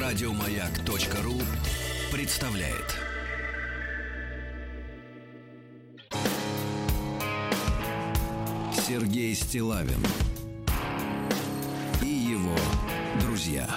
Радиомаяк.ру представляет. Сергей Стиллавин и его друзья.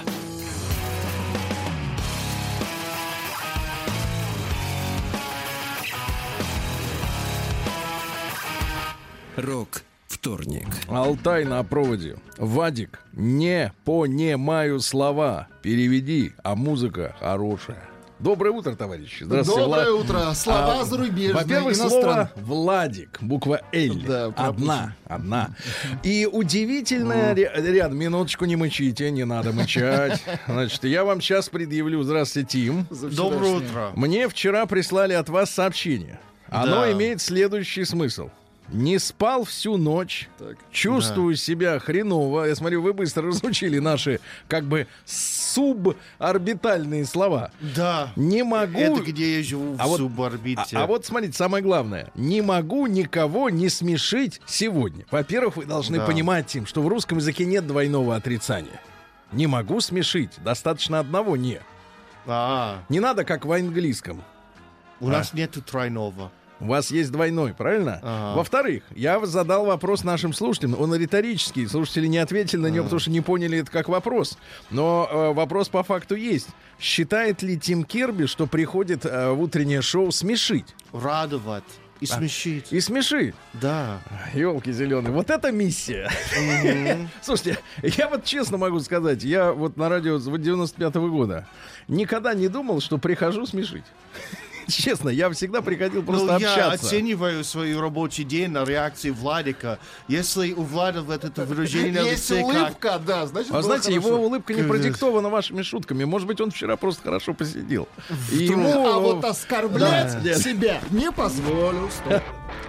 Рок-вторник. Алтай на проводе. Вадик, не понимаю слова. Переведи, а музыка хорошая. Доброе утро, товарищи. Здравствуйте, Доброе утро. Слова зарубежные, во-первых, слово Владик, буква Л. Да, одна. И удивительная ряд. Минуточку, не мычите, не надо мычать. Значит, я вам сейчас предъявлю. Здравствуйте, Тим. Доброе утро. Мне вчера прислали от вас сообщение. Оно имеет следующий смысл. Не спал всю ночь, чувствую себя хреново. Я смотрю, вы быстро разучили наши, как бы, суборбитальные слова. Да. Не могу... Это где я живу в суборбите. А вот, смотрите, самое главное. Не могу никого не смешить сегодня. Во-первых, вы должны понимать, Тим, что в русском языке нет двойного отрицания. Не могу смешить. Достаточно одного «не». Не надо, как в английском. У нас нету тройного. У вас есть двойной, правильно? Во-вторых, я задал вопрос нашим слушателям. Он риторический. Слушатели не ответили на него, потому что не поняли это как вопрос. Но вопрос по факту есть. Считает ли Тим Керби, что приходит в утреннее шоу смешить? Радовать. И смешить. И смешить? Да. Ёлки зеленые. Вот это миссия. Слушайте, я вот честно могу сказать, я вот на радио с 95-го года никогда не думал, что прихожу смешить. Честно, я всегда приходил просто общаться. Я оцениваю свой рабочий день на реакции Владика. Если у Влада вот это выражение на лице... Есть улыбка, да, значит, а знаете, хорошо. его улыбка не продиктована вашими шутками. Может быть, он вчера просто хорошо посидел. А вот оскорблять себя не позволю. Стоп.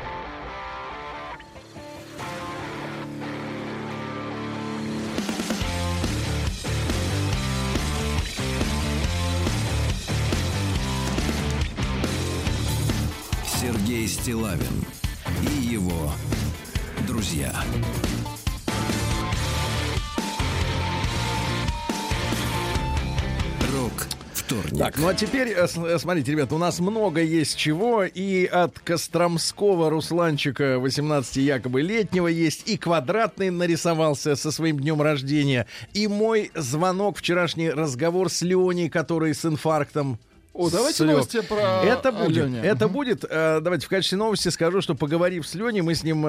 Сергей Стиллавин и его друзья. Рок-вторник. Так, ну а теперь, смотрите, ребят, у нас много есть чего. И от Костромского Русланчика 18 якобы летнего есть. И Квадратный нарисовался со своим днем рождения. И мой звонок, вчерашний разговор с Леней, который с инфарктом. Давайте новости про Леню. Это будет. Давайте в качестве новости скажу, что, поговорив с Леней, мы с ним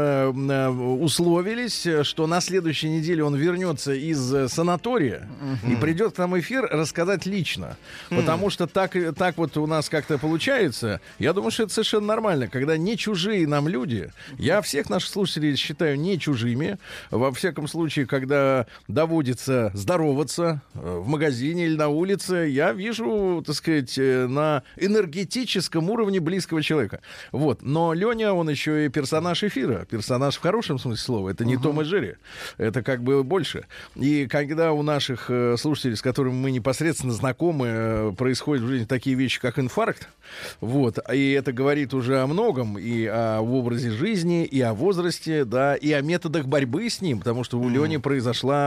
условились, что на следующей неделе он вернется из санатория и придет к нам в эфир рассказать лично. Потому что так вот у нас как-то получается. Я думаю, что это совершенно нормально, когда не чужие нам люди. Я всех наших слушателей считаю не чужими. Во всяком случае, когда доводится здороваться в магазине или на улице, я вижу, так сказать, на энергетическом уровне близкого человека. Вот. Но Леня, он еще и персонаж эфира. Персонаж в хорошем смысле слова. Это не Том и Джерри. Это как бы больше. И когда у наших слушателей, с которыми мы непосредственно знакомы, происходят в жизни такие вещи, как инфаркт, вот, и это говорит уже о многом, и о образе жизни, и о возрасте, да, и о методах борьбы с ним, потому что у Лени произошла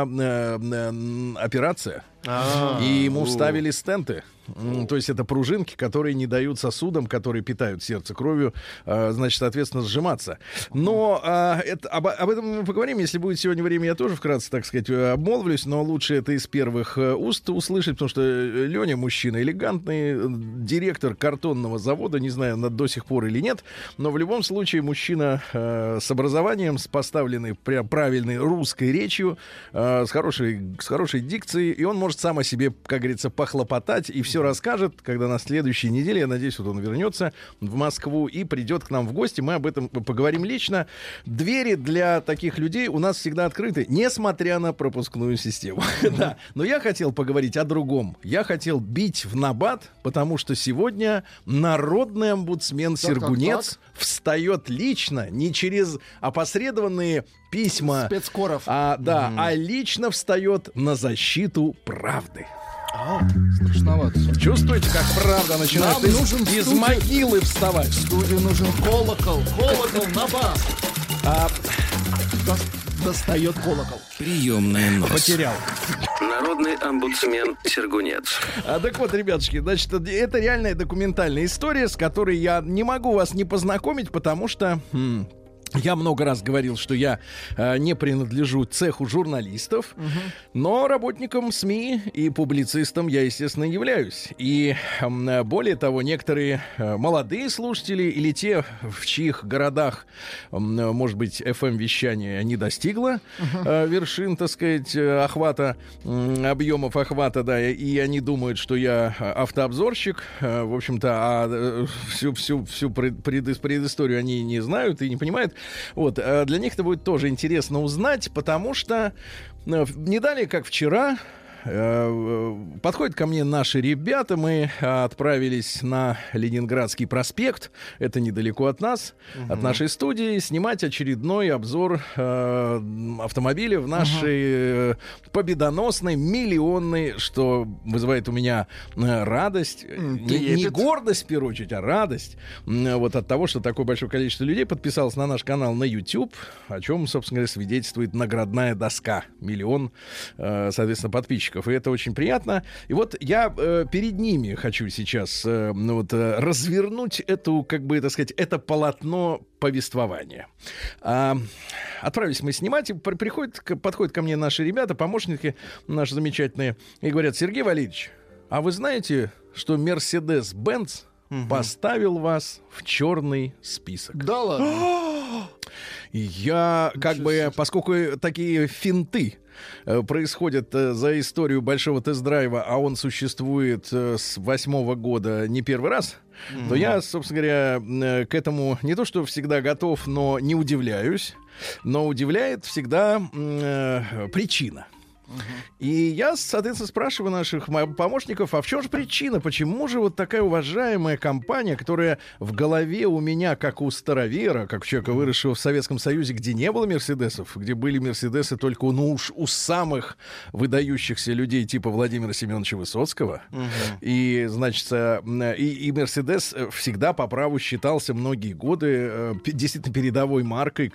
операция. И ему вставили стенты. То есть это пружинки, которые не дают сосудам, которые питают сердце кровью, значит, соответственно, сжиматься. Но об этом мы поговорим. Если будет сегодня время, я тоже вкратце, так сказать, обмолвлюсь, но лучше это из первых уст услышать, потому что Леня мужчина элегантный, директор картонного завода, не знаю, до сих пор или нет, но в любом случае мужчина с образованием, с поставленной правильной русской речью, с хорошей дикцией, и он может сам о себе, как говорится, похлопотать и все расскажет, когда на следующей неделе, я надеюсь, вот он вернется в Москву и придет к нам в гости. Мы об этом поговорим лично. Двери для таких людей у нас всегда открыты, несмотря на пропускную систему. Да. Но я хотел поговорить о другом. Я хотел бить в набат, потому что сегодня народный омбудсмен Сергунец встает лично, не через опосредованные письма спецкоров, а лично встает на защиту правды. Страшновато. Чувствуете, как правда начинает из могилы вставать? В студию нужен колокол на бас. достает колокол. Приемная нос. Потерял. Народный омбудсмен Сергунец. Так вот, ребятушки, значит, это реальная документальная история, с которой я не могу вас не познакомить, потому что... Я много раз говорил, что я не принадлежу цеху журналистов, но работником СМИ и публицистом я, естественно, являюсь. И более того, некоторые молодые слушатели или те, в чьих городах, может быть, FM-вещание не достигло вершин, так сказать, охвата, объемов охвата, да, и они думают, что я автообзорщик, в общем-то, а всю предысторию они не знают и не понимают. Вот, для них это будет тоже интересно узнать, потому что не далее, как вчера, подходят ко мне наши ребята. Мы отправились на Ленинградский проспект. Это недалеко от нас, от нашей студии, снимать очередной обзор автомобиля в нашей победоносной, миллионной, что вызывает у меня радость. Не гордость, в первую очередь, а радость. Вот от того, что такое большое количество людей подписалось на наш канал на YouTube, о чем, собственно говоря, свидетельствует наградная доска. 1 000 000, соответственно, подписчиков. И это очень приятно. И вот я перед ними хочу сейчас развернуть эту, как бы, так сказать, это полотно повествования. Отправились мы снимать, и подходят ко мне наши ребята, помощники наши замечательные, и говорят: Сергей Валерьевич, а вы знаете, что Mercedes-Benz поставил вас в черный список? Да ладно? Я, как бы, поскольку такие финты происходят за историю большого тест-драйва, а он существует с 2008 года не первый раз, то я, собственно говоря, к этому не то что всегда готов, но не удивляюсь, но удивляет всегда причина. И я, соответственно, спрашиваю наших помощников, а в чем же причина? Почему же вот такая уважаемая компания, которая в голове у меня, как у старовера, как у человека, выросшего в Советском Союзе, где не было мерседесов, где были мерседесы только у самых выдающихся людей типа Владимира Семеновича Высоцкого, и, значит, и мерседес всегда по праву считался многие годы действительно передовой маркой,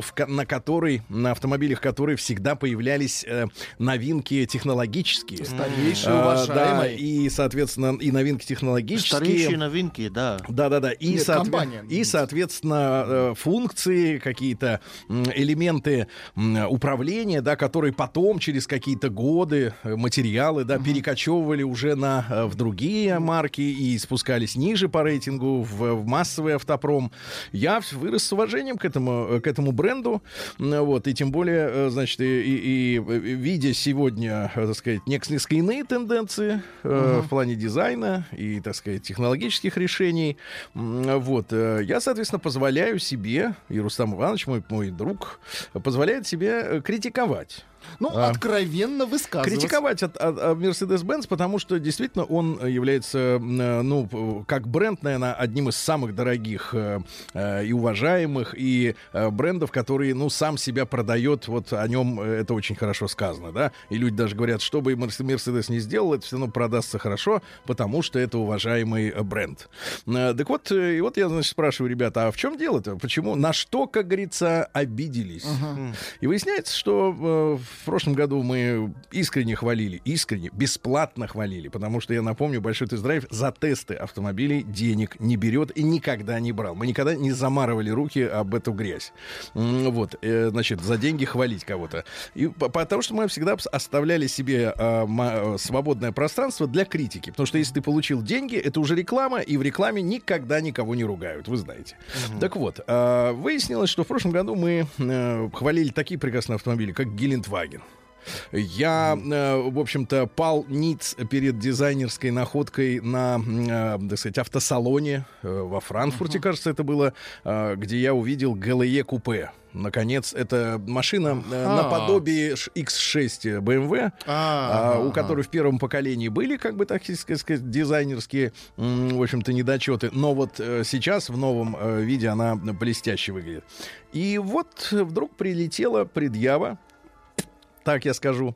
на автомобилях которой всегда появлялись новинки технологические. Старейшие, уважаемые. Да, и, соответственно, и новинки технологические. Старейшие новинки, да. Да. И, соответственно, функции, какие-то элементы управления, да, которые потом, через какие-то годы, материалы, да, перекочевывали уже в другие марки и спускались ниже по рейтингу в массовый автопром. Я вырос с уважением к этому бренду. Вот, и тем более, значит, и видя сегодня, так сказать, несколько иные тенденции в плане дизайна и, так сказать, технологических решений. Вот. Я, соответственно, позволяю себе, и Рустам Иванович, мой друг, позволяет себе критиковать. Откровенно высказываться. Критиковать от Mercedes-Benz, потому что действительно он является, как бренд, наверное, одним из самых дорогих и уважаемых, и брендов, который, сам себя продает, вот о нем это очень хорошо сказано, да, и люди даже говорят, что бы Mercedes не сделал, это все равно продастся хорошо, потому что это уважаемый бренд. Так вот, и вот я, значит, спрашиваю, ребята, а в чем дело-то? Почему? На что, как говорится, обиделись? И выясняется, что в прошлом году мы искренне, бесплатно хвалили, потому что, я напомню, большой тест-драйв за тесты автомобилей денег не берет и никогда не брал. Мы никогда не замарывали руки об эту грязь. Вот, значит, за деньги хвалить кого-то. И потому что мы всегда оставляли себе свободное пространство для критики. Потому что если ты получил деньги, это уже реклама, и в рекламе никогда никого не ругают, вы знаете. Так вот, выяснилось, что в прошлом году мы хвалили такие прекрасные автомобили, как Гелендваген. Я, в общем-то, пал ниц перед дизайнерской находкой на, так сказать, автосалоне во Франкфурте, кажется, это было, где я увидел GLE купе. Наконец, это машина наподобие X6 BMW, у которой в первом поколении были, как бы, так сказать, дизайнерские, в общем-то, недочеты. Но вот сейчас в новом виде она блестяще выглядит. И вот вдруг прилетела предъява так я скажу,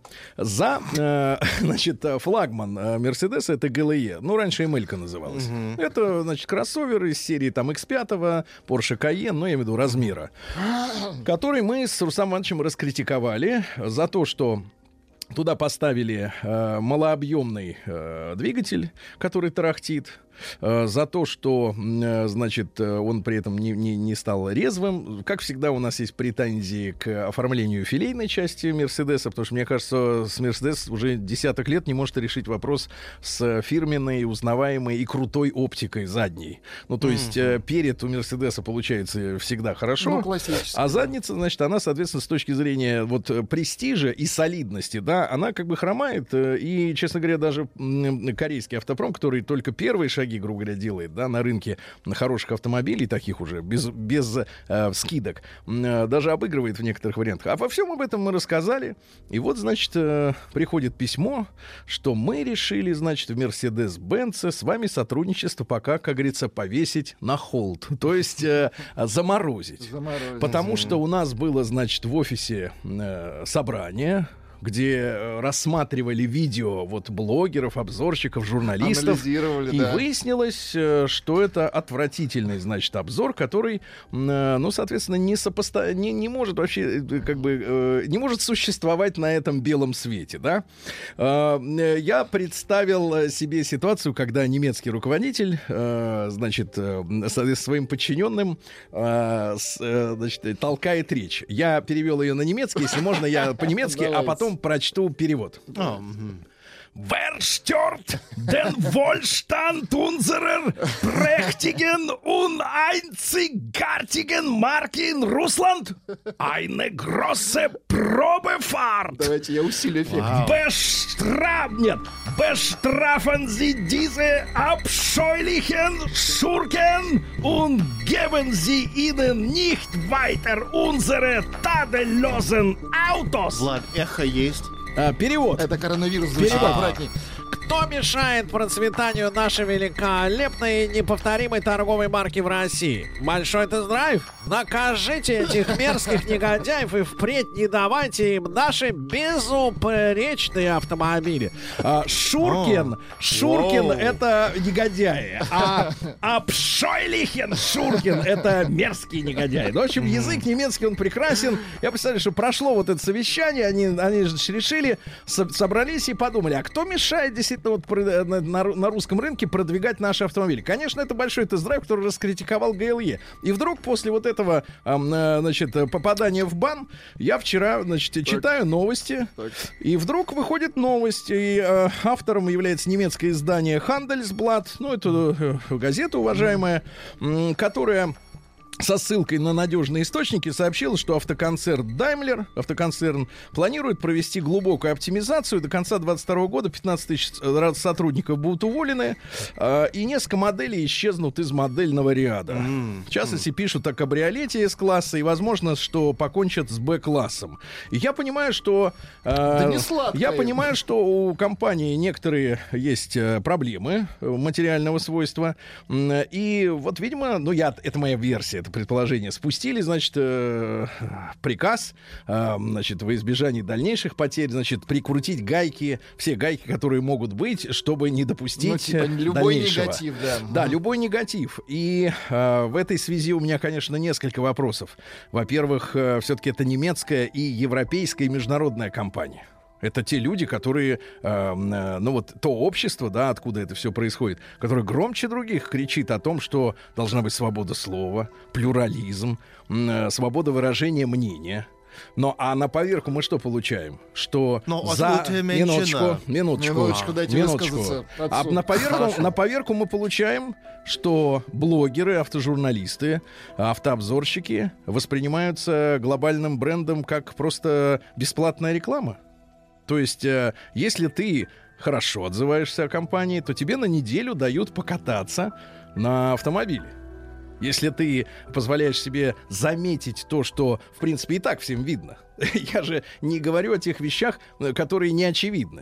значит, флагман Мерседеса — это GLE. Ну, раньше ML-ка называлась. Это, значит, кроссовер из серии там X5, Porsche Cayenne, ну, я имею в виду размера, который мы с Рустамом Ивановичем раскритиковали за то, что туда поставили малообъемный двигатель, который тарахтит, за то, что, значит, он при этом не стал резвым. Как всегда, у нас есть претензии к оформлению филейной части Мерседеса, потому что, мне кажется, с Мерседес уже десяток лет не может решить вопрос с фирменной, узнаваемой и крутой оптикой задней. Ну, то есть перед у Мерседеса получается всегда хорошо, а задница, значит, она, соответственно, с точки зрения вот престижа и солидности, да, она как бы хромает. И, честно говоря, даже корейский автопром, который только первые шаги, грубо говоря, делает, да, на рынке хороших автомобилей, таких уже, без скидок, даже обыгрывает в некоторых вариантах. А во всем об этом мы рассказали. И вот, значит, приходит письмо, что мы решили, значит, в Mercedes-Benz с вами сотрудничество пока, как говорится, повесить на холд. То есть заморозить. Потому что у нас было, значит, в офисе собрание, где рассматривали видео вот блогеров, обзорщиков, журналистов. И выяснилось, что это отвратительный, значит, обзор, который, ну, соответственно, не может вообще, как бы, не может существовать на этом белом свете, да. Я представил себе ситуацию, когда немецкий руководитель, значит, своим подчиненным, значит, толкает речь. Я перевел ее на немецкий, если можно, я по-немецки, а потом прочту перевод. Wer stört den Wohlstand unserer prächtigen und einzigartigen Marke in Russland? Eine große Probefahrt. Давайте я усилю эффект. Bestrafen Sie diese abscheulichen Schurken und geben Sie ihnen nicht weiter unsere tadellosen Autos. Влад, эхо есть. Перевод. Это коронавирус, звучит аккуратней. Кто мешает процветанию нашей великолепной и неповторимой торговой марки в России? Большой тест-драйв? Накажите этих мерзких негодяев и впредь не давайте им наши безупречные автомобили. Шуркин это негодяи, а Пшойлихен Шуркин это мерзкие негодяи. Ну, в общем, язык немецкий, он прекрасен. Я представляю, что прошло вот это совещание, они решили, собрались и подумали, а кто мешает действительно вот на русском рынке продвигать наши автомобили? Конечно, это большой тест-драйв, который раскритиковал GLE. И вдруг после вот этого, значит, попадания в бан, я вчера, значит, читаю новости, и вдруг выходит новость, и автором является немецкое издание Handelsblatt, ну, это газета уважаемая, которая со ссылкой на надежные источники сообщил, что автоконцерн Daimler, планирует провести глубокую оптимизацию. До конца 2022 года 15 тысяч сотрудников будут уволены, и несколько моделей исчезнут из модельного ряда. В частности, пишут о кабриолете С-класса, и возможно, что покончат с Б-классом. И я понимаю, что у компании некоторые есть проблемы материального свойства. И вот, видимо, это моя версия, это предположение, спустили, значит, приказ, значит, во избежание дальнейших потерь, значит, прикрутить гайки, все гайки, которые могут быть, чтобы не допустить любой дальнейшего. Негатив, да. Да, любой негатив. И в этой связи у меня, конечно, несколько вопросов. Во-первых, все-таки это немецкая и европейская и международная компания. Это те люди, которые, ну вот то общество, да, откуда это все происходит, которое громче других кричит о том, что должна быть свобода слова, плюрализм, свобода выражения мнения. А на поверку мы что получаем? Что минуточку, дайте высказаться. На поверку мы получаем, что блогеры, автожурналисты, автообзорщики воспринимаются глобальным брендом как просто бесплатная реклама. То есть, если ты хорошо отзываешься о компании, то тебе на неделю дают покататься на автомобиле. Если ты позволяешь себе заметить то, что, в принципе, и так всем видно. Я же не говорю о тех вещах, которые не очевидны.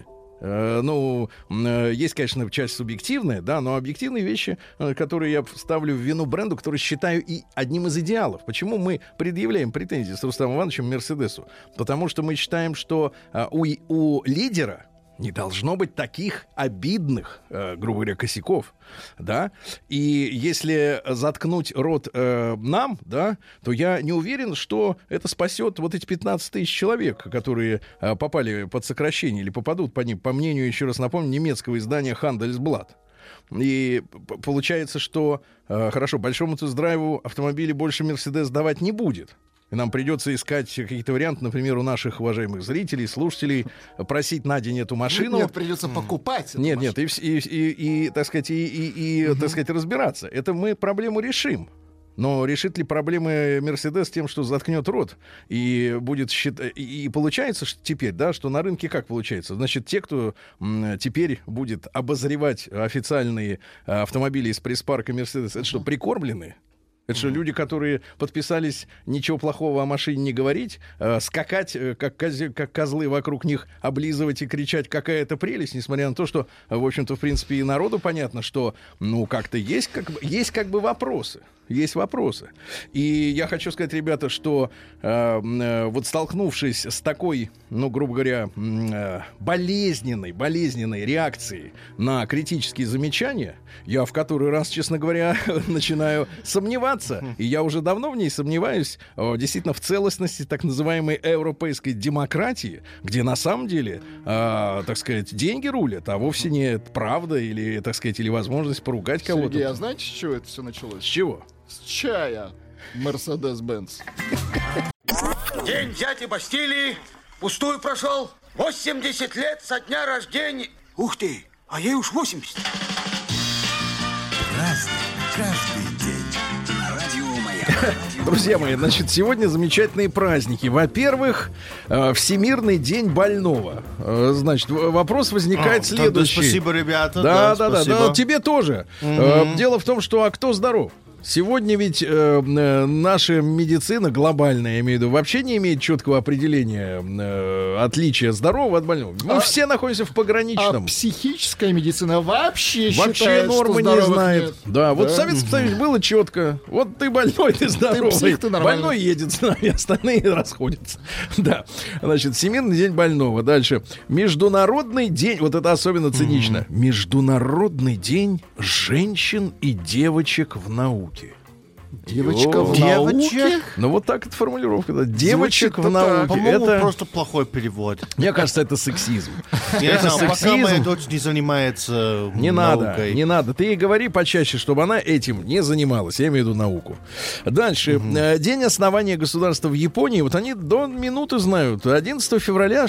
Есть, конечно, часть субъективная, да, но объективные вещи, которые я ставлю в вину бренду, который считаю и одним из идеалов. Почему мы предъявляем претензии с Рустамом Ивановичем Мерседесу? Потому что мы считаем, что у лидера не должно быть таких обидных, грубо говоря, косяков, да. И если заткнуть рот нам, да, то я не уверен, что это спасет вот эти 15 тысяч человек, которые попали под сокращение или попадут по ним, по мнению, еще раз напомню, немецкого издания Handelsblatt. И получается, что, хорошо, большому тест-драйву автомобили больше Мерседес давать не будет. И нам придется искать какие-то варианты, например, у наших уважаемых зрителей, слушателей, просить на день эту машину. Нет, придется покупать. Нет, и так сказать, разбираться. Это мы проблему решим. Но решит ли проблемы Мерседес тем, что заткнет рот и будет считать... И получается что теперь, да, что на рынке как получается? Значит, те, кто теперь будет обозревать официальные автомобили из пресс-парка Мерседес, это что, прикормлены? Это что, люди, которые подписались ничего плохого о машине не говорить, скакать, как козлы вокруг них, облизывать и кричать, какая это прелесть, несмотря на то, что, в общем-то, в принципе, и народу понятно, что, как-то есть вопросы. Есть вопросы. И я хочу сказать, ребята, что вот столкнувшись с такой, грубо говоря, болезненной реакцией на критические замечания, я в который раз, честно говоря, начинаю сомневаться, и я уже давно в ней сомневаюсь, действительно, в целостности так называемой европейской демократии, где на самом деле, так сказать, деньги рулят, а вовсе не правда или, так сказать, или возможность поругать кого-то. Сергей, а знаете, с чего это все началось? С чего? С чая. Мерседес-Бенц. День дяди Бастилии пустую прошел. 80 лет со дня рождения. Ух ты, а ей уж 80. Разный, каждый день. На радио Маяк. Друзья мои, значит, сегодня замечательные праздники. Во-первых, Всемирный день больного. Значит, вопрос возникает следующий. Спасибо, ребята. Да, тебе тоже. Дело в том, что кто здоров? Сегодня ведь наша медицина глобальная, я имею в виду, вообще не имеет четкого определения отличия здорового от больного. Мы все находимся в пограничном. А психическая медицина вообще нормы не знает. Нет. Да, вот в Советском Союзе было четко. Вот ты больной, ты здоровый. Ты псих, ты нормальный. Больной едет с нами, остальные расходятся. Да. Значит, Всемирный день больного. Дальше. Международный день, вот это особенно цинично. Международный день женщин и девочек в науке. Девочка в науке? Ну вот так это формулировка. Да. Девочек в Звучит-то так. науке. По-моему, Это, просто плохой перевод. мне кажется, это сексизм. Я Это знаю, пока моя сексизм. дочь не занимается Не наукой. надо. Ты ей говори почаще, чтобы она этим не занималась. Я имею в виду науку. Дальше. День основания государства в Японии. Вот они до минуты знают. 11 февраля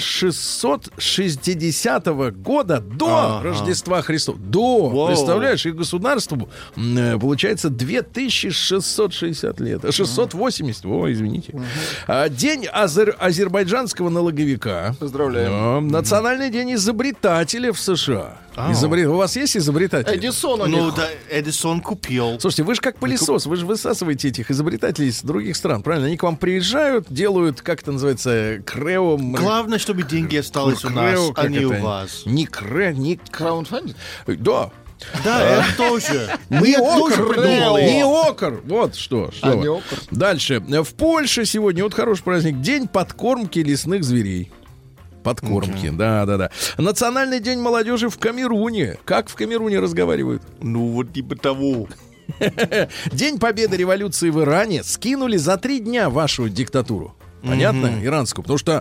660 года до Рождества Христова. Воу. Представляешь, их государству получается 2660 лет. 680. Извините. День азербайджанского налоговика. Поздравляем. Национальный день изобретателя в США. У вас есть изобретатель? Эдисон у Ну них. да, Эдисон купил. Слушайте, вы же как пылесос, вы же высасываете этих изобретателей из других стран, правильно? Они к вам приезжают, делают, как это называется, крео... Главное, чтобы деньги остались у нас, Крео, а как не это? у вас. Не не... Краундфандинг? Да. Да, это тоже. Не тоже окр, придумали. не окр. Вот что. Не вы. окр. Дальше. В Польше сегодня, вот хороший праздник, день подкормки лесных зверей. Подкормки, да. Национальный день молодежи в Камеруне. Как в Камеруне разговаривают? Ну, вот типа того. День победы революции в Иране скинули за 3 дня вашу диктатуру. Понятно? Иранскую. Потому что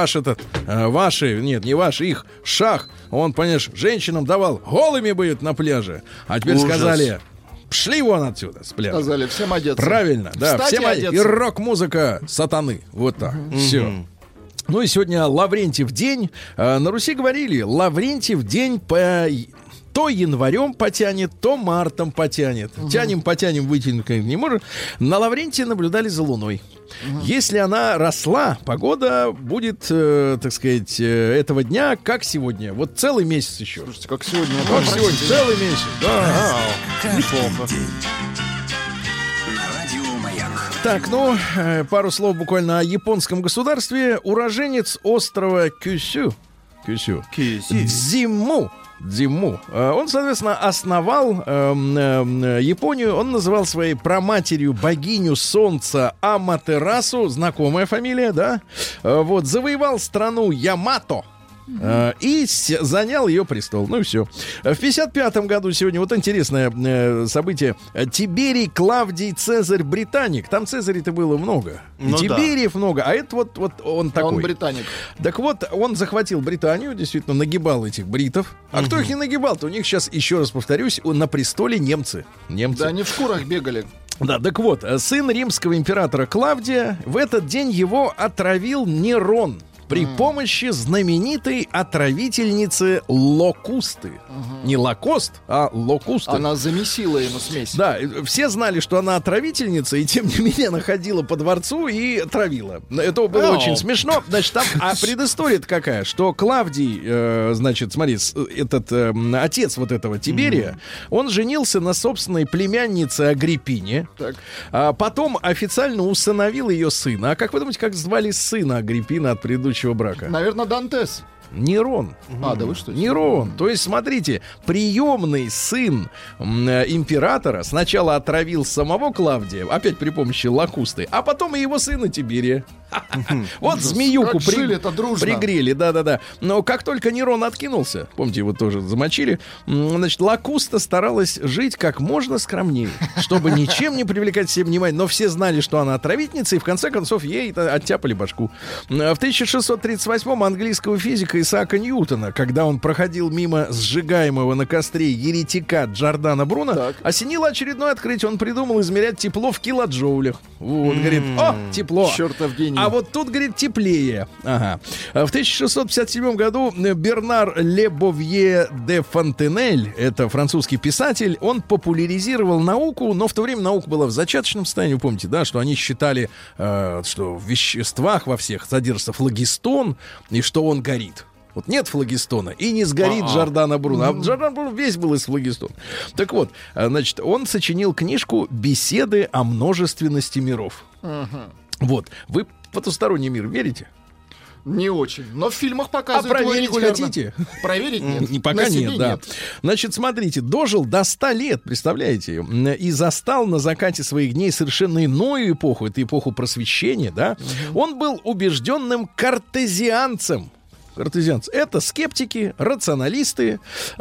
их шах, он, понимаешь, женщинам давал голыми быть на пляже. А теперь Ужас. сказали, пшли вон отсюда с пляжа. Сказали, всем одеться. Правильно, да. Кстати, Всем одеться. И рок-музыка сатаны. Вот так. Все. Ну и сегодня Лаврентьев день. На Руси говорили, Лаврентьев день то январем потянет, то мартом потянет. Потянем, вытянуть не может. На Лаврентия наблюдали за Луной. Если она росла, погода будет, так сказать, этого дня, как сегодня. Вот целый месяц еще. Слушайте, как сегодня. Как сегодня, целый месяц. Да. Неплохо. На радио Маяк. Так, пару слов буквально о японском государстве. Уроженец острова Кюсю. Кюсю. Кюсю. Дзимму. Он, соответственно, основал Японию. Он называл своей праматерью богиню солнца Аматерасу. Знакомая фамилия, да? Вот. Завоевал страну Ямато. И занял ее престол. Ну и все. В 55-м году сегодня вот интересное событие. Тиберий Клавдий Цезарь Британик. Там Цезарей-то было много. Ну, Тибериев много. А это вот он такой. Он британик. Так вот, он захватил Британию, действительно, нагибал этих бритов. А кто их не нагибал-то? У них сейчас, еще раз повторюсь, на престоле немцы. Да, они в шкурах бегали. Да, так вот, сын римского императора Клавдия, в этот день его отравил Нерон при помощи знаменитой отравительницы Локусты. Не Лакост, а Локуста. Она замесила ему смесь. Да, все знали, что она отравительница, и тем не менее она ходила по дворцу и травила. Это было очень смешно. Значит, там, а предыстория-то какая? Что Клавдий, значит, смотри, этот отец вот этого Тиберия, он женился на собственной племяннице Агриппине. Так. А потом официально усыновил ее сына. А как вы думаете, как звали сына Агриппины от предыдущего брака? Наверное, Дантес. Нерон. А, да вы что? Нерон. То есть, смотрите, приемный сын императора сначала отравил самого Клавдия, опять при помощи Лакусты, а потом и его сына Тиберия. Вот змеюку пригрели, да-да-да. Но как только Нерон откинулся, помните, его тоже замочили, значит, Лакуста старалась жить как можно скромнее, чтобы ничем не привлекать себе внимание. Но все знали, что она отравительница, и в конце концов ей оттяпали башку. В 1638-м английского физика Исаака Ньютона, когда он проходил мимо сжигаемого на костре еретика Джордана Бруно, осенило очередное открытие. Он придумал измерять тепло в килоджоулях. Вот, говорит, тепло. Чертов гений. А вот тут, говорит, теплее. Ага. В 1657 году Бернар Лебовье де Фонтенель, это французский писатель, он популяризировал науку, но в то время наука была в зачаточном состоянии, помните, да, что они считали, что в веществах во всех содержится флогистон, и что он горит. Вот нет флогистона, и не сгорит Джордано Бруно. А Джордано Бруно весь был из флогистона. Так вот, значит, он сочинил книжку «Беседы о множественности миров». Вот. Вы в потусторонний мир верите? Не очень. Но в фильмах показывают. А проверить хотите? Проверить нет. Пока нет, да. Значит, смотрите, дожил до 100 лет, представляете, и застал на закате своих дней совершенно иную эпоху, это эпоху просвещения, да. Он был убежденным картезианцем. Картезианцы — это скептики, рационалисты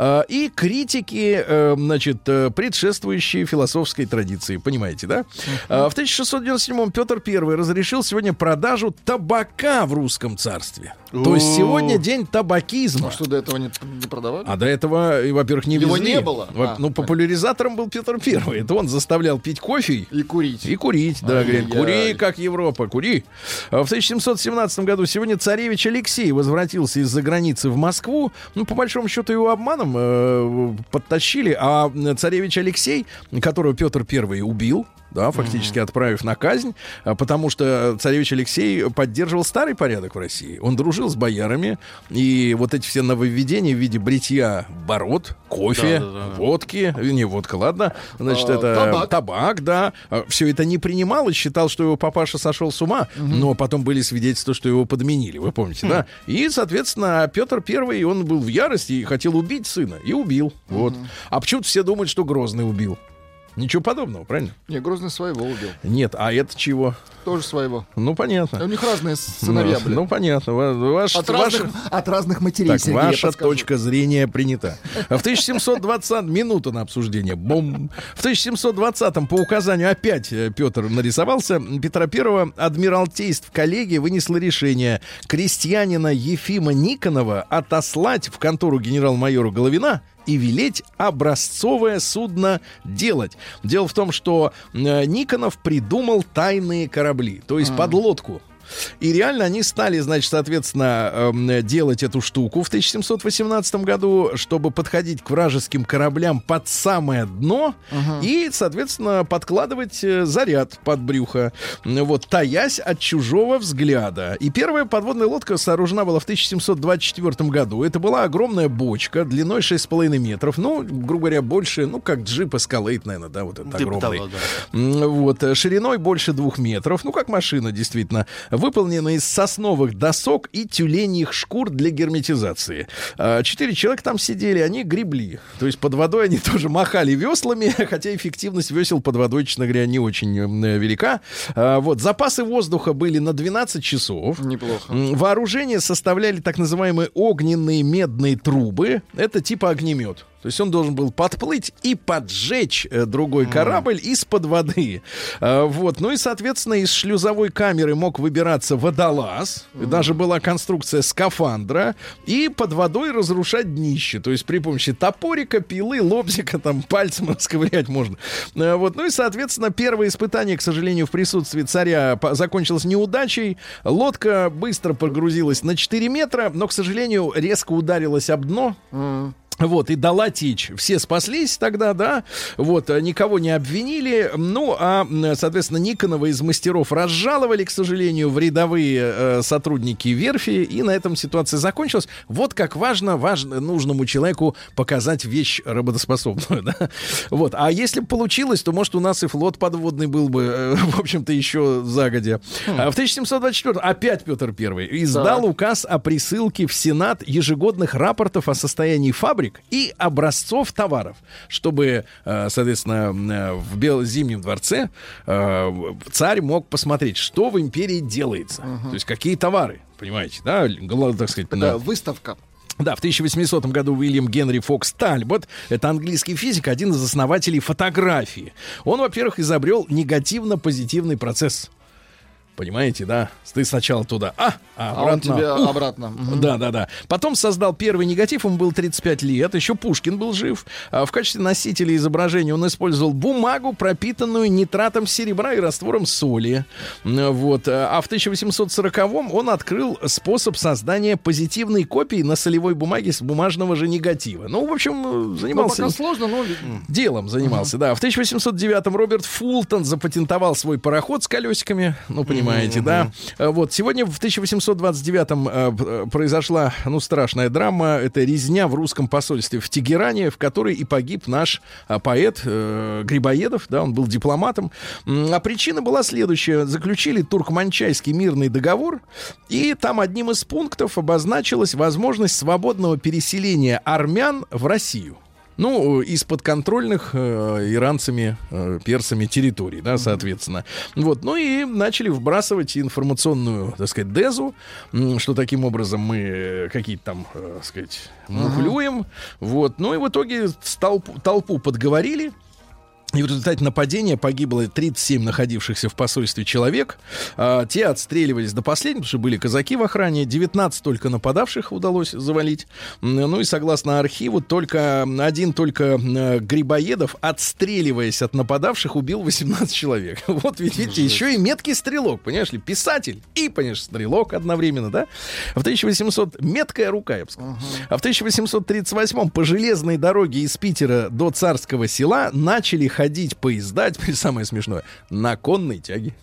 и критики, значит, предшествующие философской традиции. Понимаете, да? В 1697-м Петр I разрешил сегодня продажу табака в русском царстве. То есть сегодня день табакизма. А что, до этого не продавали? А до этого, во-первых, не везли. Его не было. Ну, популяризатором был Петр I. Это он заставлял пить кофе. И курить. И курить, да. Говорит, кури, как Европа, кури. В 1717 году сегодня царевич Алексей возвратился из-за границы в Москву. Ну, по большому счету, его обманом подтащили. А царевич Алексей, которого Петр I убил, да, фактически отправив на казнь, потому что царевич Алексей поддерживал старый порядок в России. Он дружил с боярами, и вот эти все нововведения в виде бритья бород, кофе, водки, не водка, ладно, значит, это табак, да, все это не принимал и считал, что его папаша сошел с ума, но потом были свидетельства, что его подменили, вы помните, да? И, соответственно, Петр I, он был в ярости и хотел убить сына, и убил, вот. А почему-то все думают, что Грозный убил. Ничего подобного, правильно? Не, Грозный своего убил. Нет, а это чего? Тоже своего. Ну, понятно. У них разные сыновья были. Ну, понятно. От разных матерей, так, Сергей, ваша точка зрения принята. В 1720-м, минута на обсуждение, бом. В 1720-м по указанию опять Петр нарисовался. Петра I Адмиралтейств коллегия вынесло решение крестьянина Ефима Никонова отослать в контору генерал-майора Головина и велеть образцовое судно делать. Дело в том, что Никонов придумал тайные корабли, то есть подлодку. И реально они стали, значит, соответственно, делать эту штуку в 1718 году, чтобы подходить к вражеским кораблям под самое дно и, соответственно, подкладывать заряд под брюхо, вот, таясь от чужого взгляда. И первая подводная лодка сооружена была в 1724 году. Это была огромная бочка длиной 6,5 метров, ну, грубо говоря, больше, ну, как джип Escalade, наверное, да, вот этот огромный. Вот, шириной больше 2 метров, ну, как машина, действительно. выполненный из сосновых досок и тюленьих шкур для герметизации. 4 человека там сидели, они гребли. То есть под водой они тоже махали веслами, хотя эффективность весел под водой, честно говоря, не очень велика. Вот, запасы воздуха были на 12 часов. Неплохо. Вооружение составляли так называемые огненные медные трубы. Это типа огнемет. То есть он должен был подплыть и поджечь другой корабль из-под воды. Вот. Ну и, соответственно, из шлюзовой камеры мог выбираться водолаз. Даже была конструкция скафандра. И под водой разрушать днище. То есть при помощи топорика, пилы, лобзика, там, пальцем расковырять можно. Вот. Ну и, соответственно, первое испытание, к сожалению, в присутствии царя закончилось неудачей. Лодка быстро погрузилась на 4 метра, но, к сожалению, резко ударилась об дно. Вот, и дала течь. Все спаслись тогда, да, вот, никого не обвинили, ну, а, соответственно, Никонова из мастеров разжаловали, к сожалению, в рядовые сотрудники верфи, и на этом ситуация закончилась. Вот как важно нужному человеку показать вещь работоспособную, да, вот, а если бы получилось, то, может, у нас и флот подводный был бы, в общем-то, еще загодя. В 1724 опять Петр I издал указ о присылке в Сенат ежегодных рапортов о состоянии фабрик и образцов товаров, чтобы, соответственно, в Зимнем дворце царь мог посмотреть, что в империи делается. То есть какие товары, понимаете, да, так сказать. Такая выставка. Да, в 1800 году Уильям Генри Фокс Тальбот, это английский физик, один из основателей фотографии. Он, во-первых, изобрел негативно-позитивный процесс. Понимаете, да? Ты сначала туда, обратно. Он тебе обратно. Да. Потом создал первый негатив, ему было 35 лет, еще Пушкин был жив. В качестве носителя изображения он использовал бумагу, пропитанную нитратом серебра и раствором соли. Вот. А в 1840-м он открыл способ создания позитивной копии на солевой бумаге с бумажного же негатива. Ну, в общем, занимался... пока сложно, но... Делом занимался, да. В 1809-м Роберт Фултон запатентовал свой пароход с колесиками. Ну, понимаете, да. Вот. Сегодня в 1829-м произошла, страшная драма. Это резня в русском посольстве в Тегеране, в которой и погиб наш поэт Грибоедов, да, он был дипломатом. А причина была следующая. Заключили Туркманчайский мирный договор, и там одним из пунктов обозначилась возможность свободного переселения армян в Россию. Ну, из подконтрольных иранцами, персами территорий, да, соответственно. Вот, ну и начали вбрасывать информационную, так сказать, дезу, что таким образом мы какие-то там, так сказать, мухлюем. Вот, ну и в итоге толпу подговорили. И в результате нападения погибло 37 находившихся в посольстве человек. Те отстреливались до последнего, потому что были казаки в охране. 19 только нападавших удалось завалить. Ну и согласно архиву, один Грибоедов, отстреливаясь от нападавших, убил 18 человек. Вот видите, еще и меткий стрелок, понимаешь ли, писатель и, конечно, стрелок одновременно, да? Меткая рука, я бы сказал. А в 1838 по железной дороге из Питера до Царского Села начали ходить поезда, теперь самое смешное, на конной тяге.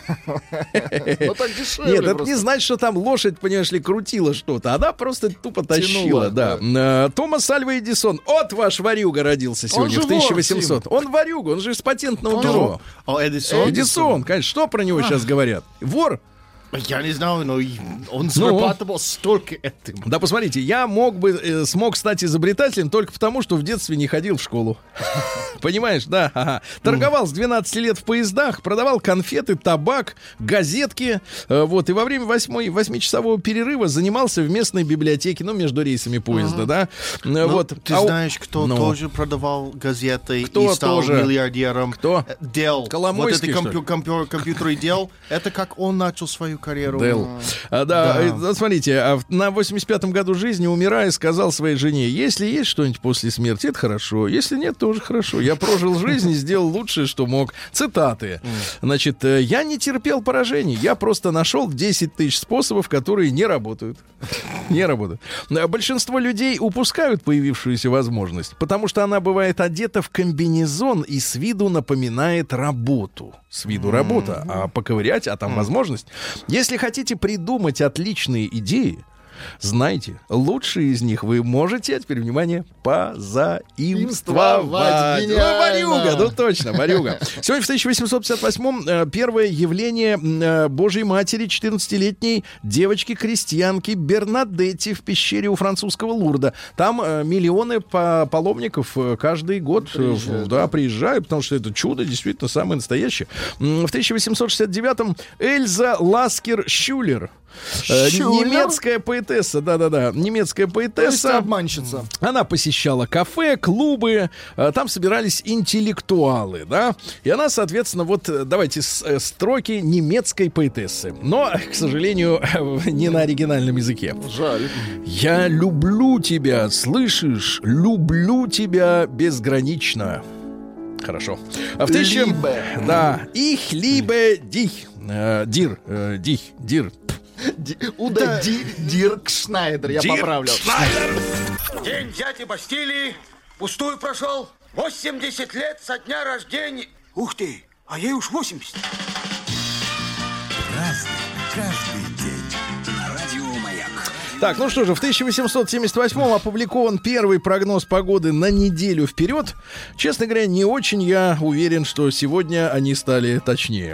Ну так дешевле. Нет, это не значит, что там лошадь, понимаешь ли, крутила что-то. Она просто тупо тащила, да. Томас Альва Эдисон, ваш ворюга родился сегодня в 1800. Он ворюга, он же из патентного бюро. Эдисон, конечно, что про него сейчас говорят? Вор? Я не знаю, но он зарабатывал столько этим. Да, посмотрите, я смог стать изобретателем только потому, что в детстве не ходил в школу. Понимаешь, да? Ага. Торговал с 12 лет в поездах, продавал конфеты, табак, газетки. Вот, и во время 8-часового перерыва занимался в местной библиотеке, между рейсами поезда, да? Вот. Ты знаешь, кто тоже продавал газеты кто и стал тоже? Миллиардером? Кто? Дел. Коломойский, вот это компьютерный Дел. Это как он начал свою карьеру. Дел. Смотрите, на 85-м году жизни, умирая, сказал своей жене: если есть что-нибудь после смерти, это хорошо. Если нет, тоже хорошо. Я прожил жизнь и сделал лучшее, что мог. Цитаты. Значит, я не терпел поражений. Я просто нашел 10 тысяч способов, которые не работают. Не работают. Большинство людей упускают появившуюся возможность, потому что она бывает одета в комбинезон и с виду напоминает работу. С виду работа, а поковырять, а там возможность. Если хотите придумать отличные идеи, Знаете, лучшие из них вы можете, а теперь, внимание, позаимствовать. Гениально. Варюга, ну точно, варюга. Сегодня в 1858-м первое явление Божьей Матери 14-летней девочки-крестьянки Бернадетти в пещере у французского Лурда. Там миллионы паломников каждый год приезжают, потому что это чудо действительно самое настоящее. В 1869-м Эльза Ласкер-Шюлер, немецкая поэтесса, немецкая поэтесса. Обманщица. Она посещала кафе, клубы, там собирались интеллектуалы, да, и она, соответственно, вот давайте строки немецкой поэтессы, но, к сожалению, не на оригинальном языке. Жаль. Я люблю тебя, слышишь? Люблю тебя безгранично. Хорошо. А в Ich liebe dich. Дир. Уда Дирк Шнайдер, я поправлю. День дяди Бастилии пустую прошел. 80 лет со дня рождения. Ух ты, а ей уж 80. Разный, каждый день. Радио Маяк. Так, ну что же, в 1878-м опубликован первый прогноз погоды на неделю вперед. Честно говоря, не очень я уверен, что сегодня они стали точнее.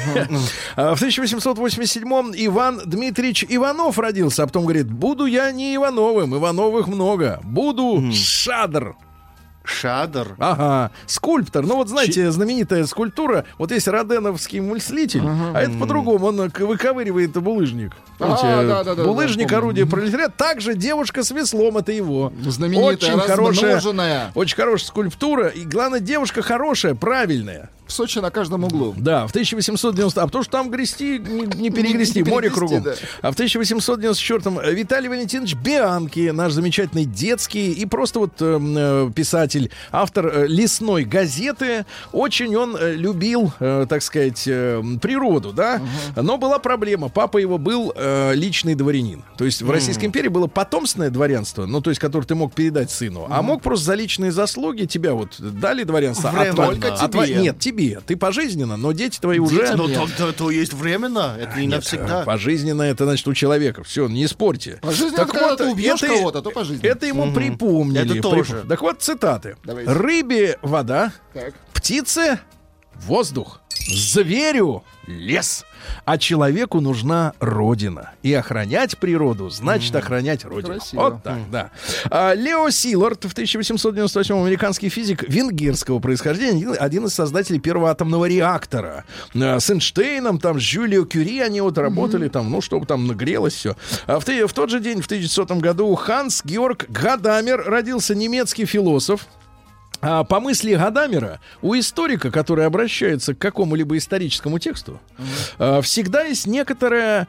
В 1887-м Иван Дмитриевич Иванов родился, а потом говорит, буду я не Ивановым, Ивановых много, буду Шадр. Шадр. Ага, скульптор. Ну вот знаете, знаменитая скульптура. Вот есть роденовский мыслитель, а это по-другому. Он выковыривает булыжник. Булыжник, орудие пролетариата. Также девушка с веслом, это его. Знаменитая, размноженная. Очень хорошая скульптура. И главное, девушка хорошая, правильная. В Сочи на каждом углу. Да, в 1890... А потому что там грести, не перегрести, море кругом. Да. А в 1894-м Виталий Валентинович Бианки, наш замечательный детский и просто вот писатель, автор «Лесной газеты». Очень он любил, так сказать, природу, да? Но была проблема. Папа его был личный дворянин. То есть в Российской империи было потомственное дворянство, ну, то есть, которое ты мог передать сыну. А мог просто за личные заслуги тебя вот дали дворянство. Только тебе. Нет, тебе. Ты пожизненно, но дети твои уже... Но то есть временно, это не навсегда. Пожизненно это значит у человека. Все, не спорьте. Пожизненно, так когда ты убьешь кого-то, то пожизненно. Это ему припомнили. Это тоже. Так вот, цитаты. Давайте. Рыбе вода, Так. птице воздух, зверю лес. А человеку нужна родина. И охранять природу значит охранять родину. Красиво. Вот так, да. Лео Силард, в 1898-м американский физик венгерского происхождения, один из создателей первого атомного реактора. С Эйнштейном, там, с Жюлио Кюри они вот работали, там, ну, чтобы там нагрелось все. В тот же день, в 1900 году, Ханс Георг Гадамер родился, немецкий философ. По мысли Гадамера, у историка, который обращается к какому-либо историческому тексту, всегда есть некоторая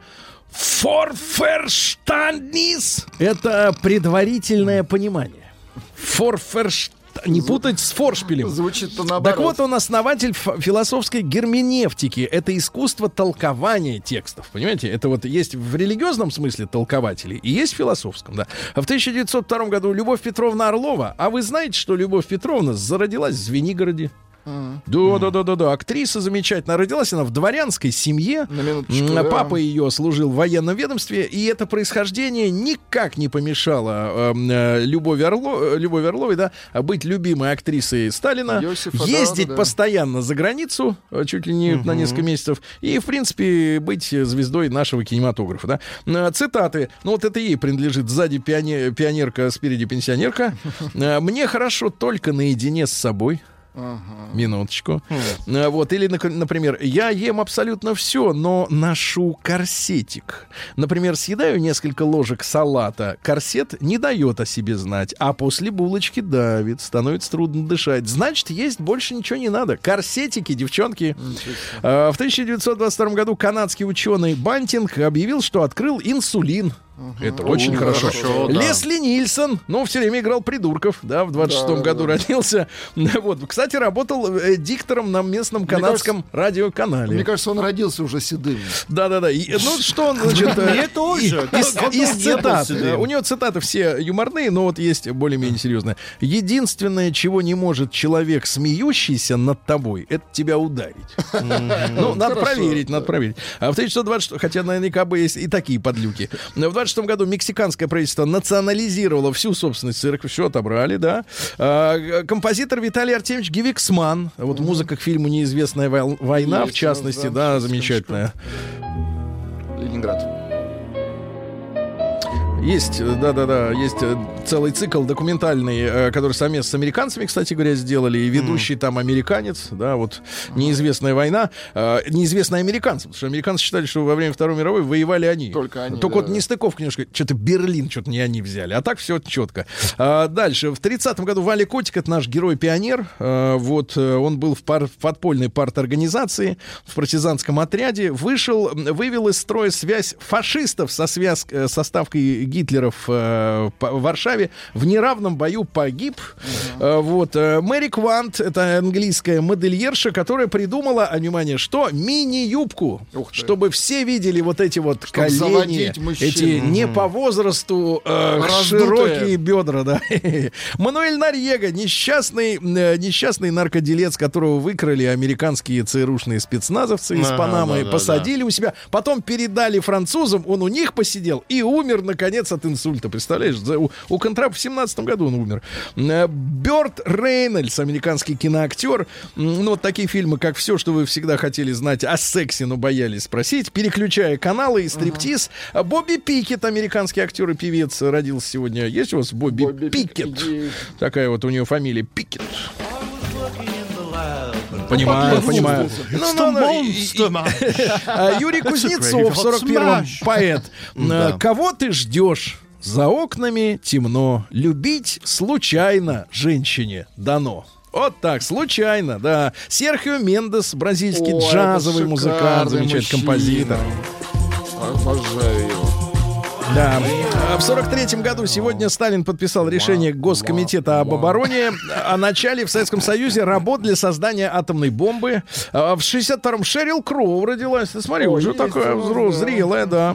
«Vorverständnis». Это предварительное понимание. Не путать с форшпилем. Звучит-то наоборот. Так вот, он основатель философской герменевтики. Это искусство толкования текстов. Понимаете? Это вот есть в религиозном смысле толкователи и есть в философском. Да. В 1902 году Любовь Петровна Орлова. А вы знаете, что Любовь Петровна зародилась в Звенигороде? Да. Актриса замечательно. Родилась она в дворянской семье. Папа ее служил в военном ведомстве. И это происхождение никак не помешало Любови Орловой, да, быть любимой актрисой Сталина. Иосифа, ездить постоянно за границу, чуть ли не на несколько месяцев. И, в принципе, быть звездой нашего кинематографа. Да. Цитаты. Ну, вот это ей принадлежит. Сзади пионерка, спереди пенсионерка. Мне хорошо только наедине с собой. Минуточку. Вот, или, например, я ем абсолютно все, но ношу корсетик. Например, съедаю несколько ложек салата. Корсет не дает о себе знать, а после булочки давит, становится трудно дышать. Значит, есть больше ничего не надо. Корсетики, девчонки. В 1922 году канадский ученый Бантинг объявил, что открыл инсулин. Это очень хорошо. Да. Лесли Нильсон, ну, все время играл придурков, да, в 26-м году родился. Вот, кстати, работал диктором на местном канадском радиоканале. Мне кажется, он родился уже седым. Да. И, ну, что он, значит... Мне тоже. Из цитат. У него цитаты все юморные, но вот есть более-менее серьезные. Единственное, чего не может человек, смеющийся над тобой, это тебя ударить. Ну, надо проверить. А в 1926, хотя наверняка бы есть и такие подлюки. В 26 году мексиканское правительство национализировало всю собственность церкви, все отобрали, да. Композитор Виталий Артемьевич Гевиксман, вот музыка к фильму «Неизвестная война», Есть в частности, да, замечательная. Ленинград. Есть, да-да-да, есть целый цикл документальный, который совместно с американцами, кстати говоря, сделали, и ведущий там американец, да, вот «Неизвестная война», неизвестная американцам, потому что американцы считали, что во время Второй мировой воевали они. Только они, Только да. вот нестыковка немножко, что-то Берлин, что-то не они взяли, а так все четко. Дальше, в 30-м году Валя Котик, это наш герой-пионер, вот, он был в подпольной парторганизации, в партизанском отряде, вывел из строя связь фашистов со ставкой Гитлеров в Варшаве, в неравном бою погиб. Вот. Мэри Квант, это английская модельерша, которая придумала, внимание, что? Мини-юбку, чтобы все видели вот эти вот колени, эти не по возрасту широкие бедра, да. Мануэль Норьего, несчастный наркоделец, которого выкрали американские ЦРУшные спецназовцы из Панамы, посадили у себя, потом передали французам, он у них посидел и умер, наконец, от инсульта, представляешь? У Контрапа в 17 году он умер. Бёрд Рейнольдс, американский киноактер. Ну, вот такие фильмы, как «Все, что вы всегда хотели знать о сексе, но боялись спросить», «Переключая каналы» и «Стриптиз». Бобби Пикет, американский актер и певец, родился сегодня. Есть у вас Бобби Пикет? Такая вот у него фамилия Пикет. Понимаю. Юрий Кузнецов, 41-м, поэт. Кого ты ждешь? За окнами темно. Любить случайно женщине дано. Вот так, случайно, да. Серхио Мендес, бразильский джазовый музыкант, замечательный композитор. Обожаю его. Да. В 43-м году сегодня Сталин подписал решение Госкомитета об обороне о начале в Советском Союзе работ для создания атомной бомбы. В 62-м Шерил Кроу родилась. Ты смотри, уже такая зрелая, да.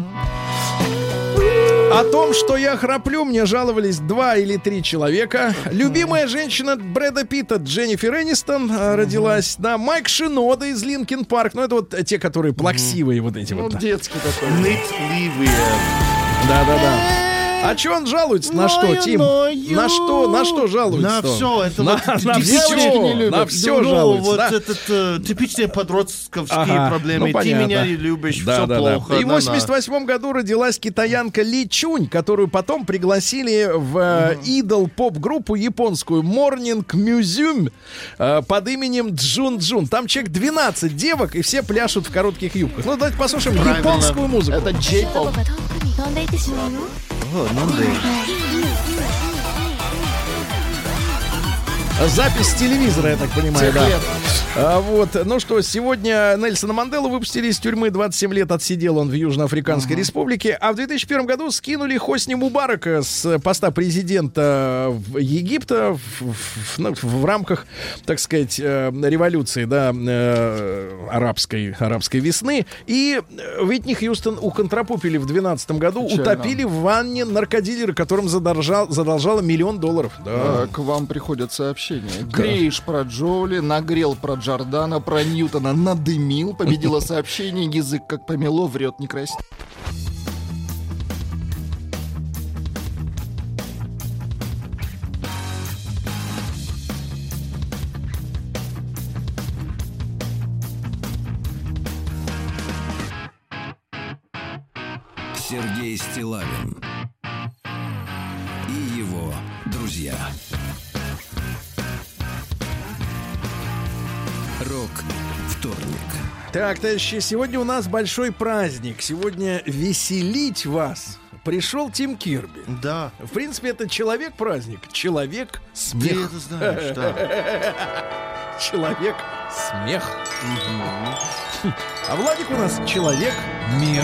О том, что я храплю, мне жаловались 2 или 3 человека. Любимая женщина Брэда Питта Дженнифер Энистон родилась. Да, Майк Шинода из Линкин Парк. Ну, это вот те, которые плаксивые вот эти вот. Детский такой. Нытливые. Да-да-да. А что он жалуется? На что, Тим? На что жалуется? На все. Это на все жалуется. Вот да? этот типичные подростковские проблемы. Ну, ты меня не любишь, все плохо. И в 88 году родилась китаянка Ли Чунь, которую потом пригласили в идол-поп-группу японскую Morning Musume под именем Джун Джун. Там человек 12 девок, и все пляшут в коротких юбках. Ну, давайте послушаем японскую музыку. Это джей-поп. Запись с телевизора, я так понимаю, да. Вот, ну что, сегодня Нельсона Манделу выпустили из тюрьмы, 27 лет отсидел он в Южноафриканской республике, а в 2001 году скинули Хосни Мубарака с поста президента Египта в рамках, так сказать, революции, да, арабской весны. И Уитни Хьюстон уконтрапупили в 2012 году, утопили в ванне наркодилера, которым задолжала $1 миллион. Да. К вам приходят сообщения. Греешь про Джоули, нагрел про Джордана, про Ньютона надымил, победило сообщение, язык как помело, врет не краснеет. Сергей Стиллавин и его друзья. Рок-вторник. Так, товарищи, сегодня у нас большой праздник. Сегодня веселить вас пришел Тим Кирби. Да. В принципе, это человек-праздник. Человек-смех. Ты это знаешь, да. Человек-смех. А Владик у нас человек-мех.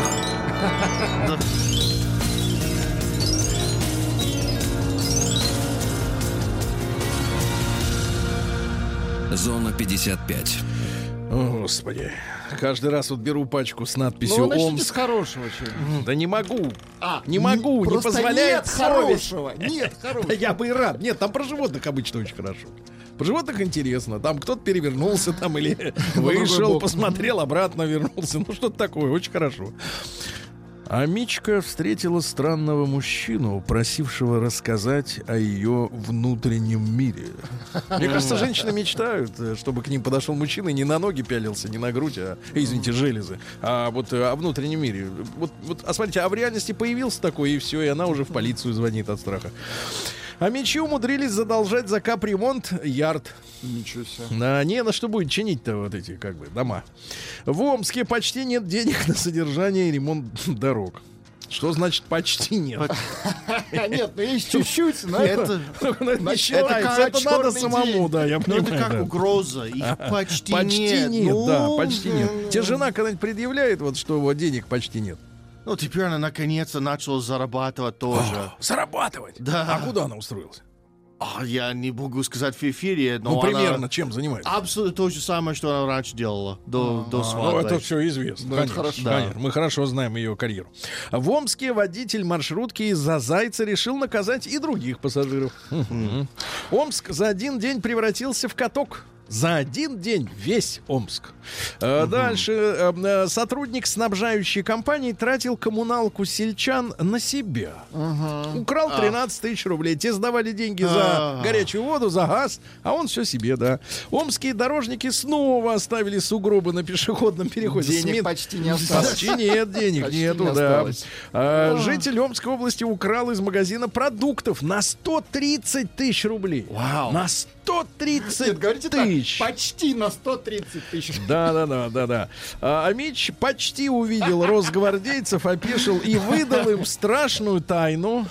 Зона 55. О, Господи. Каждый раз вот беру пачку с надписью начните «Омск». с хорошего чего-нибудь. Да не могу. Не позволяет нет совесть. хорошего. Нет хорошего. Я бы и рад. Нет, там про животных обычно очень хорошо. Про животных интересно. Там кто-то перевернулся там или вышел, посмотрел, обратно вернулся. Ну, что-то такое. Очень хорошо. А Мичка встретила странного мужчину, просившего рассказать о ее внутреннем мире. Мне кажется, женщины мечтают, чтобы к ним подошел мужчина и не на ноги пялился, не на грудь, извините, железы, а вот о внутреннем мире. А смотрите, а в реальности появился такой, и все, и она уже в полицию звонит от страха. А Мичи умудрились задолжать за капремонт ярд. Ничего себе. Не на что будет чинить-то вот эти, дома. В Омске почти нет денег на содержание и ремонт дорог. Что значит почти нет? Нет, есть чуть-чуть, но Это надо самому, да, я понимаю. это как угроза. Их почти Почти нет, да, почти Ну, нет. Тебе жена когда-нибудь предъявляет, что вот денег почти нет? Ну, теперь она наконец-то начала зарабатывать тоже. Зарабатывать? Да. А куда она устроилась? Я не могу сказать в эфире, но примерно она чем занимается? абсолютно то же самое, что она раньше делала до свадьбы. Это все известно. Ну, Конечно, это хорошо. конечно. Мы хорошо знаем ее карьеру. В Омске водитель маршрутки из-за зайца решил наказать и других пассажиров. Омск за один день превратился в каток. За один день весь Омск. Дальше. Сотрудник снабжающей компании тратил коммуналку сельчан на себя. Украл 13 тысяч рублей. Те сдавали деньги за горячую воду, за газ, а он все себе, да. Омские дорожники снова оставили сугробы на пешеходном переходе. Денег почти не осталось. Почти нет денег, Почти нету, не да. осталось. Житель Омской области украл из магазина продуктов на 130 тысяч рублей. Вау. На 130 Нет, говорите так, тысяч. почти на 130 тысяч. Да. А Мич почти увидел росгвардейцев, опешил и выдал им страшную тайну.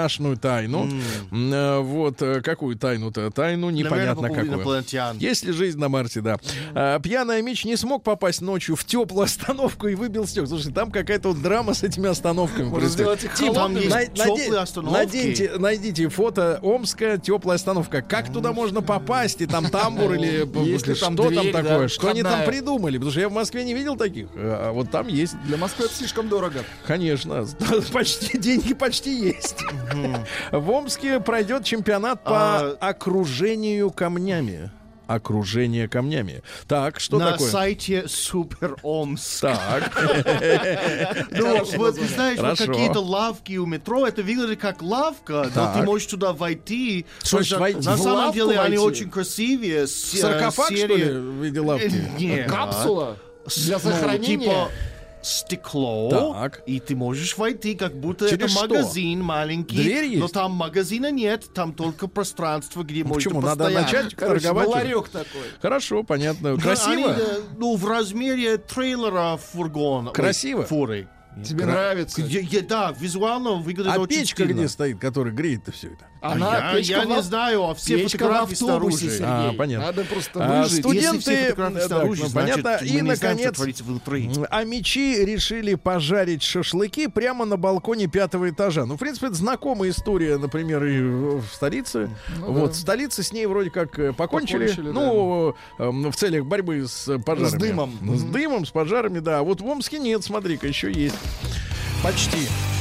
Вот какую тайну-то? Тайну непонятно Наверное, по поводу какую. инопланетян. Есть ли жизнь на Марсе, да. Пьяный Мич не смог попасть ночью в теплую остановку и выбил стек. Слушай, там какая-то вот драма с этими остановками Можно происходит. сделать их Типа, Там есть теплые остановки. Найдите фото Омска, теплая остановка. Как туда можно попасть? И там тамбур или Есть ли там что дверь, там такое? да, Что они там входная? придумали? Потому что я в Москве не видел таких. А вот там есть. Для Москвы это слишком дорого. Конечно, деньги почти есть. В Омске пройдет чемпионат по окружению камнями. Окружение камнями. Так, что на такое? сайте Супер Омск. Так. Ну, вот, ты знаешь, вот Хорошо. какие-то лавки у метро, это выглядит как лавка, но Так. ты можешь туда войти. Что значит войти? На В самом лавку деле они войти? очень красивые. Саркофаг, что ли, в виде лавки? Нет. Капсула для Ну, сохранения. типа стекло, Так. и ты можешь войти, как будто Через это что? магазин маленький. Дверь есть? Но там магазина нет, там только пространство, где можно Почему? Надо постоять. начать Короче, торговать? ларек такой. Хорошо, понятно. Да, Красиво? они, ну, в размере трейлера фургона. Красиво? Ой, фуры. Тебе нравится? Да, визуально выглядит А очень печка стильно. где стоит, которая греет-то все это? Я не знаю, а все печка в фотографии автобусе, снаружи. Сергей. понятно. Надо просто А, выжить. студенты- Если все фотографии так, снаружи, ну, значит, понятно. мы И, не знаем, что наконец, творится внутри. А Мичи решили пожарить шашлыки прямо на балконе 5-го этажа. Ну, в принципе, это знакомая история, например, и в столице. Вот, в столице с ней вроде как покончили. Покончили, Ну, в целях борьбы с пожарами. С дымом. С дымом, с пожарами, да. Вот в Омске нет, смотри-ка, еще есть. Почти.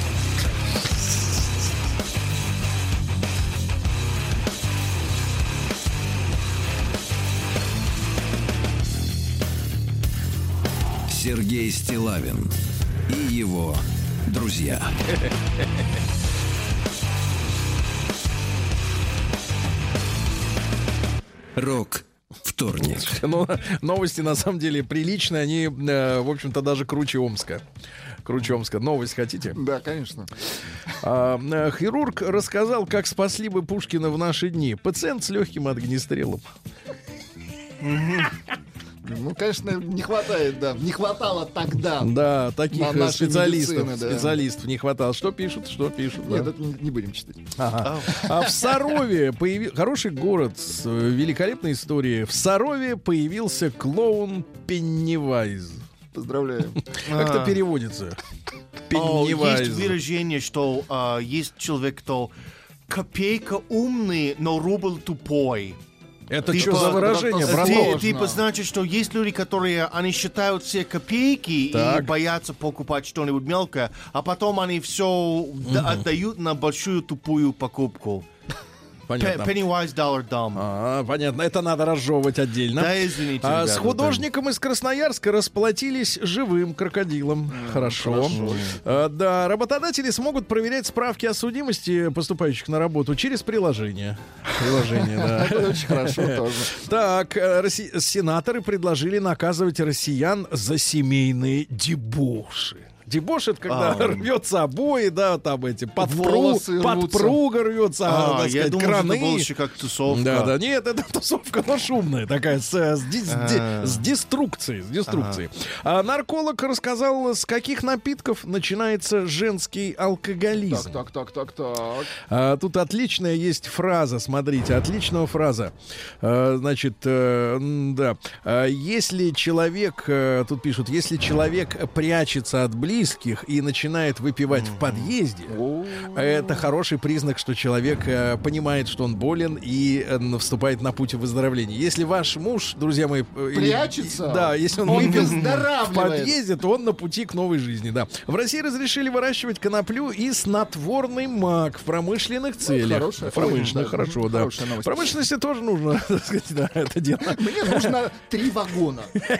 Сергей Стиллавин и его друзья. Рок-вторник. Но новости, на самом деле, приличные. Они, в общем-то, даже круче Омска. Круче Омска. Новость хотите? Да, конечно. Хирург рассказал, как спасли бы Пушкина в наши дни. Пациент с легким огнестрелом. Ну, конечно, не хватает, да. Не хватало тогда. Да, таких На нашей специалистов, медицины, да. специалистов не хватало. Что пишут? Нет, да. это не будем читать. Ага. А в Сарове хороший город с великолепной историей. В Сарове появился клоун Пеннивайз. Поздравляю. Как это переводится? Есть Пеннивайз. выражение, что есть человек, кто копейка умный, но рубль тупой. Это Типа, что за выражение, это браток? сложно. Типа, значит, что есть люди, которые, они считают все копейки Так. и боятся покупать что-нибудь мелкое, а потом они все отдают на большую тупую покупку. понятно. Pennywise Dollar Dumb. Понятно, это надо разжевывать отдельно. Да, извините, ребята, с художником из Красноярска расплатились живым крокодилом. Хорошо. Да, работодатели смогут проверять справки о судимости поступающих на работу через приложение. Да. Это очень хорошо тоже. Так, сенаторы предложили наказывать россиян за семейные дебоши. Дебош — это когда рвется обои, да, там эти подпруга рвется, так я сказать, думал, краны. это было еще как тусовка. Да, нет, это тусовка, но шумная такая, с деструкцией. Нарколог рассказал, с каких напитков начинается женский алкоголизм. Так. Тут отличная есть фраза, смотрите, отличная фраза. Значит, да, если человек, тут пишут, если человек прячется от близких и начинает выпивать в подъезде, это хороший признак, что человек понимает, что он болен и вступает на путь выздоровления. Если ваш муж, друзья мои, прячется, да, если он выпил в подъезде, то он на пути к новой жизни. Да. В России разрешили выращивать коноплю и снотворный мак в промышленных целях. Промышленных, хорошо, да. В промышленности тоже нужно, так сказать, да, это дело. Мне нужно 3 вагона.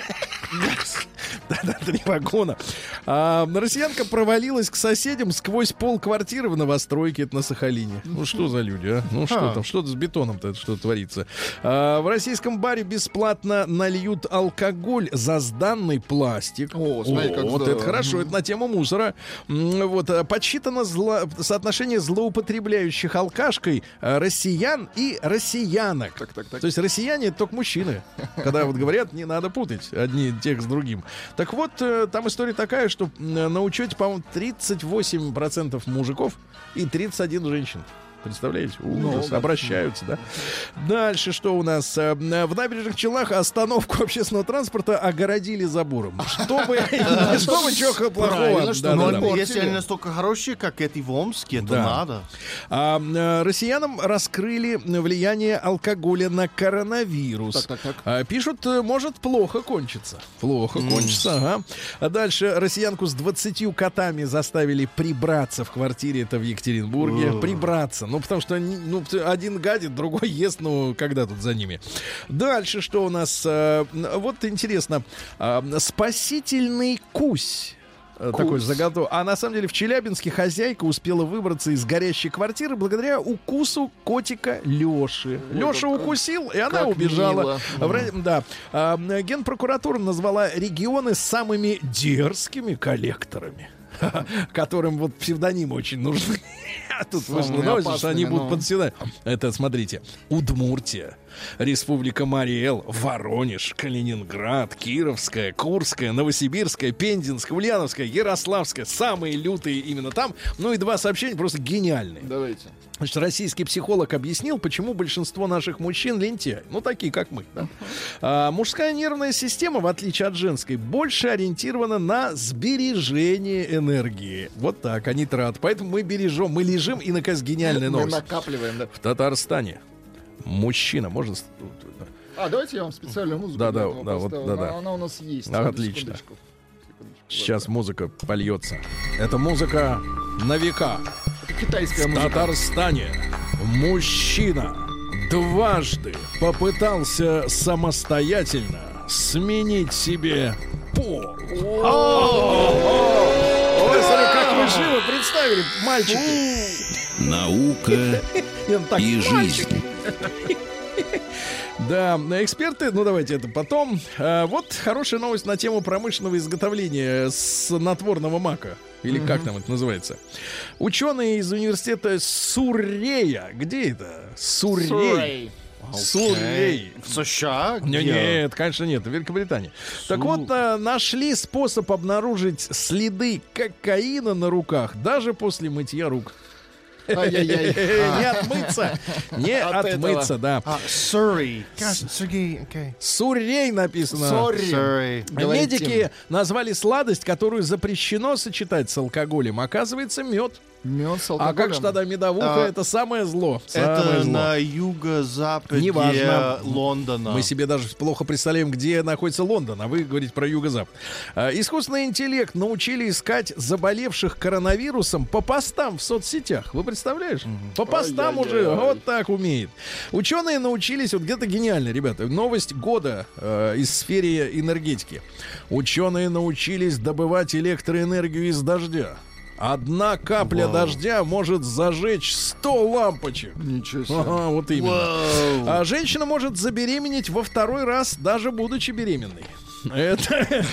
Да, 3 вагона. Россиянка провалилась к соседям сквозь пол квартиры в новостройке, это на Сахалине. Ну что за люди, а? Ну что там, что-то с бетоном-то, что творится. В российском баре бесплатно нальют алкоголь за сданный пластик. Смотри, как вот здорово. это хорошо, это на тему мусора. Вот, подсчитано соотношение злоупотребляющих алкашкой россиян и россиянок. Так. То есть россияне — это только мужчины. Когда вот говорят, не надо путать одни тех с другим. Так вот, там история такая, что на учете, по-моему, 38% мужиков и 31 женщин. Представляете? Ужас. Обращаются, да? Дальше что у нас? В Набережных Челнах остановку общественного транспорта огородили забором. Чтобы чего плохого. Если они настолько хорошие, как эти в Омске, то надо. Россиянам раскрыли влияние алкоголя на коронавирус. Так. Пишут, может плохо кончиться. Ага. А дальше россиянку с 20 котами заставили прибраться в квартире, это в Екатеринбурге. Прибраться. Ну, потому что один гадит, другой ест, когда тут за ними. Дальше что у нас? Вот интересно. Спасительный кусь. Такой заготов. А на самом деле в Челябинске хозяйка успела выбраться из горящей квартиры благодаря укусу котика Лёши. Лёша укусил, и она убежала. Да. Генпрокуратура назвала регионы самыми дерзкими коллекторами, которым вот псевдонимы очень нужны. А тут вышла новость, что они будут подседать. Это, смотрите, Удмуртия, Республика Марий-Эл, Воронеж, Калининград, Кировская, Курская, Новосибирская, Пензенская, Ульяновская, Ярославская. Самые лютые именно там. Ну и 2 сообщения просто гениальные. Давайте. Значит, российский психолог объяснил, почему большинство наших мужчин лентяи. Ну, такие, как мы. Да? Мужская нервная система, в отличие от женской, больше ориентирована на сбережение энергии. Вот так, а не трат. Поэтому мы бережем, мы лежим, и, наконец, гениальная новость. Мы накапливаем, да. В Татарстане мужчина может... давайте я вам специальную музыку. Да. Она у нас есть. Отлично. Сейчас музыка польется. Это музыка на века. Это китайская музыка. В Татарстане мужчина дважды попытался самостоятельно сменить себе пол. Ой, смотри, как вы живо представили, мальчики. Наука и жизнь. Да, эксперты, давайте это потом. Вот хорошая новость на тему промышленного изготовления снотворного мака. Или как там это называется? Ученые из университета Суррея. Где это? Суррей. В США? Нет, конечно, нет, в Великобритании. Так вот, нашли способ обнаружить следы кокаина на руках даже после мытья рук. Не отмыться. Не отмыться, да. Суррей. Сергей, окей. Суррей написано. Суррей. Медики назвали сладость, которую запрещено сочетать с алкоголем. Оказывается, мед. Мед с А алкоголем. как же тогда медовуха? Это самое зло. Самое Это зло. на юго-западе Неважно. Лондона. Мы себе даже плохо представляем, где находится Лондон, а вы говорите про юго-запад. Искусственный интеллект научили искать заболевших коронавирусом по постам в соцсетях. Вы представляешь? По постам уже вот так умеет. Ученые научились, вот где-то гениально, ребята, новость года из сферы энергетики. Ученые научились добывать электроэнергию из дождя. Одна капля дождя может зажечь 100 лампочек. Ничего себе. Ага, вот именно. А женщина может забеременеть во второй раз, даже будучи беременной. Это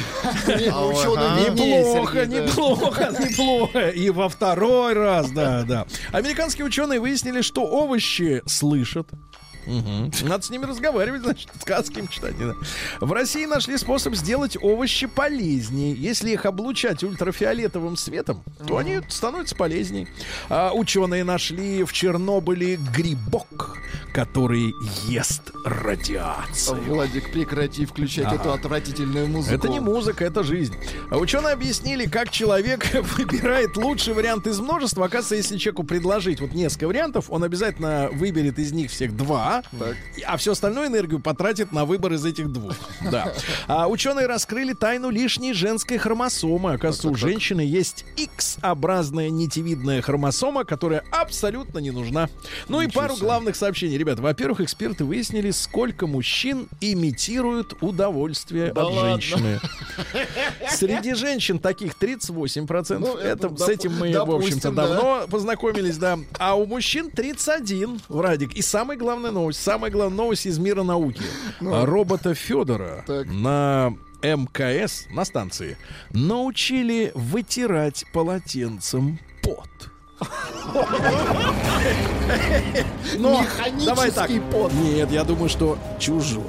неплохо. И во второй раз, да. Американские ученые выяснили, что овощи слышат. Надо с ними разговаривать, значит, сказки им читать. Да. В России нашли способ сделать овощи полезнее. Если их облучать ультрафиолетовым светом, то они становятся полезнее. Ученые нашли в Чернобыле грибок, который ест радиацию. Владик, прекрати включать эту отвратительную музыку. Это не музыка, это жизнь. Ученые объяснили, как человек выбирает лучший вариант из множества. Оказывается, если человеку предложить вот несколько вариантов, он обязательно выберет из них всех 2, а всю остальную энергию потратит на выбор из этих 2. Да. Ученые раскрыли тайну лишней женской хромосомы. Оказывается, у женщины есть X-образная нитевидная хромосома, которая абсолютно не нужна. Ну и пару главных сообщений. Ребята, во-первых, эксперты выяснили, сколько мужчин имитируют удовольствие от женщины. Среди женщин таких 38%. Ну, с этим мы, в общем-то, давно познакомились, да. А у мужчин 31, Врадик. И самая главная новость из мира науки. Робота Федора на МКС, на станции, научили вытирать полотенцем пот. Но давай так. пот. Нет, я думаю, что чужой.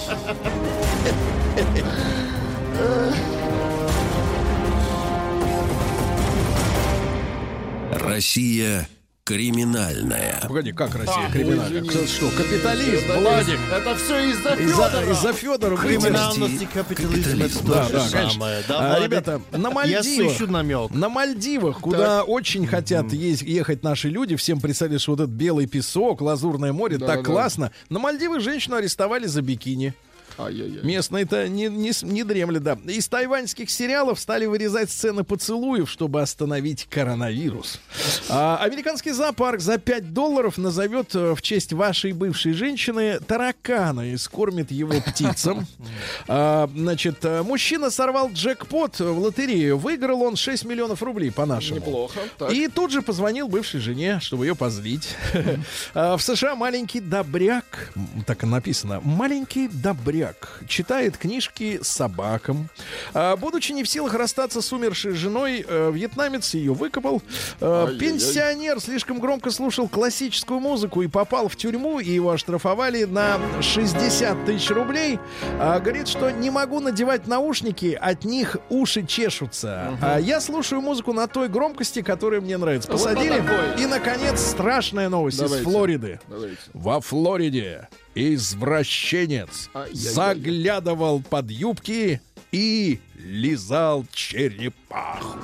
Россия криминальная. Погоди, как Россия криминальная? Что, капитализм, Владик? Это все из-за Федора. Из-за Федора Криминальность и капитализм — это то же самое. Да, ребята, на я слышу намек. На Мальдивах, куда очень хотят ехать наши люди, всем представили, что вот этот белый песок, лазурное море, так классно. На Мальдивах женщину арестовали за бикини. Местные-то не дремли, да. Из тайваньских сериалов стали вырезать сцены поцелуев, чтобы остановить коронавирус. Американский зоопарк за $5 назовет в честь вашей бывшей женщины таракана и скормит его птицам. Значит, мужчина сорвал джекпот в лотерею. Выиграл он 6 миллионов рублей по-нашему. Неплохо. Так. И тут же позвонил бывшей жене, чтобы ее позлить. В США маленький добряк, так и написано, маленький добряк читает книжки собакам. Будучи не в силах расстаться с умершей женой, вьетнамец ее выкопал. Пенсионер слишком громко слушал классическую музыку и попал в тюрьму, и его оштрафовали на 60 тысяч рублей. Говорит, что не могу надевать наушники, от них уши чешутся. Я слушаю музыку на той громкости, которая мне нравится. Посадили. И, наконец, страшная новость из Флориды. Во Флориде извращенец заглядывал под юбки и лизал черепаху.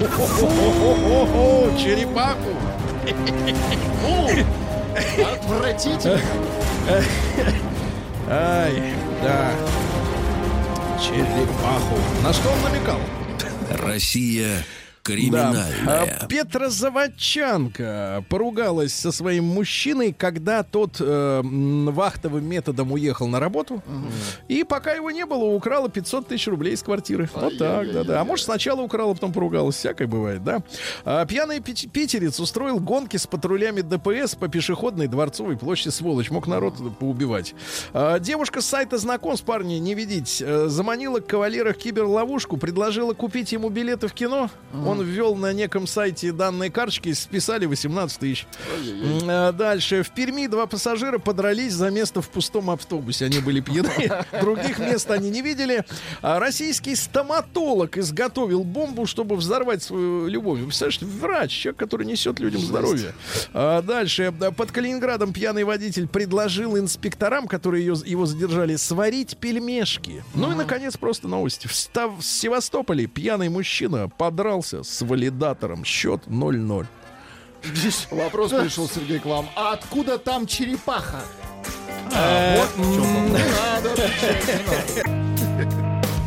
Черепаху! Отвратительно. Ай, да. Черепаху. На что он намекал? Россия криминальная. Да. Петрозаводчанка поругалась со своим мужчиной, когда тот вахтовым методом уехал на работу. И пока его не было, украла 500 тысяч рублей из квартиры. Вот так, да. А может, сначала украла, потом поругалась. Всякое бывает, да. Пьяный питерец устроил гонки с патрулями ДПС по пешеходной Дворцовой площади. Сволочь, мог народ поубивать. Девушка с сайта знакомств, парни, не видеть, заманила кавалера в киберловушку, предложила купить ему билеты в кино. Он ввел на неком сайте данные карточки, списали 18 тысяч. Дальше. В Перми 2 пассажира подрались за место в пустом автобусе. Они были пьяны. Других мест они не видели. Российский стоматолог изготовил бомбу, чтобы взорвать свою любовь. Вы представляете, врач, человек, который несет людям здоровье. Дальше. Под Калининградом пьяный водитель предложил инспекторам, которые его задержали, сварить пельмешки. Ну и, наконец, просто новости. В Севастополе пьяный мужчина подрался с валидатором. Счет 0-0. Вопрос пришел, Сергей, к вам. А откуда там черепаха? Вот в чем вопрос. Не надо отвечать, не надо.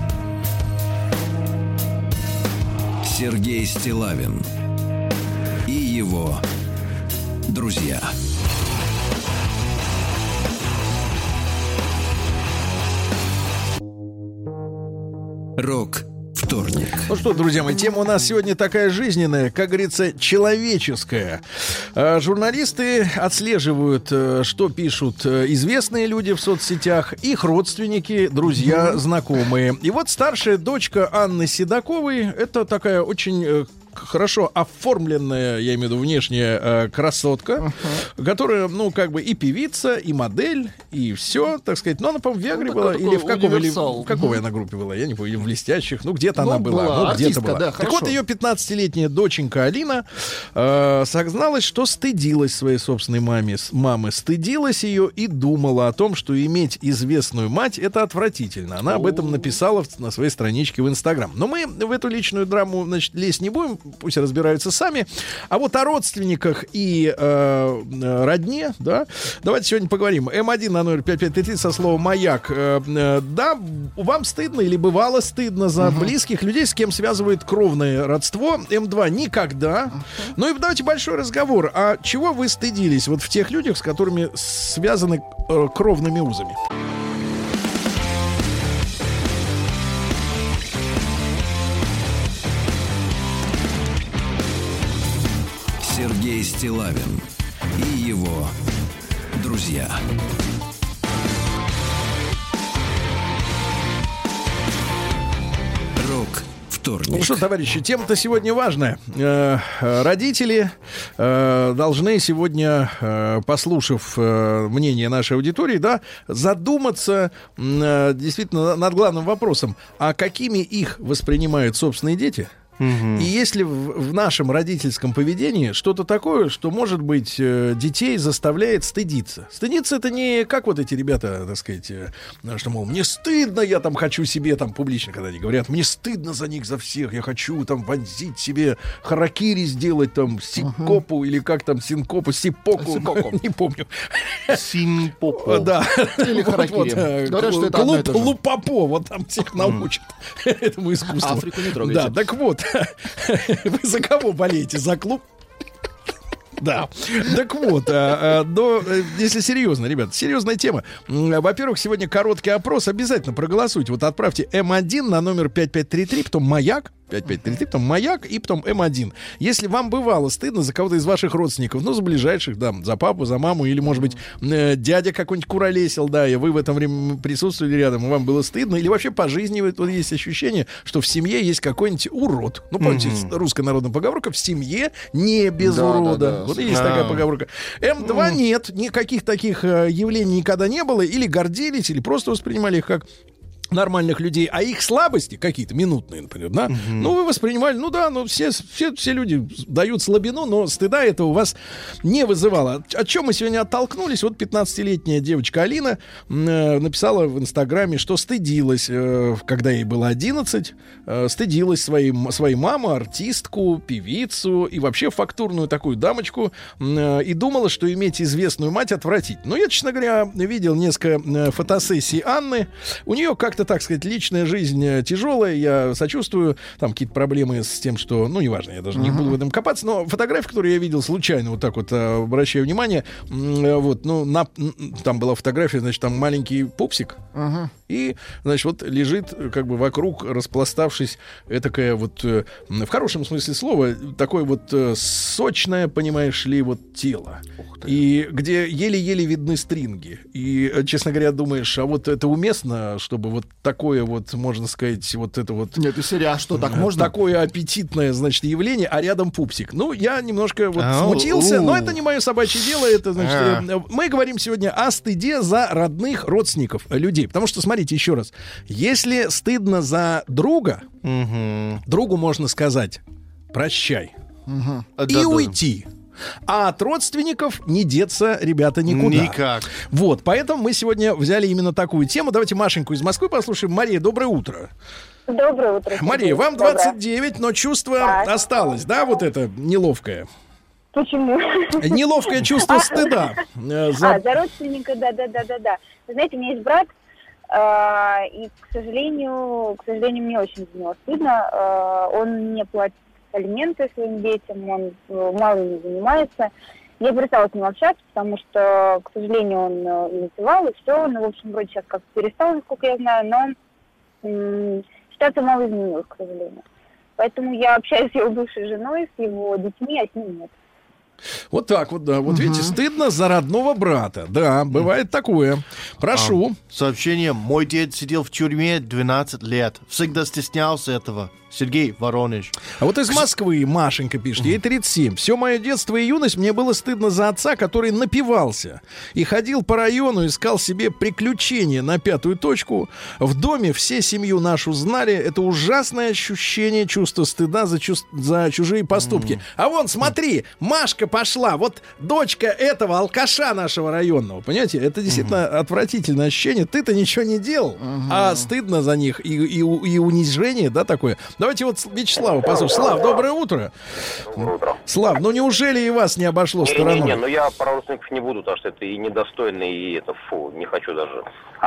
Сергей Стиллавин и его друзья. Рок-вторник. Ну что, друзья мои, тема у нас сегодня такая жизненная, как говорится, человеческая. Журналисты отслеживают, что пишут известные люди в соцсетях, их родственники, друзья, знакомые. И вот старшая дочка Анны Седоковой, это такая очень хорошо оформленная, я имею в виду внешняя красотка, которая, ну, как бы и певица, и модель, и все, так сказать. Но она, по-моему, в Виагре была, или в какой она группе была, я не помню, или в «Блестящих», ну, где-то она была, ну, где-то была. Да, так вот, ее 15-летняя доченька Алина созналась, что стыдилась своей собственной мамы, стыдилась ее и думала о том, что иметь известную мать — это отвратительно. Она об этом написала на своей страничке в Инстаграм. Но мы в эту личную драму, значит, лезть не будем, пусть разбираются сами. А вот о родственниках и родне, да, давайте сегодня поговорим. М1 на номер 5533 со словом «маяк». Да, вам стыдно или бывало стыдно за близких людей, с кем связывает кровное родство? М2 никогда. Ну и давайте большой разговор. А чего вы стыдились вот в тех людях, с которыми связаны кровными узами? Сергей Стиллавин и его друзья. Рок-вторник. Ну что, товарищи, тема-то сегодня важная. Родители должны сегодня, послушав мнение нашей аудитории, да, задуматься действительно над главным вопросом: а какими их воспринимают собственные дети? И если в нашем родительском поведении что-то такое, что, может быть, детей заставляет стыдиться. Стыдиться — это не как вот эти ребята, так сказать, что, мол, мне стыдно, я там хочу себе, там публично, когда они говорят, мне стыдно за них, за всех, я хочу там вонзить себе харакири сделать, там, сикопу или как там, синкопу, сипоку, не помню. Синпопо. Да. Или харакири. Говорят, что это одно и то же. Лупопо, вот там всех научат этому искусству. Африку не трогайте. Да, так вот. Вы за кого болеете? За клуб? Да. Так вот, но если серьезно, ребят, серьезная тема. Во-первых, сегодня короткий опрос. Обязательно проголосуйте. Вот отправьте М1 на номер 5533, потом «Маяк». 5533, потом «Маяк» и потом М1. Если вам бывало стыдно за кого-то из ваших родственников, ну, за ближайших, да, за папу, за маму, или, может быть, дядя какой-нибудь куролесил, да, и вы в это время присутствовали рядом, и вам было стыдно, или вообще по жизни вот есть ощущение, что в семье есть какой-нибудь урод. Ну, помните, русская народная поговорка: в семье не без урода. Да. Вот есть такая поговорка. М2 нет, никаких таких явлений никогда не было, или гордились, или просто воспринимали их как нормальных людей, а их слабости какие-то минутные, например, да, ну, вы воспринимали, ну да, ну, все люди дают слабину, но стыда это у вас не вызывало. От чем мы сегодня оттолкнулись? Вот 15-летняя девочка Алина написала в Инстаграме, что стыдилась, когда ей было 11, стыдилась своей маму, артистку, певицу и вообще фактурную такую дамочку, и думала, что иметь известную мать отвратительно. Но я, честно говоря, видел несколько фотосессий Анны. У нее как-то, так сказать, личная жизнь тяжелая, я сочувствую, там какие-то проблемы с тем, что, ну, неважно, я даже не буду в этом копаться, но фотографии, которые я видел случайно, вот так вот, обращаю внимание, вот, ну, там была фотография, значит, там маленький пупсик, и, значит, вот лежит, как бы, вокруг, распластавшись, этакое вот, в хорошем смысле слова, такое вот сочное, понимаешь ли, вот тело, и где еле-еле видны стринги, и, честно говоря, думаешь, а вот это уместно, чтобы вот такое вот, можно сказать, вот это вот... Нет, из серии, а что, так можно? Такое аппетитное, значит, явление, а рядом пупсик. Ну, я немножко вот смутился, но это не мое собачье дело, это, значит... Мы говорим сегодня о стыде за родных родственников людей. Потому что, смотрите, еще раз, если стыдно за друга, другу можно сказать «прощай» и уйти. А от родственников не деться, ребята, никуда. Никак. Вот, поэтому мы сегодня взяли именно такую тему. Давайте Машеньку из Москвы послушаем. Мария, доброе утро. Доброе утро. Мария, вам 29, но чувство осталось, да, вот это неловкое? Почему? Неловкое чувство стыда. За родственника, да. Вы знаете, у меня есть брат, и, к сожалению, мне очень за него стыдно. Он не платит алименты своим детям, он мало не занимается. Я перестала с ним общаться, потому что, к сожалению, он инициировал, и все. Ну, в общем, вроде сейчас как-то перестал, насколько я знаю, но ситуация мало изменилась, к сожалению. Поэтому я общаюсь с его бывшей женой, с его детьми, а с ним нет. Вот так вот, да. Вот видите, стыдно за родного брата. Да, бывает такое. Прошу. Сообщение. Мой дед сидел в тюрьме 12 лет. Всегда стеснялся этого. Сергей, Воронеж. А вот из Москвы Машенька пишет, ей 37. Все мое детство и юность мне было стыдно за отца, который напивался и ходил по району, искал себе приключения на пятую точку. В доме все семью нашу знали. Это ужасное ощущение чувства стыда за чужие поступки. А вон, смотри, Машка пошла. Вот дочка этого алкаша нашего районного. Понимаете, это действительно отвратительное ощущение. Ты-то ничего не делал, а стыдно за них и унижение, да, такое. Давайте вот Вячеслава послушаем. Слав, доброе утро. Доброе утро. Слав, ну неужели и вас не обошло стороной? Не, ну я про родственников не буду, потому что это и недостойно, и это не хочу даже.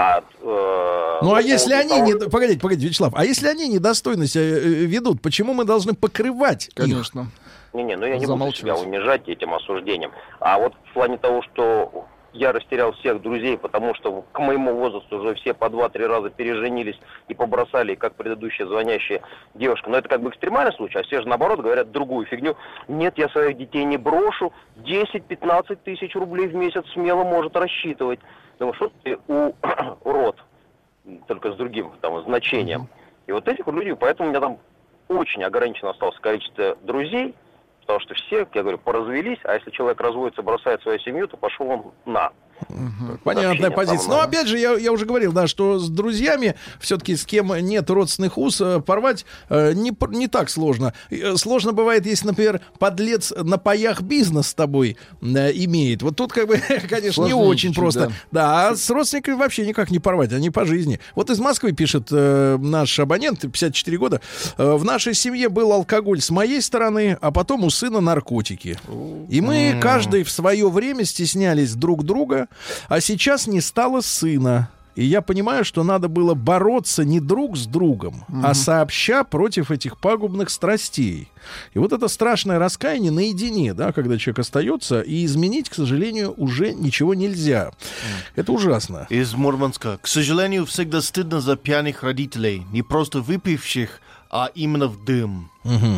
Ну а если они... Погодите, Вячеслав, а если они недостойно себя ведут, почему мы должны покрывать Конечно. их? Ну я не буду себя унижать этим осуждением. А вот в плане того, что я растерял всех друзей, потому что к моему возрасту уже все по 2-3 раза переженились и побросали, как предыдущая звонящая девушка. Но это как бы экстремальный случай, а все же наоборот говорят другую фигню. Нет, я своих детей не брошу, 10-15 тысяч рублей в месяц смело может рассчитывать. Думаю, что ты урод, только с другим там значением. И вот этих людей, поэтому у меня там очень ограничено осталось количество друзей, потому что все, я говорю, поразвелись, а если человек разводится, бросает свою семью, то пошел он на. Понятная позиция. Но опять же, я уже говорил, да, что с друзьями, все-таки с кем нет родственных уз, порвать не так сложно. Сложно бывает, если, например, подлец на паях бизнес с тобой имеет. Вот тут, как бы, конечно, не очень просто. Да, а с родственниками вообще никак не порвать, они по жизни. Вот из Москвы пишет наш абонент, 54 года. В нашей семье был алкоголь с моей стороны, а потом у сына наркотики. И мы каждый в свое время стеснялись друг друга. А сейчас не стало сына. И я понимаю, что надо было бороться не друг с другом, а сообща против этих пагубных страстей. И вот это страшное раскаяние наедине, да, когда человек остается, и изменить, к сожалению, уже ничего нельзя. Это ужасно. Из Мурманска. К сожалению, всегда стыдно за пьяных родителей. Не просто выпивших, а именно в дым.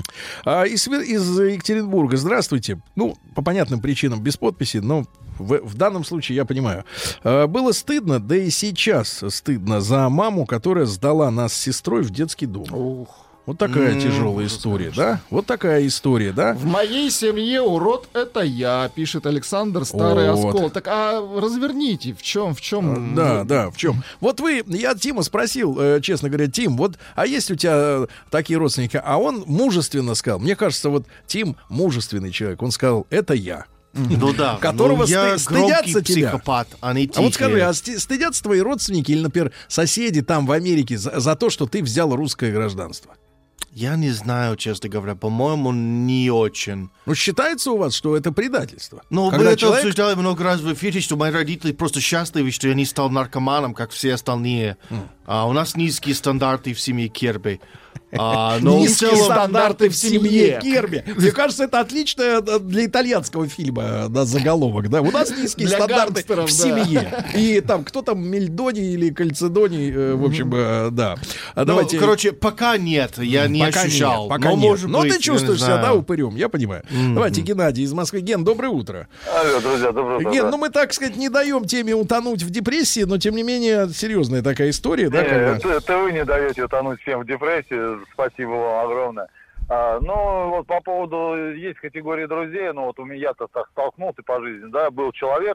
Из Екатеринбурга. Здравствуйте. Ну, по понятным причинам, без подписи, но в данном случае я понимаю. Было стыдно, да и сейчас стыдно за маму, которая сдала нас с сестрой в детский дом. Вот такая тяжелая история, да? Вот такая история, да? В моей семье урод — это я, пишет Александр, старый оскол. Так, а разверните, в чем? Да, в чем? Вот я Тима спросил, честно говоря, Тим, вот, а есть у тебя такие родственники? А он мужественно сказал, мне кажется, вот Тим мужественный человек, он сказал, это я. Ну да, которого я стыдятся тебя. Психопат, а не тихий. А вот скажи, а стыдятся твои родственники или, например, соседи там в Америке за то, что ты взял русское гражданство? Я не знаю, честно говоря. По-моему, не очень. Ну, считается у вас, что это предательство? Ну, мы это обсуждали много раз в эфире, что мои родители просто счастливы, что я не стал наркоманом, как все остальные. У нас низкие стандарты в семье Керби. Низкие стандарты в семье Керби. Мне кажется, это отличное для итальянского фильма заголовок. Да? У нас низкие стандарты в семье. И там, кто там, Мельдоний или Кальцедоний, в общем, да. Давайте. Короче, пока нет, я не ощущал. Пока нет. Но ты чувствуешь себя, да, упырем, я понимаю. Давайте, Геннадий из Москвы. Ген, доброе утро. Алло, друзья, доброе утро. Ген, ну мы, так сказать, не даем теме утонуть в депрессии, но, тем не менее, серьезная такая история. Да, это вы не даете утонуть всем в депрессии. Спасибо вам огромное. Ну, вот по поводу, есть категории друзей, ну, вот у меня-то так столкнулся по жизни, да, был человек,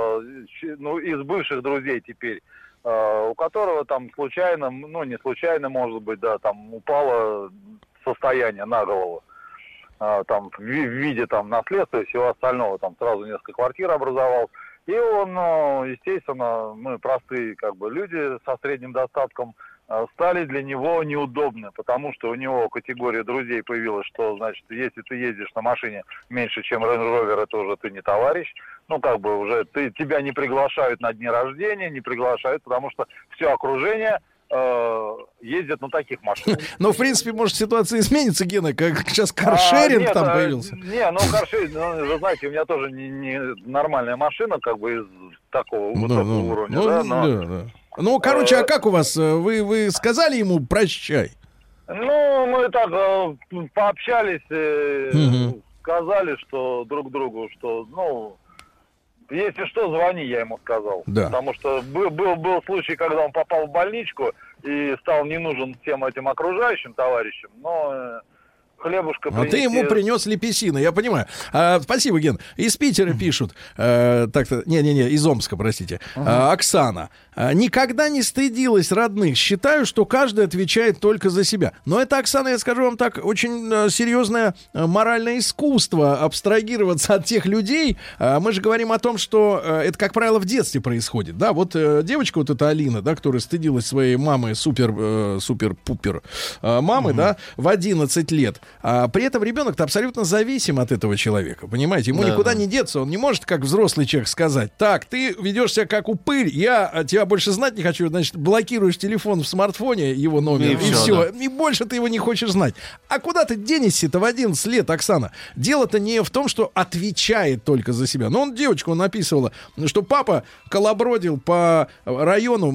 ну, из бывших друзей теперь, у которого там случайно, ну, не случайно, может быть, да, там упало состояние на голову, там, в виде, там, наследства и всего остального, там, сразу несколько квартир образовал. И он, естественно, мы простые, как бы, люди со средним достатком, стали для него неудобны, потому что у него категория друзей появилась, что, значит, если ты ездишь на машине меньше, чем Range Rover, это уже ты не товарищ. Ну, как бы уже тебя не приглашают на дни рождения, не приглашают, потому что все окружение ездят на таких машинах. Но, в принципе, может, ситуация изменится, Гена, как сейчас каршеринг там появился. Каршеринг, вы знаете, у меня тоже не нормальная машина, как бы из такого высокого уровня. Ну, короче, а как у вас? Вы сказали ему прощай? Ну, мы так пообщались, сказали, что друг другу, что, ну, если что, звони, я ему сказал. Да. Потому что был случай, когда он попал в больничку и стал не нужен всем этим окружающим товарищам, но хлебушка принесли. А ты ему принес лепесины, я понимаю. Спасибо, Ген. Из Питера пишут, из Омска, простите. Оксана. Никогда не стыдилась родных. Считаю, что каждый отвечает только за себя. Но это, Оксана, я скажу вам так, очень серьезное моральное искусство абстрагироваться от тех людей. Мы же говорим о том, что это, как правило, в детстве происходит. Да, вот девочка вот эта Алина, да, которая стыдилась своей мамы, супер-пупер мамы, да, в 11 лет. А при этом ребенок-то абсолютно зависим от этого человека, понимаете? Ему никуда не деться, он не может, как взрослый человек, сказать: так, ты ведешь себя как упырь, я тебя больше знать не хочу, значит, блокируешь телефон в смартфоне, его номер, и все. Да. И больше ты его не хочешь знать. А куда ты денешься-то в 11 лет, Оксана? Дело-то не в том, что отвечает только за себя. Но он девочку написывала, что папа колобродил по району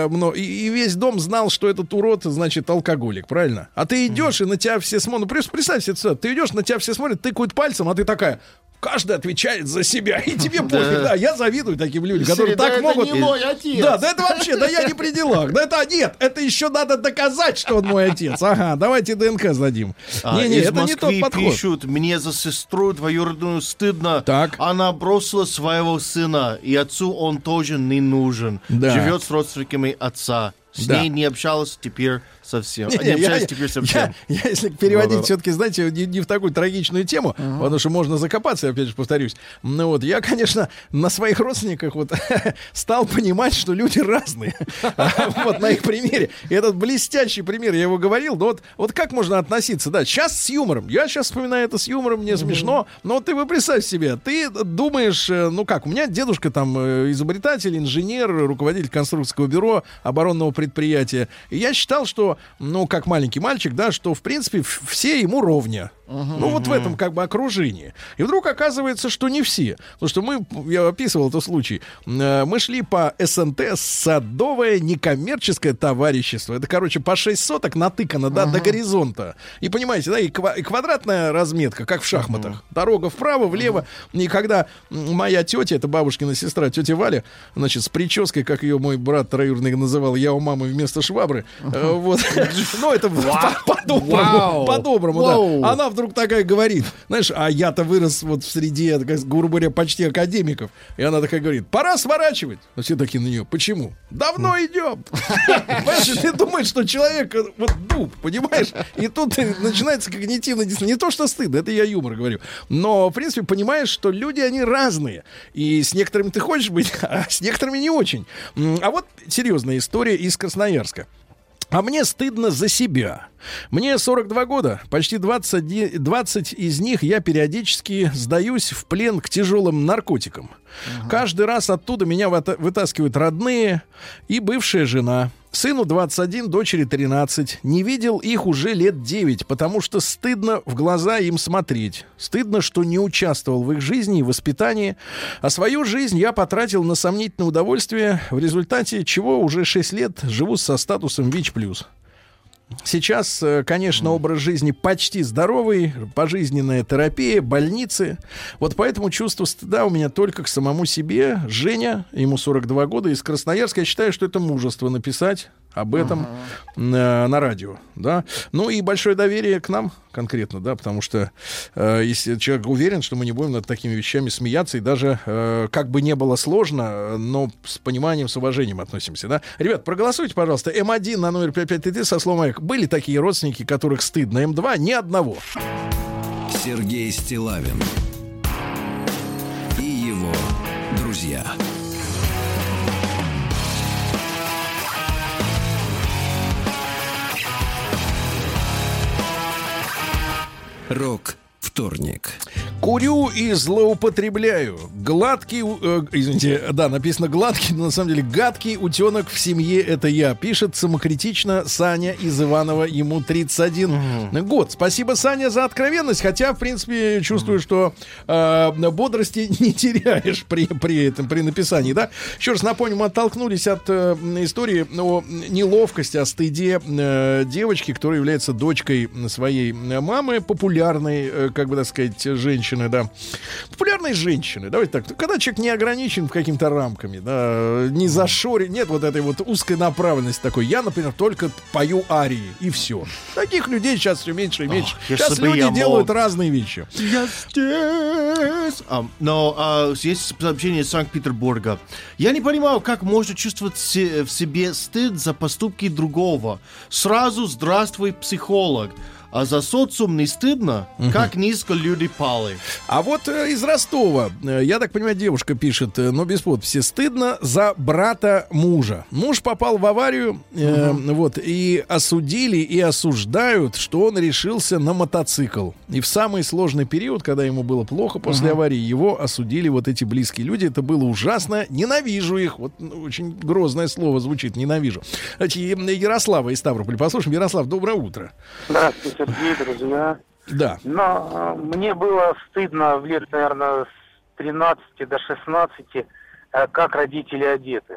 и весь дом знал, что этот урод, значит, алкоголик, правильно? А ты идешь, и на тебя все смотрят. Ну, представь себе, ты идешь, на тебя все смотрят, тыкают пальцем, а ты такая: каждый отвечает за себя, и тебе пофиг. Да, я завидую таким людям, которые так могут. Это не мой отец. Да, это вообще, да я не при делах. Да это нет, это еще надо доказать, что он мой отец. Ага, давайте ДНК сдадим. Не, это не тот подход. Пишут: мне за сестру двоюродную стыдно. Так. Она бросила своего сына, и отцу он тоже не нужен. Да. Живет с родственниками отца. С ней не общалась теперь совсем. Я, если переводить все-таки, знаете, не в такую трагичную тему, потому что можно закопаться, опять же повторюсь. Ну вот, я, конечно, на своих родственниках вот стал понимать, что люди разные. Вот на их примере. И этот блестящий пример, я его говорил, но вот как можно относиться, да, сейчас с юмором. Я сейчас вспоминаю это с юмором, мне смешно, но ты представь себе, ты думаешь, ну как, у меня дедушка там изобретатель, инженер, руководитель конструкторского бюро, оборонного предприятия. И я считал, что, ну, как маленький мальчик, да, что, в принципе, все ему ровня. Ну, вот в этом как бы окружении. И вдруг оказывается, что не все. Потому что я описывал этот случай, мы шли по СНТ, садовое некоммерческое товарищество. Это, короче, по 6 соток натыкано, да, до горизонта. И понимаете, да, и квадратная разметка, как в шахматах. Дорога вправо, влево. И когда моя тетя, это бабушкина сестра, тетя Валя, значит, с прической, как ее мой брат троюродный называл, я у мамы вместо швабры. Вот. Ну, это по-доброму, да. Она вдруг такая говорит: знаешь, а я-то вырос вот в среде, грубо говоря, почти академиков. И она такая говорит: пора сворачивать. Но все такие на нее: почему? Давно идем. Понимаешь, ты думаешь, что человек вот дуб, понимаешь? И тут начинается когнитивный диссонанс. Не то, что стыдно, это я юмор говорю. Но, в принципе, понимаешь, что люди, они разные. И с некоторыми ты хочешь быть, а с некоторыми не очень. А вот серьезная история из Красноярска. А мне стыдно за себя. Мне 42 года, почти 20 из них я периодически сдаюсь в плен к тяжелым наркотикам. Каждый раз оттуда меня вытаскивают родные и бывшая жена. Сыну 21, дочери 13. Не видел их уже лет 9, потому что стыдно в глаза им смотреть. Стыдно, что не участвовал в их жизни и воспитании. А свою жизнь я потратил на сомнительное удовольствие, в результате чего уже 6 лет живу со статусом ВИЧ+. Сейчас, конечно, образ жизни почти здоровый, пожизненная терапия, больницы. Вот поэтому чувство стыда у меня только к самому себе. Женя, ему 42 года, из Красноярска. Я считаю, что это мужество написать об этом на радио, да. Ну и большое доверие к нам конкретно, да, потому что если человек уверен, что мы не будем над такими вещами смеяться, и даже как бы не было сложно, но с пониманием, с уважением относимся, да. Ребят, проголосуйте, пожалуйста, М1 на номер 5533 со словом «Маяк». Были такие родственники, которых стыдно, М2 ни одного. Сергей Стиллавин и его друзья. Рок-вторник. Курю и злоупотребляю. Гладкий, написано гладкий, но на самом деле гадкий утенок в семье — это я. Пишет самокритично Саня из Иваново, ему 31 год. Спасибо, Саня, за откровенность, хотя, в принципе, чувствую, что бодрости не теряешь при написании, да? Еще раз напомню, мы оттолкнулись от истории о неловкости, о стыде девочки, которая является дочкой своей мамы, популярной, как бы так сказать, женщины, да. Популярной женщины, давайте так. Когда человек не ограничен какими-то рамками, да, не зашорен, нет вот этой вот узкой направленности такой. Я, например, только пою арии, и все. Таких людей сейчас все меньше и меньше. Сейчас люди делают разные вещи. Я здесь. Но есть сообщение из Санкт-Петербурга. Я не понимаю, как можно чувствовать в себе стыд за поступки другого. Сразу здравствуй, психолог. А за социум не стыдно? Как низко люди пали. А вот из Ростова, я так понимаю, девушка пишет, но без подписи: стыдно за брата мужа. Муж попал в аварию, вот, и осудили и осуждают, что он решился на мотоцикл. И в самый сложный период, когда ему было плохо после аварии, его осудили вот эти близкие люди. Это было ужасно. Ненавижу их. Вот очень грозное слово звучит. Ненавижу. Ярослава из Ставрополя. Послушаем. Ярослав, доброе утро. Здравствуйте, Сергей, друзья. Да. Но мне было стыдно в лет, наверное, с 13 до 16, как родители одеты.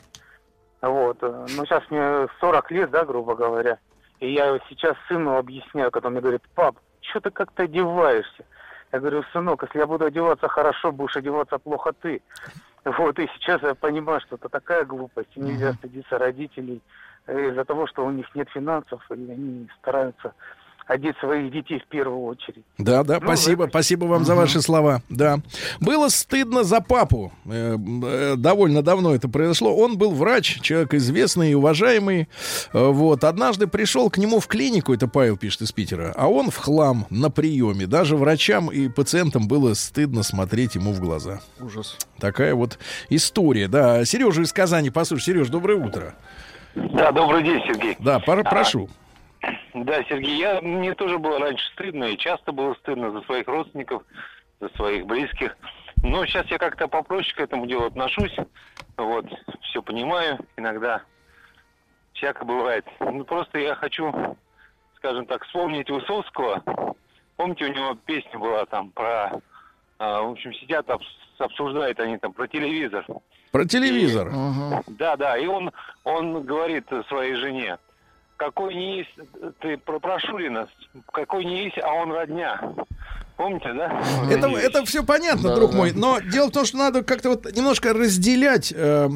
Вот. Ну, сейчас мне 40 лет, да, грубо говоря. И я сейчас сыну объясняю, когда он мне говорит: пап, что ты как-то одеваешься? Я говорю: сынок, если я буду одеваться хорошо, будешь одеваться плохо ты. Вот. И сейчас я понимаю, что это такая глупость. И нельзя стыдиться родителей из-за того, что у них нет финансов, и они стараются одеть своих детей в первую очередь. Да, спасибо вам за ваши слова. Да. Было стыдно за папу. Довольно давно это произошло. Он был врач, человек известный и уважаемый. Вот. Однажды пришел к нему в клинику, это Павел пишет из Питера, а он в хлам на приеме. Даже врачам и пациентам было стыдно смотреть ему в глаза. Ужас. Такая вот история. Да. Сережа из Казани, послушай. Сереж, доброе утро. Да, добрый день, Сергей. Да, прошу. Да, Сергей, мне тоже было раньше стыдно, и часто было стыдно за своих родственников, за своих близких. Но сейчас я как-то попроще к этому делу отношусь. Вот, все понимаю, иногда всякое бывает. Ну, просто я хочу, скажем так, вспомнить Высоцкого. Помните, у него песня была там про... в общем, сидят, обсуждают они там про телевизор. Про телевизор. Да, и он говорит своей жене: какой не есть, ты про Шурина, какой не есть, а он родня. Помните, да? Это все понятно, друг мой, но дело в том, что надо как-то вот немножко разделять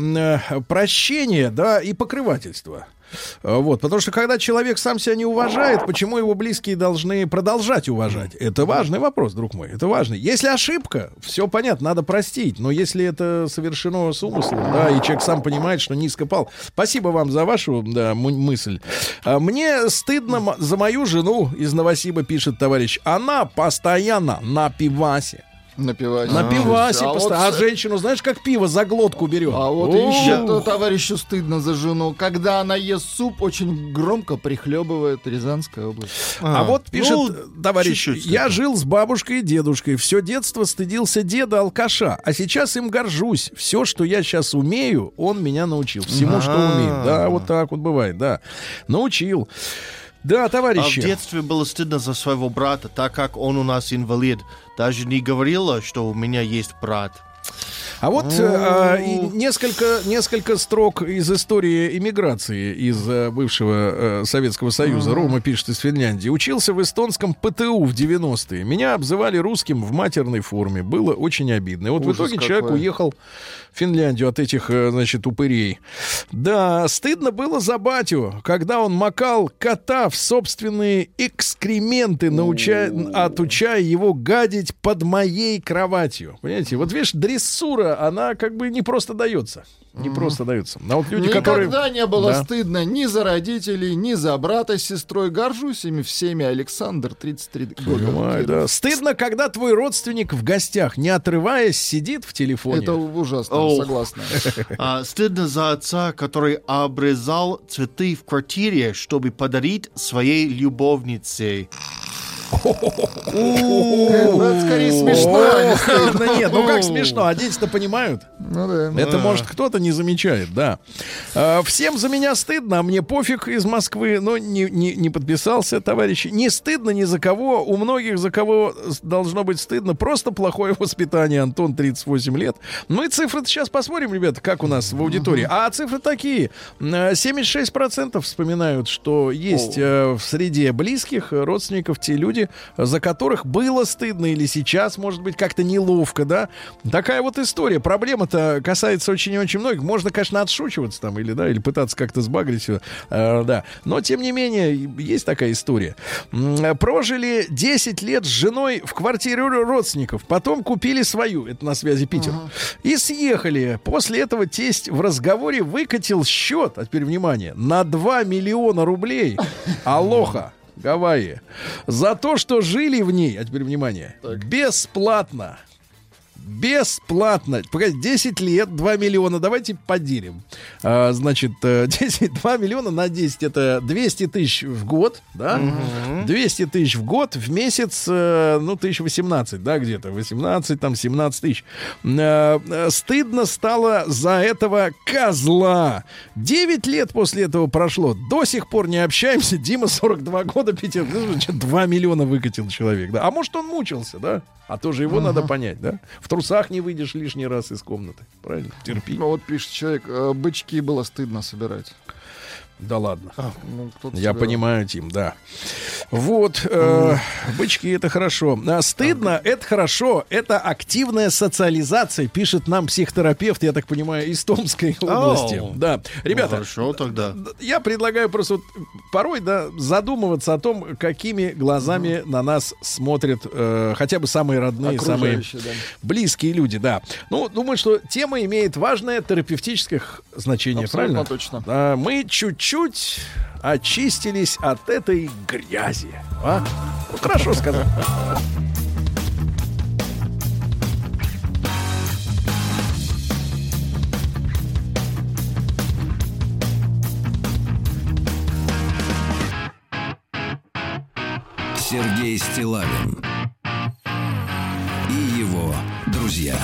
прощение, да, и покрывательство. Вот, потому что когда человек сам себя не уважает, почему его близкие должны продолжать уважать? Это важный вопрос, друг мой, это важный. Если ошибка, все понятно, надо простить, но если это совершено с умыслом, да, и человек сам понимает, что низко пал. Спасибо вам за вашу мысль. Мне стыдно за мою жену, из Новосиба пишет товарищ. Она постоянно на пивасе. На пивасе. На пивасе. А женщину, знаешь, как пиво за глотку берет. А вот еще товарищу стыдно за жену. Когда она ест суп, очень громко прихлебывает. Рязанская область. А вот пишет товарищ: я жил с бабушкой и дедушкой. Все детство стыдился деда-алкаша. А сейчас им горжусь. Все, что я сейчас умею, он меня научил. Всему, что умею. Да, вот так вот бывает, да. Научил. Да, товарищи. А в детстве было стыдно за своего брата, так как он у нас инвалид. Даже не говорила, что у меня есть брат. А вот несколько строк из истории эмиграции из бывшего Советского Союза. Рома пишет из Финляндии. Учился в эстонском ПТУ в 90-е. Меня обзывали русским в матерной форме. Было очень обидно. И вот в итоге человек уехал в Финляндию от этих, значит, упырей. Да, стыдно было за батю, когда он макал кота в собственные экскременты, отучая его гадить под моей кроватью. Понимаете? Вот видишь, дрессура, она как бы не просто дается. Не просто дается. А вот люди, Никогда не было стыдно ни за родителей, ни за брата с сестрой. Горжусь ими всеми. Александр, 33 года. Понимаю, да. Стыдно, когда твой родственник в гостях, не отрываясь, сидит в телефоне. Это ужасно, согласна. Стыдно за отца, который обрезал цветы в квартире, чтобы подарить своей любовнице. Это скорее смешно. Нет, ну как смешно, а дети-то понимают. Ну да. Это, может, кто-то не замечает, да. Всем за меня стыдно, а мне пофиг из Москвы, но не подписался, товарищи. Не стыдно ни за кого, у многих за кого должно быть стыдно. Просто плохое воспитание. Антон, 38 лет. Мы цифры сейчас посмотрим, ребята, как у нас в аудитории. А цифры такие. 76% вспоминают, что есть в среде близких родственников те люди, за которых было стыдно или сейчас, может быть, как-то неловко, да. Такая вот история. Проблема-то касается очень и очень многих. Можно, конечно, отшучиваться там или пытаться как-то сбагрить, да. Но, тем не менее, есть такая история. Прожили 10 лет с женой в квартире родственников, потом купили свою, это на связи Питер, и съехали. После этого тесть в разговоре выкатил счет, а теперь внимание, на 2 миллиона рублей. Алоха. Гавайи. За то, что жили в ней, а теперь внимание, бесплатно. Бесплатно. Погодите, 10 лет, 2 миллиона. Давайте поделим. Значит, 2 миллиона на 10 это 200 тысяч в год, да? 200 тысяч в год, в месяц, 1018, да, где-то 18, там 17 тысяч. Стыдно стало за этого козла. 9 лет после этого прошло. До сих пор не общаемся. Дима 42 года, Питер. 2 миллиона выкатил человек, да? А может, он мучился, да? А тоже его надо понять, да? В трусах не выйдешь лишний раз из комнаты. Правильно? Терпи. Ну вот пишет человек, бычки было стыдно собирать. Да ладно. Я понимаю, Тим, да. Вот, бычки — это хорошо. Стыдно — это хорошо. Это активная социализация, пишет нам психотерапевт, я так понимаю, из Томской области. Да. Ребята, хорошо тогда. Я предлагаю просто порой, да, задумываться о том, какими глазами на нас смотрят хотя бы самые родные, самые близкие люди, да. Ну, думаю, что тема имеет важное терапевтическое значение, абсолютно правильно? Точно. Мы чуть-чуть очистились от этой грязи. А? Ну, хорошо сказал. Сергей Стиллавин и его друзья.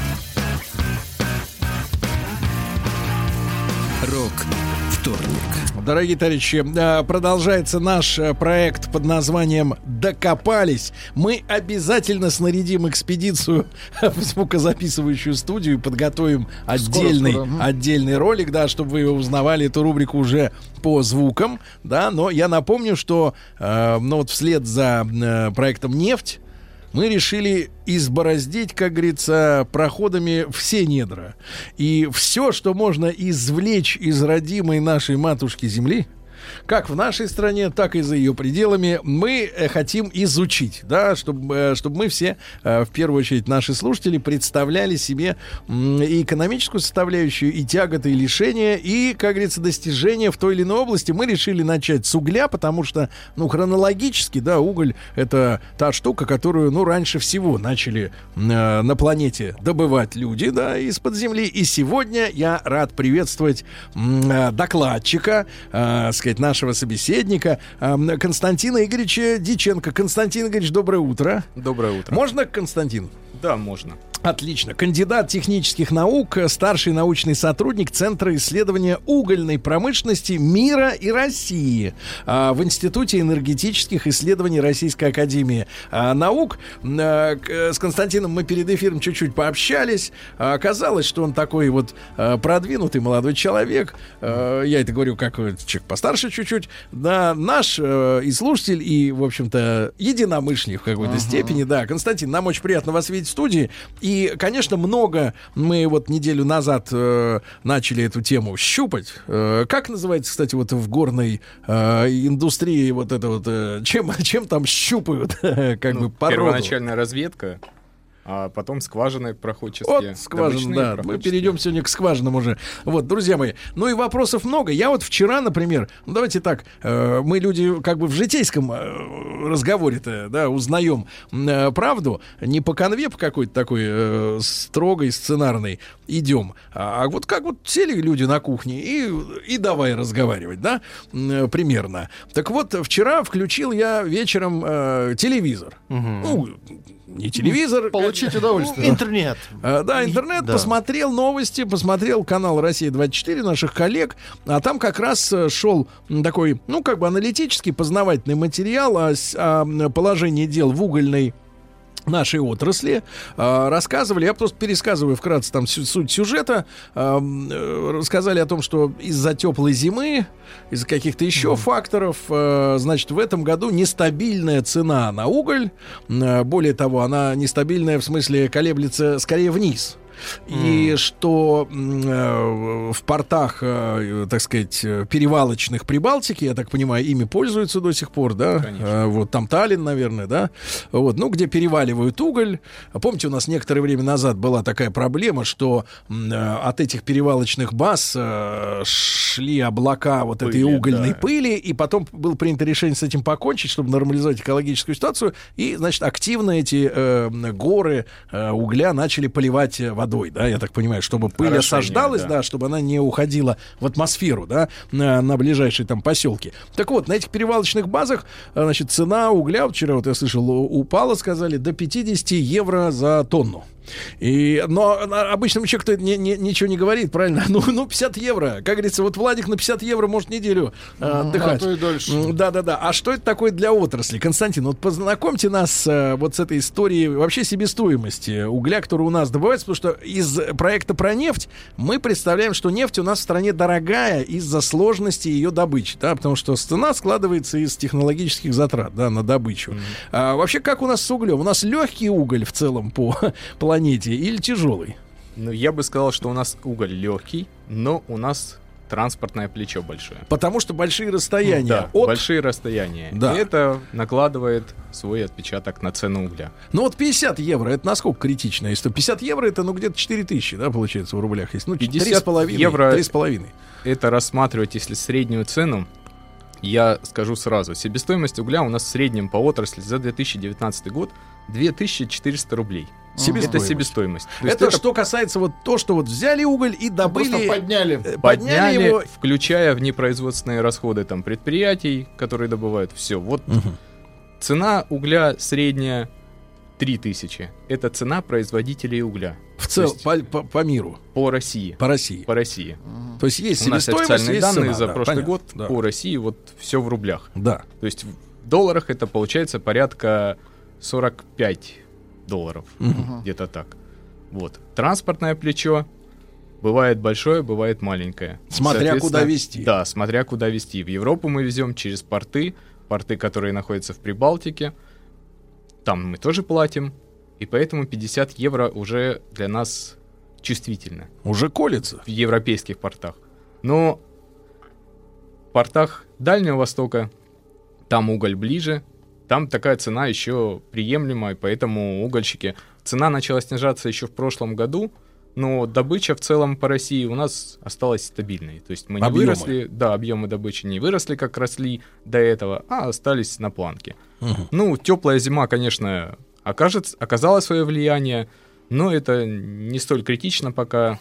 Рок-вторник. Дорогие товарищи, продолжается наш проект под названием «Докопались». Мы обязательно снарядим экспедицию в звукозаписывающую студию, подготовим отдельный ролик, да, чтобы вы узнавали эту рубрику уже по звукам, да. Но я напомню, что вот вслед за проектом «Нефть» мы решили избороздить, как говорится, проходами все недра. И все, что можно извлечь из родимой нашей матушки Земли, как в нашей стране, так и за ее пределами, мы хотим изучить, да, чтобы мы все, в первую очередь наши слушатели, представляли себе и экономическую составляющую, и тяготы, и лишения, и, как говорится, достижения в той или иной области. Мы решили начать с угля, потому что, хронологически, да, уголь — это та штука, которую, раньше всего начали на планете добывать люди, да, из-под земли. И сегодня я рад приветствовать докладчика, сказать, нашего собеседника Константина Игоревича Дьяченко. Константин Игоревич, доброе утро. Доброе утро. Можно к Константину? Да, можно. Отлично. Кандидат технических наук, старший научный сотрудник Центра исследования угольной промышленности мира и России в Институте энергетических исследований Российской академии наук. С Константином мы перед эфиром чуть-чуть пообщались. Оказалось, что он такой вот продвинутый молодой человек. Я это говорю как человек постарше чуть-чуть. Да, наш и слушатель, и, в общем-то, единомышленник в какой-то степени. Да, Константин, нам очень приятно вас видеть в студии. И, конечно, много мы вот неделю назад начали эту тему щупать. Как называется, кстати, вот в горной индустрии вот это вот, чем там щупают? Как бы породу? Первоначальная разведка. а потом скважины проходческие. Вот скважины, да. Мы перейдем сегодня к скважинам уже. Вот, друзья мои. Ну и вопросов много. Я вот вчера, например, ну давайте так, мы люди как бы в житейском разговоре-то, да, узнаем правду. Не по конве по какой-то такой строгой, сценарной идем. А вот как вот сели люди на кухне и давай разговаривать, да, примерно. Так вот, вчера включил я вечером телевизор. Ну, не телевизор. Получить удовольствие. Интернет. Да, интернет. Да. Посмотрел новости, посмотрел канал «Россия-24» наших коллег. А там как раз шел такой, ну, как бы аналитический, познавательный материал о положении дел в угольной нашей отрасли. Рассказывали, я просто пересказываю вкратце там суть сюжета. Рассказали о том, что из-за теплой зимы, из-за каких-то еще факторов, значит, в этом году нестабильная цена на уголь. Более того, она нестабильная в смысле колеблется скорее вниз. И что в портах, так сказать, перевалочных Прибалтики, я так понимаю, ими пользуются до сих пор, да? Вот там Таллин, наверное, да? Вот, ну, где переваливают уголь. Помните, у нас некоторое время назад была такая проблема, что от этих перевалочных баз шли облака вот этой угольной пыли, и потом было принято решение с этим покончить, чтобы нормализовать экологическую ситуацию, и, значит, активно эти горы угля начали поливать водой, да, я так понимаю, чтобы пыль осаждалась, да, чтобы она не уходила в атмосферу, да, на ближайшие там поселки. Так вот, на этих перевалочных базах, значит, цена угля, вот вчера вот я слышал, упала, сказали, до 50 евро за тонну. Но обычному человеку ничего не говорит, правильно? Ну, 50 евро. Как говорится, вот Владик на 50 евро может неделю отдыхать. А то и дольше. Да. А что это такое для отрасли? Константин, вот познакомьте нас вот с этой историей вообще себестоимости угля, который у нас добывается, потому что из проекта про нефть мы представляем, что нефть у нас в стране дорогая из-за сложности ее добычи, да, потому что цена складывается из технологических затрат, да, на добычу. А вообще, как у нас с углем? У нас легкий уголь в целом по планете или тяжелый? Ну, я бы сказал, что у нас уголь легкий, но у нас транспортное плечо большое. Потому что большие расстояния. Да, большие расстояния. Да. И это накладывает свой отпечаток на цену угля. Ну вот 50 евро, это насколько критично? Если 50 евро, это где-то 4 тысячи, да, получается, в рублях. Есть. Ну, 3,5 евро. 3,5. Это рассматривать, если среднюю цену, я скажу сразу. Себестоимость угля у нас в среднем по отрасли за 2019 год 2400 рублей. Это себестоимость. Это что касается вот то, что вот взяли уголь и добыли... Просто подняли его, включая внепроизводственные расходы там предприятий, которые добывают. Все. Вот цена угля средняя 3000. Это цена производителей угля. В целом, по миру? По России. По России. По России. То есть есть у нас себестоимость, официальные есть данные цена, за прошлый понятно, год по России, вот все в рублях. Да. То есть в долларах это получается порядка 45 долларов. Где-то так. Вот. Транспортное плечо бывает большое, бывает маленькое. Смотря куда везти. Да, смотря куда везти. В Европу мы везем через порты, которые находятся в Прибалтике. Там мы тоже платим. И поэтому 50 евро уже для нас чувствительно. Уже колется. В европейских портах. Но в портах Дальнего Востока там уголь ближе. Там такая цена еще приемлемая, поэтому угольщики... Цена начала снижаться еще в прошлом году, но добыча в целом по России у нас осталась стабильной. То есть мы не выросли... Да, объемы добычи не выросли, как росли до этого, а остались на планке. Ну, теплая зима, конечно, оказала свое влияние, но это не столь критично пока.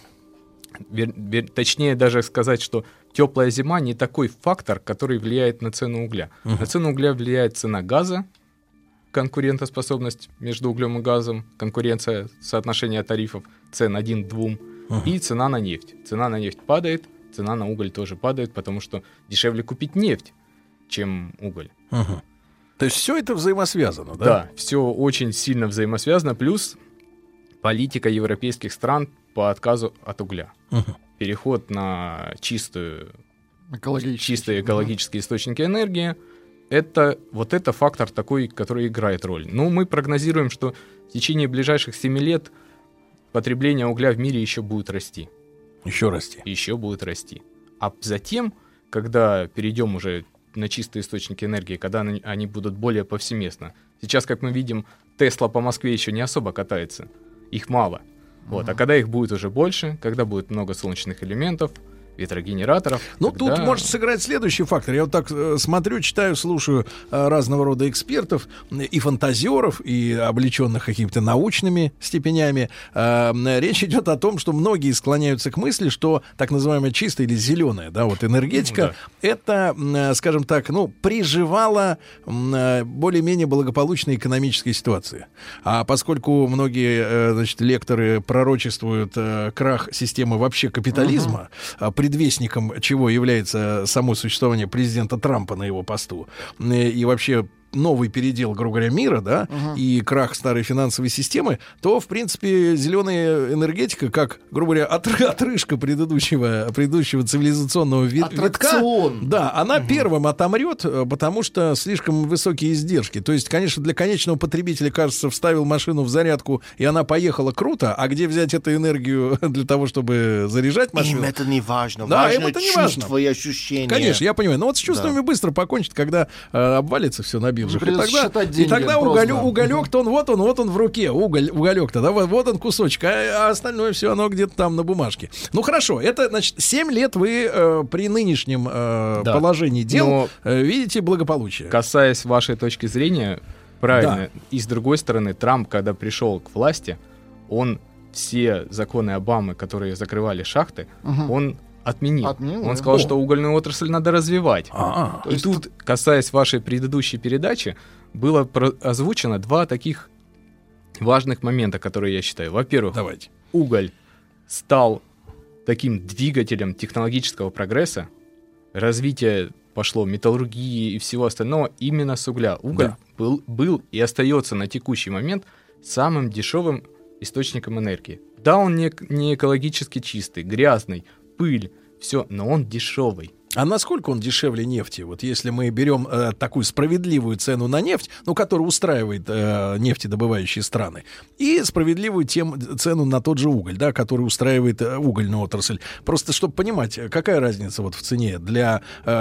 Точнее даже сказать, что теплая зима не такой фактор, который влияет на цену угля. На цену угля влияет цена газа, конкурентоспособность между углем и газом, конкуренция, соотношение тарифов, цен 1 к 2, и цена на нефть. Цена на нефть падает, цена на уголь тоже падает, потому что дешевле купить нефть, чем уголь. То есть все это взаимосвязано, да? Да, все очень сильно взаимосвязано, плюс политика европейских стран по отказу от угля. Переход на чистые экологические источники энергии. Это фактор такой, который играет роль. Но мы прогнозируем, что в течение ближайших 7 лет потребление угля в мире еще будет расти. Еще расти. Еще будет расти. А затем, когда перейдем уже на чистые источники энергии, когда они будут более повсеместно. Сейчас, как мы видим, Тесла по Москве еще не особо катается. Их мало. Вот. А когда их будет уже больше, когда будет много солнечных элементов, ветрогенераторов. Ну, тогда... тут может сыграть следующий фактор. Я вот так смотрю, читаю, слушаю разного рода экспертов и фантазеров, и облеченных какими-то научными степенями. Речь идет о том, что многие склоняются к мысли, что так называемая чистая или зеленая, да, вот энергетика, это, скажем так, ну, приживала более-менее благополучной экономической ситуации. А поскольку многие, значит, лекторы пророчествуют крах системы вообще капитализма, предвестником чего является само существование президента Трампа на его посту, и вообще новый передел, грубо говоря, мира, да, и крах старой финансовой системы, то, в принципе, зеленая энергетика, как, грубо говоря, отрыжка предыдущего цивилизационного витка, да, она первым отомрет, потому что слишком высокие издержки. То есть, конечно, для конечного потребителя, кажется, вставил машину в зарядку, и она поехала круто, а где взять эту энергию для того, чтобы заряжать машину? Им это не важно. Да, важно им это не чувство важно. и ощущение. Конечно, я понимаю. Но вот с чувствами быстро покончит, когда обвалится все на биржах. И тогда уголек-то он в руке, уголек-то, да, вот он кусочек, а остальное все оно где-то там на бумажке. Ну хорошо, это, значит, 7 лет вы при нынешнем положении дел видите благополучие. Касаясь вашей точки зрения, правильно. Да. И с другой стороны, Трамп, когда пришел к власти, он все законы Обамы, которые закрывали шахты, он отменил. Он сказал, что угольную отрасль надо развивать. И тут, касаясь вашей предыдущей передачи, было озвучено два таких важных момента, которые я считаю. Во-первых, уголь стал таким двигателем технологического прогресса, развитие пошло металлургии и всего остального именно с угля. Уголь был и остается на текущий момент самым дешевым источником энергии. Да, он не экологически чистый, грязный, пыль, все, но он дешевый. А насколько он дешевле нефти? Вот если мы берем такую справедливую цену на нефть, ну, которую устраивает нефтедобывающие страны, и справедливую цену на тот же уголь, да, который устраивает угольную отрасль. Просто чтобы понимать, какая разница вот в цене для,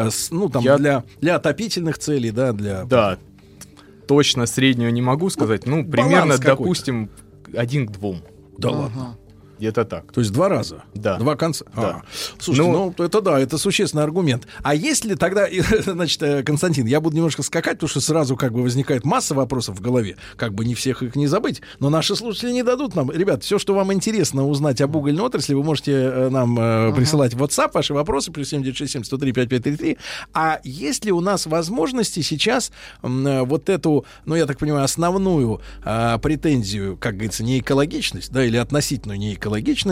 для отопительных целей, да, для... Да, точно среднюю не могу сказать, ну, примерно, допустим, 1 к 2. Да ладно. Где-то так. То есть 2 раза? Да. 2 конца? Да. Слушайте, это существенный аргумент. А если тогда, значит, Константин, я буду немножко скакать, потому что сразу как бы возникает масса вопросов в голове, как бы не всех их не забыть, но наши слушатели не дадут нам. Ребят, все, что вам интересно узнать об угольной отрасли, вы можете нам присылать в WhatsApp ваши вопросы, плюс 7967-103-5533. А есть ли у нас возможности сейчас вот эту, ну, я так понимаю, основную претензию, как говорится, неэкологичность, да, или относительную неэкологичность,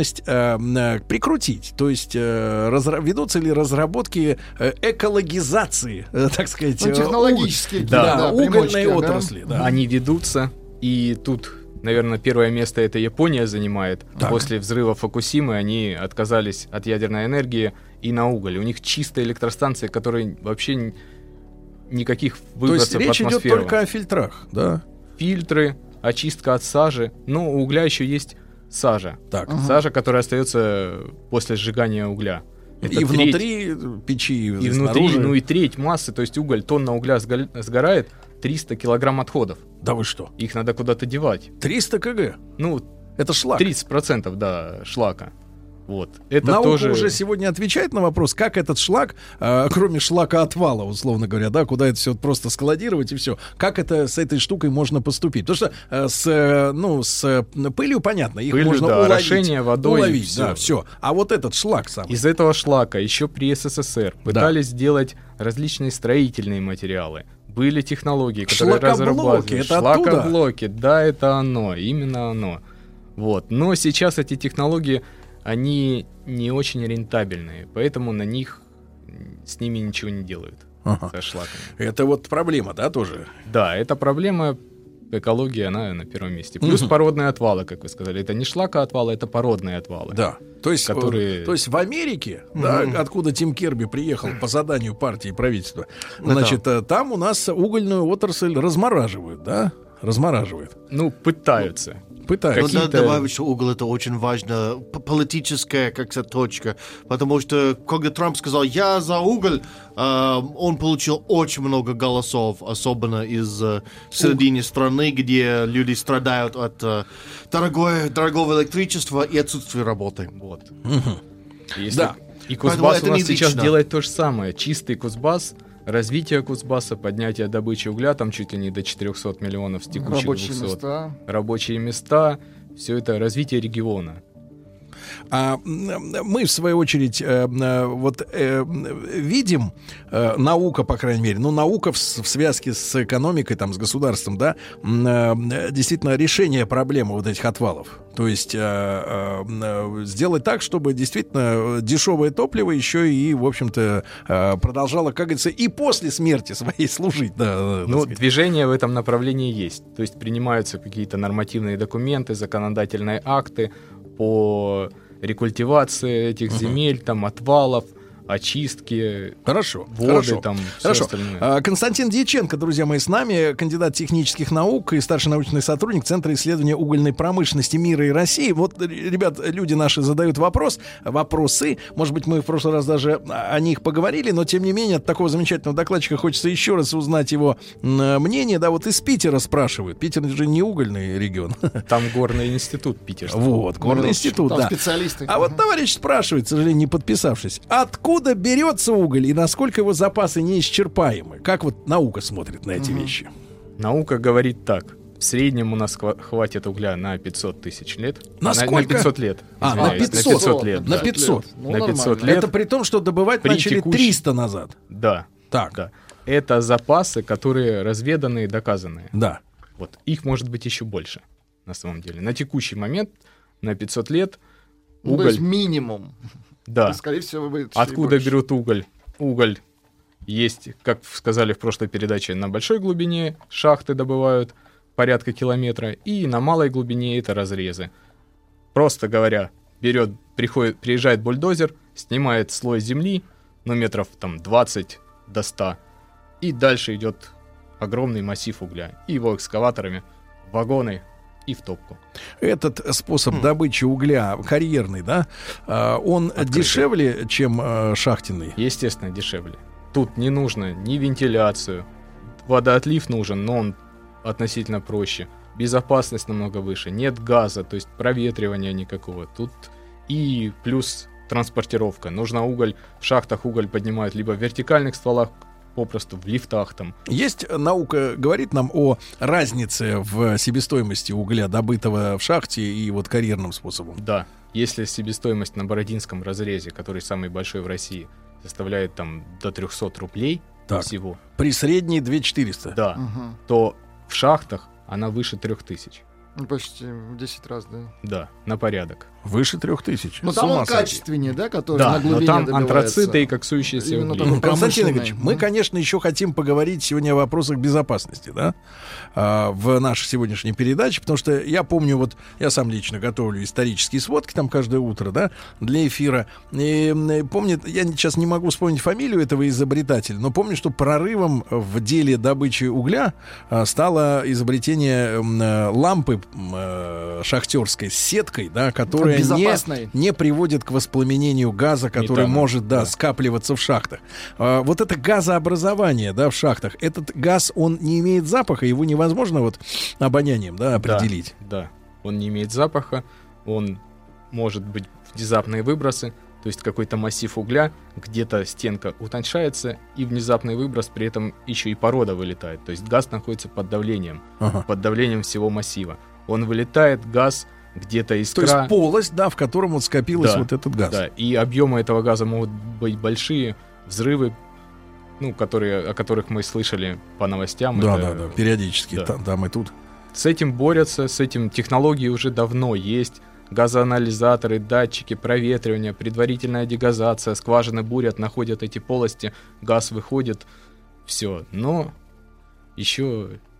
прикрутить? То есть ведутся ли разработки экологизации, так сказать, технологические угольной отрасли? Да. Они ведутся, и тут, наверное, первое место это Япония занимает. Так. После взрыва Фукусимы они отказались от ядерной энергии и на уголь. У них чистые электростанции, которые вообще никаких выбросов в атмосферу. То есть речь идет только о фильтрах, да? Фильтры, очистка от сажи. Но у угля еще есть сажа. Сажа, которая остается после сжигания угля. Это и внутри печи, и внутри, ну и треть массы, то есть уголь, тонна угля сгорает, 300 килограмм отходов. Да вы что? Их надо куда-то девать. 300 кг? Ну, это шлак. 30%, да, шлака. Вот. Это наука тоже... уже сегодня отвечает на вопрос, как этот шлак, кроме шлакоотвала, условно говоря, да, куда это все просто складировать и все, как это с этой штукой можно поступить? Потому что с пылью понятно, их можно уловить. Орошение водой. Все. А вот этот шлак сам. Из этого шлака еще при СССР пытались сделать различные строительные материалы. Были технологии, которые разрабатывали. Шлакоблоки, да, это оно, именно оно. Вот. Но сейчас эти технологии, они не очень рентабельные, поэтому с ними ничего не делают. Со шлаками. Это вот проблема, да, тоже? Да, это проблема. Экология, она на первом месте. Плюс породные отвалы, как вы сказали. Это не шлакоотвалы, это породные отвалы. Да. То есть в Америке, да, откуда Тим Керби приехал по заданию партии и правительства, значит, там у нас угольную отрасль размораживают, да? Размораживают. Ну, пытаются. Пытаются. Но надо добавить, что уголь это очень важно, политическая как-то точка, потому что когда Трамп сказал «я за уголь», он получил очень много голосов, особенно из середины страны, где люди страдают от дорогого электричества и отсутствия работы. Вот. Да. И Кузбасс у нас сейчас лично. делает то же самое. Чистый Кузбасс, развитие Кузбасса, поднятие добычи угля, там чуть ли не до 400 миллионов с текущих Рабочие 200. места. Рабочие места, все это развитие региона. А мы, в свою очередь, видим, наука, по крайней мере, наука в связке с экономикой, там, с государством, да, действительно решение проблемы вот этих отвалов. То есть сделать так, чтобы действительно дешевое топливо еще и, в общем-то, продолжало, как говорится, и после смерти своей служить. Да, ну, движение в этом направлении есть. То есть принимаются какие-то нормативные документы, законодательные акты по рекультивации этих земель, там, отвалов, очистки, хорошо, воды, там, все хорошо. остальное. Константин Дьяченко, друзья мои, с нами, кандидат технических наук и старший научный сотрудник Центра исследования угольной промышленности мира и России. Вот, ребят, люди наши задают вопросы. Может быть, мы в прошлый раз даже о них поговорили, но, тем не менее, от такого замечательного докладчика хочется еще раз узнать его мнение. Да, вот из Питера спрашивают. Питер же не угольный регион. Там горный институт питерский. Вот, горный институт, там да. специалисты. А вот товарищ спрашивает, к сожалению, не подписавшись, откуда берется уголь и насколько его запасы неисчерпаемы? Как вот наука смотрит на эти вещи? Наука говорит так. В среднем у нас хватит угля на 500 тысяч лет. На сколько? На 500 лет. На 500. На 500 лет. На 500. Ну, на 500 лет. Это при том, что добывать начали 300 назад. Да. Так. Да. Это запасы, которые разведаны и доказанные. Да. Вот. Их может быть еще больше, на самом деле. На текущий момент, на 500 лет, Ну, уголь... то есть минимум. Да. И, скорее всего, будет Откуда берут уголь? Уголь есть, как сказали в прошлой передаче, на большой глубине шахты добывают порядка километра, и на малой глубине это разрезы. Просто говоря, приезжает бульдозер, снимает слой земли, метров там 20 до 100, и дальше идет огромный массив угля. И его экскаваторами, вагоны и в топку. Этот способ добычи угля карьерный, да, он Открытый. дешевле, чем шахтенный? Естественно, дешевле. Тут не нужно ни вентиляцию. Водоотлив нужен, но он относительно проще. Безопасность намного выше. Нет газа, то есть проветривания никакого. Тут и плюс транспортировка. Нужно уголь. В шахтах уголь поднимают либо в вертикальных стволах, попросту в лифтах там. Есть наука, говорит нам о разнице в себестоимости угля, добытого в шахте, и вот карьерным способом. Да. Если себестоимость на Бородинском разрезе, который самый большой в России, составляет там до 300 рублей всего. При средней 2400. Да. То в шахтах она выше 3000. Ну, почти в 10 раз, да. Да, на порядок. Выше 3000. Но там он качественнее, да, который да, на глубине но там добивается. антрациты и коксующиеся угли. Константин Игоревич, мы, конечно, еще хотим поговорить сегодня о вопросах безопасности, да, в нашей сегодняшней передаче, потому что я помню, вот я сам лично готовлю исторические сводки там каждое утро, да, для эфира. И помню, я сейчас не могу вспомнить фамилию этого изобретателя, но помню, что прорывом в деле добычи угля стало изобретение лампы шахтерской с сеткой, да, которая не приводит к воспламенению газа, который может скапливаться в шахтах. Вот это газообразование, да, в шахтах, этот газ, он не имеет запаха, его невозможно вот обонянием, да, определить. Да, он не имеет запаха, он может быть внезапные выбросы, то есть какой-то массив угля, где-то стенка утоньшается, и внезапный выброс, при этом еще и порода вылетает. То есть газ находится под давлением, под давлением всего массива. Он вылетает, газ, где-то искра. То есть полость, да, в котором вот скопилась вот этот газ. Да, и объемы этого газа могут быть большие, взрывы, о которых мы слышали по новостям. Да, периодически, там и тут. С этим борются, с этим технологии уже давно есть. Газоанализаторы, датчики, проветривание, предварительная дегазация, скважины бурят, находят эти полости, газ выходит, все. Но еще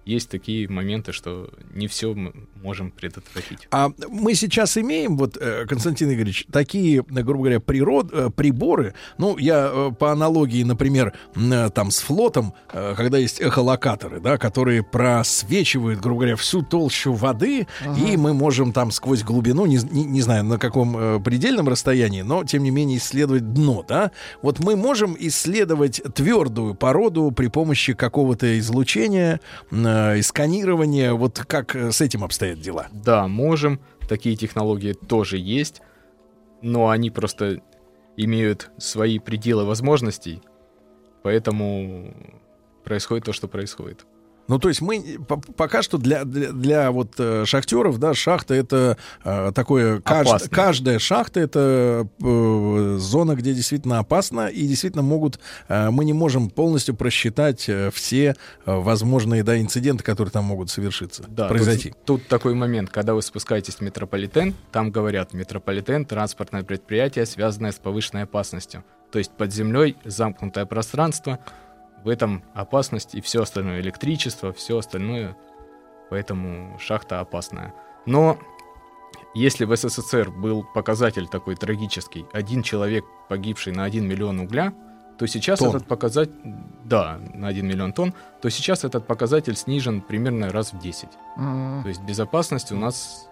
есть такие моменты, что не все мы можем предотвратить. А мы сейчас имеем, вот, Константин Игоревич, такие, грубо говоря, приборы, ну, я по аналогии, например, там с флотом, когда есть эхолокаторы, да, которые просвечивают, грубо говоря, всю толщу воды, и мы можем там сквозь глубину, не знаю, на каком предельном расстоянии, но, тем не менее, исследовать дно, да. Вот мы можем исследовать твердую породу при помощи какого-то излучения, и сканирование, вот как с этим обстоят дела? Да, можем. Такие технологии тоже есть, но они просто имеют свои пределы возможностей, поэтому происходит то, что происходит. Ну, то есть мы пока что для вот шахтеров, да, шахта — это такое... Каждая шахта — это зона, где действительно опасно, и действительно мы не можем полностью просчитать все возможные, да, инциденты, которые там могут совершиться, да, произойти. Тут такой момент, когда вы спускаетесь в метрополитен, там говорят: метрополитен — транспортное предприятие, связанное с повышенной опасностью. То есть под землей замкнутое пространство, в этом опасность и все остальное, электричество, все остальное, поэтому шахта опасная. Но если в СССР был показатель такой трагический, 1 человек, погибший на 1 миллион угля, то сейчас этот показатель, да, на 1 миллион тонн, то сейчас этот показатель снижен примерно раз в 10. То есть безопасность у нас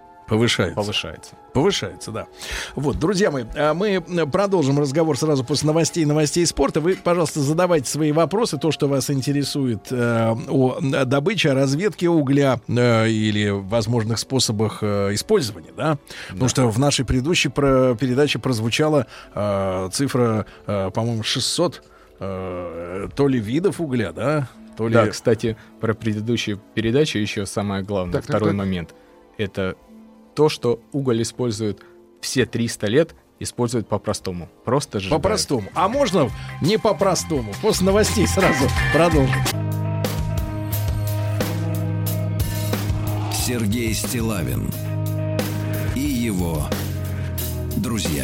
Повышается, да. Вот, друзья мои, мы продолжим разговор сразу после новостей спорта. Вы, пожалуйста, задавайте свои вопросы, то, что вас интересует о добыче, о разведке угля или возможных способах использования, да? Потому что в нашей предыдущей передаче прозвучала цифра, по-моему, 600 то ли видов угля, да? Да, кстати, про предыдущую передачу еще самое главное, второй момент. Это то, что уголь используют все 300 лет, используют по-простому. Просто сжигают. По-простому. А можно не по-простому? После новостей сразу продолжим. Сергей Стиллавин и его друзья.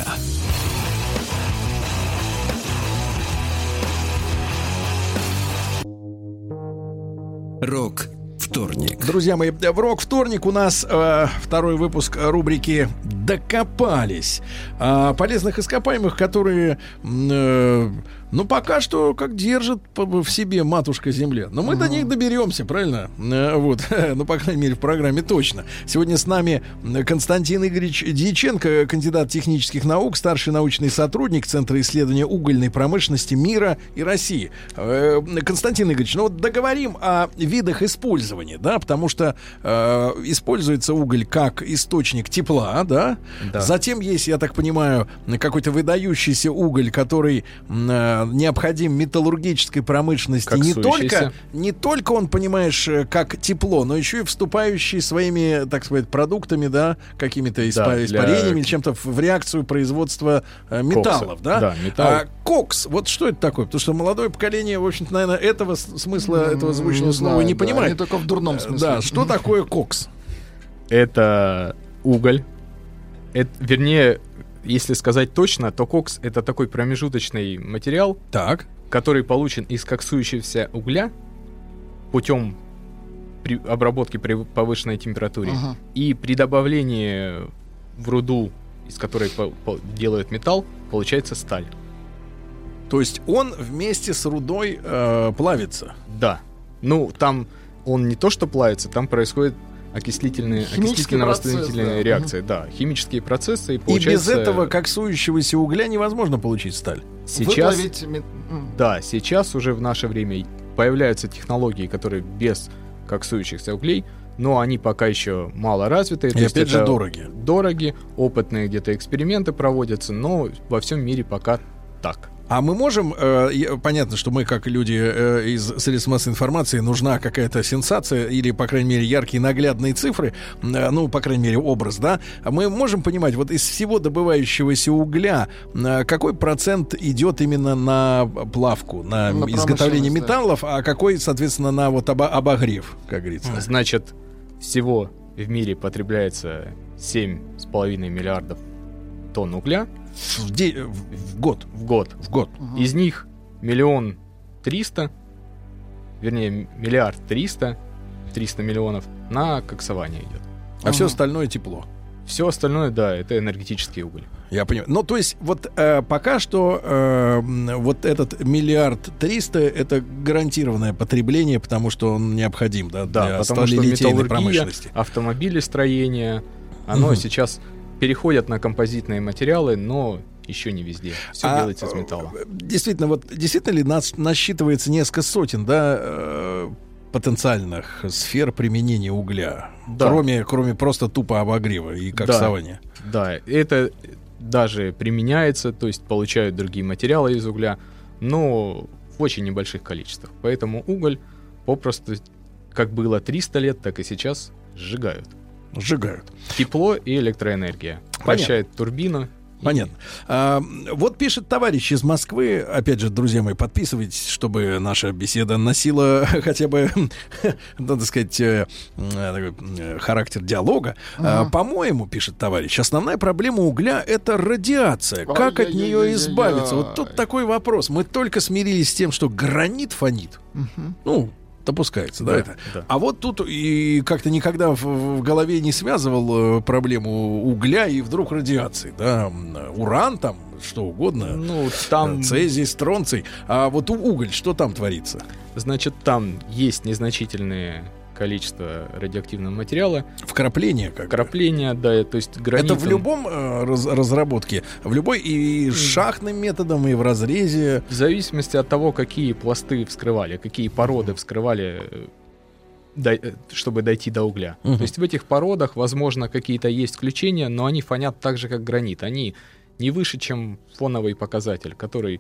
Рок-вторник. Друзья мои, в Рок-вторник у нас второй выпуск рубрики «Докопались». Полезных ископаемых, которые, пока что как держит в себе матушка Земля. Но мы до них доберемся, правильно? Вот, по крайней мере, в программе точно. Сегодня с нами Константин Игоревич Дьяченко, кандидат технических наук, старший научный сотрудник Центра исследования угольной промышленности мира и России. Константин Игоревич, договорим о видах использования, да, потому что используется уголь как источник тепла, да? Да. Затем есть, я так понимаю, какой-то выдающийся уголь, который необходим металлургической промышленности. Не только он, понимаешь, как тепло, но еще и вступающий своими, так сказать, продуктами, да, какими-то испарениями или чем-то в реакцию производства металлов, да? Да, металл. Кокс, вот что это такое? Потому что молодое поколение, в общем-то, наверное, этого смысла, этого звучного слова не понимает. Не только в дурном смысле. Да, что такое кокс? Это уголь. Вернее, если сказать точно, то кокс — это такой промежуточный материал, который получен из коксующегося угля путем обработки при повышенной температуре. И при добавлении в руду, из которой делают металл, получается сталь. То есть он вместе с рудой плавится? Да. Там он не то что плавится, там происходит окислительно-восстановительные реакции. Да, химические процессы. И без этого коксующегося угля невозможно получить сталь. Сейчас уже в наше время появляются технологии, которые без коксующихся углей, но они пока еще мало развиты. И опять же дороги. Опытные где-то эксперименты проводятся, но во всем мире пока так. А мы можем, понятно, что мы, как люди из средств массовой информации, нужна какая-то сенсация или, по крайней мере, яркие наглядные цифры, по крайней мере, образ, да? Мы можем понимать, вот из всего добывающегося угля, какой процент идет именно на плавку, на изготовление металлов, а какой, соответственно, на вот обогрев, как говорится? Значит, всего в мире потребляется 7,5 миллиардов тонн угля. В год. Из них 1 300 000 000, вернее, 1 300 000 000 300 миллионов, на коксование идет. А все остальное тепло. Все остальное, да, это энергетический уголь. Я понимаю. Ну, то есть, вот пока что вот этот 1,3 миллиарда это гарантированное потребление, потому что он необходим, да, для сталелитейной промышленности. Автомобилестроение, оно сейчас переходят на композитные материалы, но еще не везде. Все делается из металла. Действительно ли насчитывается несколько сотен, да, потенциальных сфер применения угля, да. кроме просто тупо обогрева и коксования? Да, это даже применяется, то есть получают другие материалы из угля, но в очень небольших количествах. Поэтому уголь попросту, как было 300 лет, так и сейчас сжигают. Тепло и электроэнергия. Вращает турбину. Понятно. Вот пишет товарищ из Москвы, опять же, друзья мои, подписывайтесь, чтобы наша беседа носила хотя бы, надо сказать, характер диалога. По-моему, пишет товарищ, основная проблема угля — это радиация. Как от нее избавиться? Вот тут такой вопрос. Мы только смирились с тем, что гранит фонит. Ну, допускается, да, это. Да. А вот тут и как-то никогда в голове не связывал проблему угля и вдруг радиации, да, уран там, что угодно, ну, там цезий, стронций. А вот уголь, что там творится? Значит, там есть незначительные количество радиоактивного материала. Вкрапление как? Вкрапление, да, то есть гранитом. Это в любом разработке, в любой и шахтным методом, и в разрезе. В зависимости от того, какие пласты вскрывали, какие породы вскрывали, чтобы дойти до угля. То есть в этих породах, возможно, какие-то есть включения, но они фонят так же, как гранит. Они не выше, чем фоновый показатель, который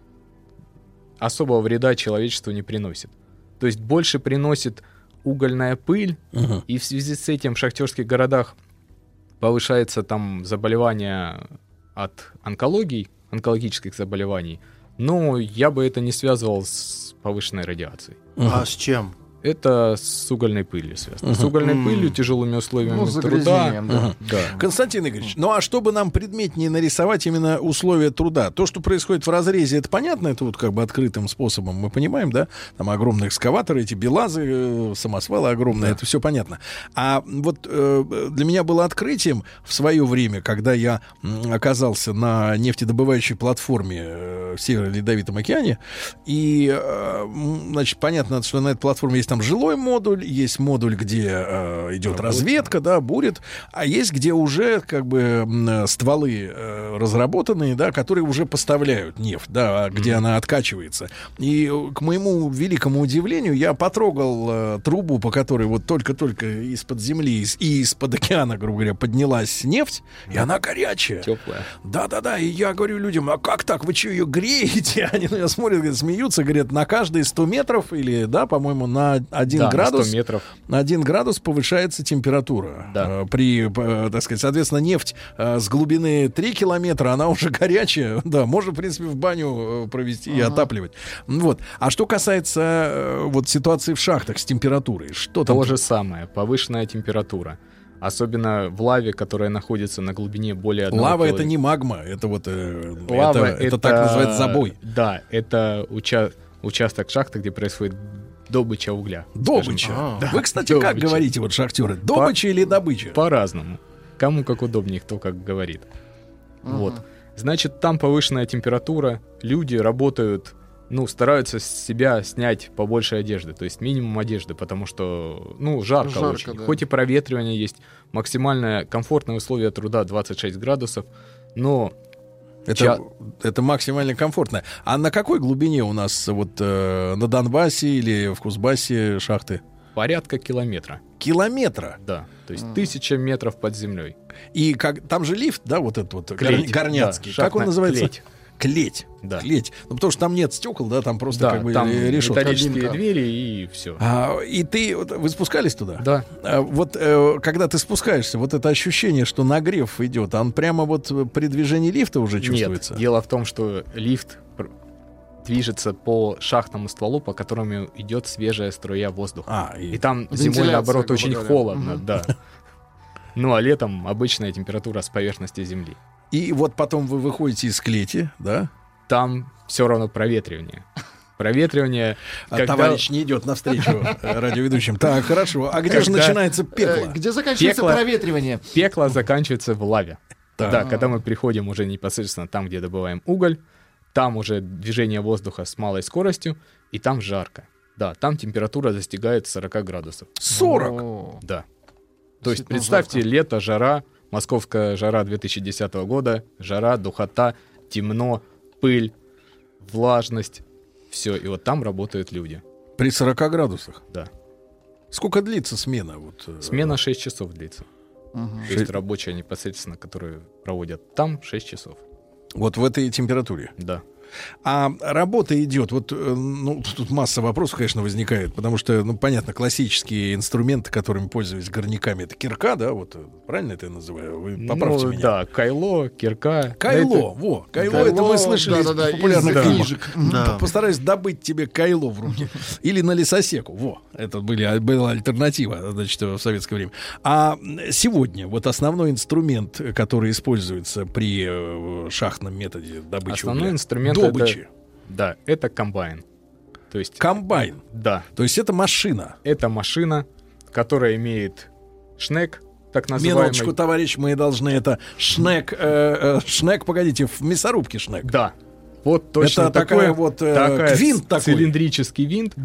особого вреда человечеству не приносит. То есть больше приносит угольная пыль, и в связи с этим в шахтерских городах повышается там заболевание от онкологических заболеваний, но я бы это не связывал с повышенной радиацией. А с чем? Это с угольной пылью связано. С угольной пылью, тяжелыми условиями труда. Да. Константин Игоревич, ну а чтобы нам предметнее нарисовать именно условия труда, то, что происходит в разрезе, это понятно, это вот как бы открытым способом, мы понимаем, да? Там огромные экскаваторы, эти белазы, самосвалы огромные, это все понятно. А вот для меня было открытием в свое время, когда я оказался на нефтедобывающей платформе в Северо-Ледовитом океане, и, значит, понятно, что на этой платформе есть там жилой модуль, есть модуль, где идет разведка, да, бурит, а есть, где уже как бы стволы разработанные, да, которые уже поставляют нефть, да, где она откачивается. И к моему великому удивлению я потрогал трубу, по которой вот только-только из-под земли и из-под океана, грубо говоря, поднялась нефть, и она горячая. Теплая. Да-да-да, и я говорю людям, а как так, вы что, ее греете? Они на меня смотрят, говорят, смеются, говорят, на каждые 100 метров или, да, по-моему, на 1 градус, 100 метров. на 1 градус повышается температура. Да. При, так сказать, соответственно, нефть с глубины 3 километра, она уже горячая. Да, можно, в принципе, в баню провести и отапливать. Вот. А что касается вот ситуации в шахтах с температурой, что там? То же самое, повышенная температура. Особенно в лаве, которая находится на глубине более 1 Лава — это не магма, это вот лава, это так называется забой. Да, это участок шахты, где происходит добыча угля. Добыча. Да. Вы, кстати, как говорите, вот шахтеры, добыча или добыча? По-разному. Кому как удобнее, кто как говорит. Вот. Значит, там повышенная температура, люди работают, ну, стараются с себя снять побольше одежды, то есть минимум одежды, потому что, ну, жарко очень. Да. Хоть и проветривание есть, максимальное комфортное условие труда 26 градусов, но... Это максимально комфортно. А на какой глубине у нас вот на Донбассе или в Кузбассе шахты? Порядка километра. Километра? Да, то есть 1000 метров под землей. И как, там же лифт, да, вот этот вот клеть. Горняцкий. Да, как он называется? Клеть. Да. Клеть. Ну, потому что там нет стекол, да, там просто как бы там решетка. металлические двери и все. И вы спускались туда? Да. Вот когда ты спускаешься, вот это ощущение, что нагрев идет, он прямо вот при движении лифта уже чувствуется? Нет, дело в том, что лифт движется по шахтному стволу, по которому идет свежая струя воздуха. И там зимой, наоборот, очень холодно, да. Ну, а летом обычная температура с поверхности земли. И вот потом вы выходите из клети, да? Там все равно проветривание. Проветривание. Товарищ не идет навстречу радиоведущим. Так, хорошо. А где же начинается пекло? Где заканчивается проветривание? Пекло заканчивается в лаве. Так. Да, когда мы приходим уже непосредственно там, где добываем уголь, там уже движение воздуха с малой скоростью, и там жарко. Да, там температура достигает 40 градусов. 40? Да. То есть представьте, лето, жара, московская жара 2010 года, жара, духота, темно, пыль, влажность. Все, и вот там работают люди. При 40 градусах? Да. Сколько длится смена? Смена 6 часов длится. То есть рабочая непосредственно, которую проводят там, 6 часов. Вот в этой температуре? Да. А работа идет, вот, ну, тут масса вопросов, конечно, возникает, потому что, ну, понятно, классические инструменты, которыми пользуются горняками, это кирка, да, вот, правильно это я называю? Вы поправьте меня. Да, кайло, кирка. Кайло, кайло, это мы слышали из популярных книжек. Да. Постараюсь добыть тебе кайло в руки. Или на лесосеку, это была альтернатива, значит, в советское время. А сегодня вот основной инструмент, который используется при шахтном методе добычи основной инструмент добычи. Это комбайн. То есть комбайн. Да. То есть это машина. Это машина, которая имеет шнек, так называемый. Минуточку, товарищ, мы должны это шнек, погодите, в мясорубке шнек. Да. Вот точно это такой вот винт такой. Цилиндрический винт.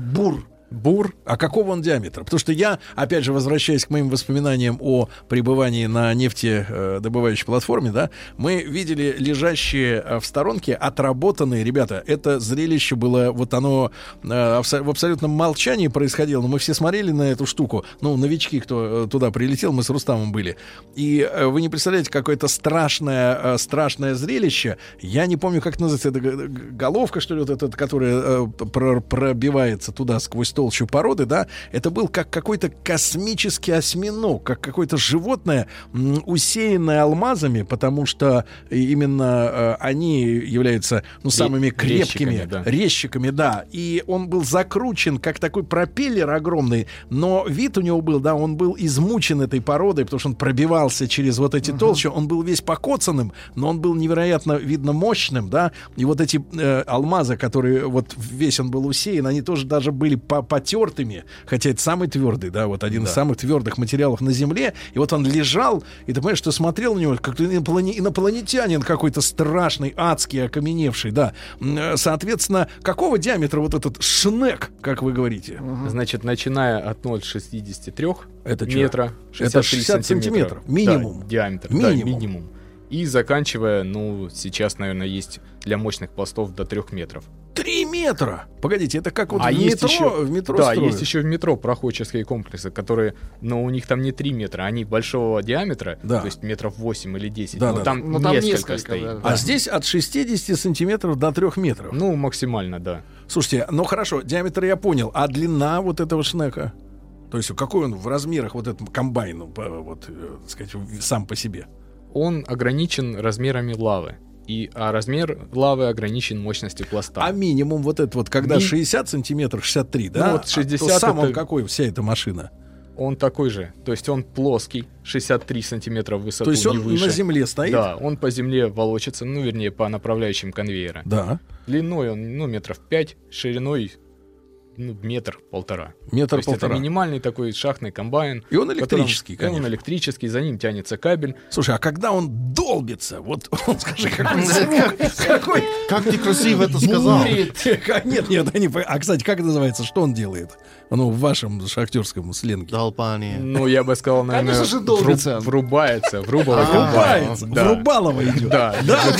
Бур. А какого он диаметра? Потому что я, опять же, возвращаясь к моим воспоминаниям о пребывании на нефтедобывающей платформе, да, мы видели лежащие в сторонке отработанные, ребята, это зрелище было, вот оно в абсолютном молчании происходило, но мы все смотрели на эту штуку, ну, новички, кто туда прилетел, мы с Рустамом были, и вы не представляете, какое-то страшное зрелище, я не помню, как это называется, это головка, что ли, вот эта, которая пробивается туда сквозь толщу породы, да, это был как какой-то космический осьминог, как какое-то животное, усеянное алмазами, потому что именно они являются, ну, самыми крепкими резчиками, да, и он был закручен, как такой пропеллер огромный, но вид у него был, да, он был измучен этой породой, потому что он пробивался через вот эти толщи, он был весь покоцанным, но он был невероятно, видно, мощным, да, и вот эти алмазы, которые вот весь он был усеян, они тоже даже были потертыми, хотя это самый твердый, да, вот один из самых твердых материалов на Земле, и вот он лежал, и ты понимаешь, что смотрел на него, как инопланетянин какой-то страшный, адский, окаменевший, да. Соответственно, какого диаметра вот этот шнек, как вы говорите? Значит, начиная от 0,63 это метра, 63 это 60 сантиметров, минимум. Да, диаметр, минимум. И заканчивая, ну, сейчас, наверное, есть для мощных пластов до 3 метров. 3 метра? Погодите, это как вот в метро да, строят? есть еще в метро проходческие комплексы, которые, но у них там не 3 метра, они большого диаметра, то есть метров 8 или 10, но там несколько стоит. Да. А здесь от 60 сантиметров до 3 метров? Ну, максимально, да. Слушайте, ну хорошо, диаметр я понял, а длина вот этого шнека? То есть какой он в размерах вот этот комбайн, вот, так сказать, сам по себе? Он ограничен размерами лавы. А размер лавы ограничен мощностью пласта. А минимум вот это вот, когда 60 сантиметров, 63, да? Ну, вот 60 то сам он какой, вся эта машина? Он такой же. То есть он плоский, 63 сантиметра в высоту, то есть он выше. На земле стоит? Да, он по земле волочится, ну, вернее, по направляющим конвейера. Да. Длиной он, ну, метров 5, шириной, ну, метр-полтора. Метр-полтора. То есть это минимальный такой шахтный комбайн. И он электрический, конечно. Он электрический, за ним тянется кабель. Слушай, а когда он долбится, вот он, скажи, какой... Как ты красиво это сказал. Нет, а, кстати, как это называется, что он делает? Ну, в вашем шахтерском сленге. Долбание. Ну, я бы сказал, наверное, врубается. Врубалово идет. Да,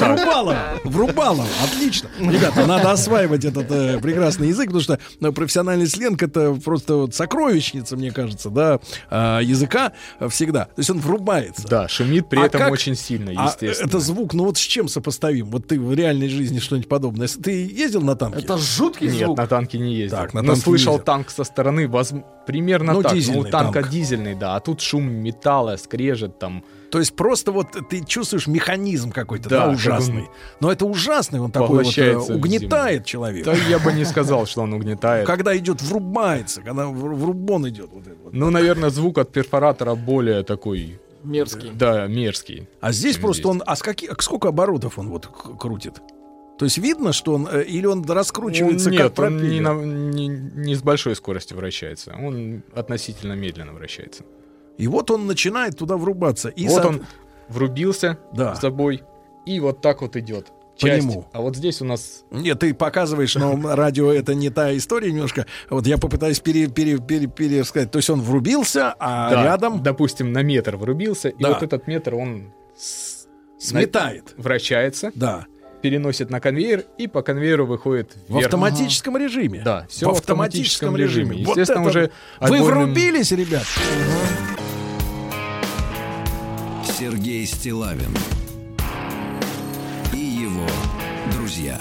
врубалово. Отлично. Ребята, надо осваивать этот прекрасный язык, потому что профессиональный сленг — это просто вот сокровищница, мне кажется, да, языка всегда. То есть он врубается. Да, шумит при этом очень сильно, естественно. Это звук, ну вот с чем сопоставим? Вот ты в реальной жизни что-нибудь подобное. Ты ездил на танке? Это жуткий звук. Нет, на танке не ездил. Но слышал танк со стороны, примерно так. Ну, танка дизельный, да. А тут шум металла, скрежет там. То есть просто вот ты чувствуешь механизм какой-то, да, ужасный. Но это ужасный, он такой вот угнетает человека. Да, я бы не сказал, что он угнетает. Когда идет, врубается, когда врубон идет. Вот это вот. Ну, наверное, звук от перфоратора более такой... Мерзкий. Да, мерзкий. А здесь просто он... А сколько оборотов он вот крутит? То есть видно, что он или он раскручивается Нет, как пропеллер? он не с большой скоростью вращается. Он относительно медленно вращается. И вот он начинает туда врубаться. И вот он врубился да. с собой, и вот так вот идет. По нему. А вот здесь у нас... Нет, ты показываешь, но радио это не та история немножко. Вот я попытаюсь пересказать. То есть он врубился, а да, рядом... Допустим, на метр врубился, да. и вот этот метр он... Сметает. Вращается. Да. Переносит на конвейер, и по конвейеру выходит вверх. В автоматическом режиме. Да, все в автоматическом режиме. Естественно, вот уже... Вы врубились, ребят? Сергей Стиллавин и его друзья.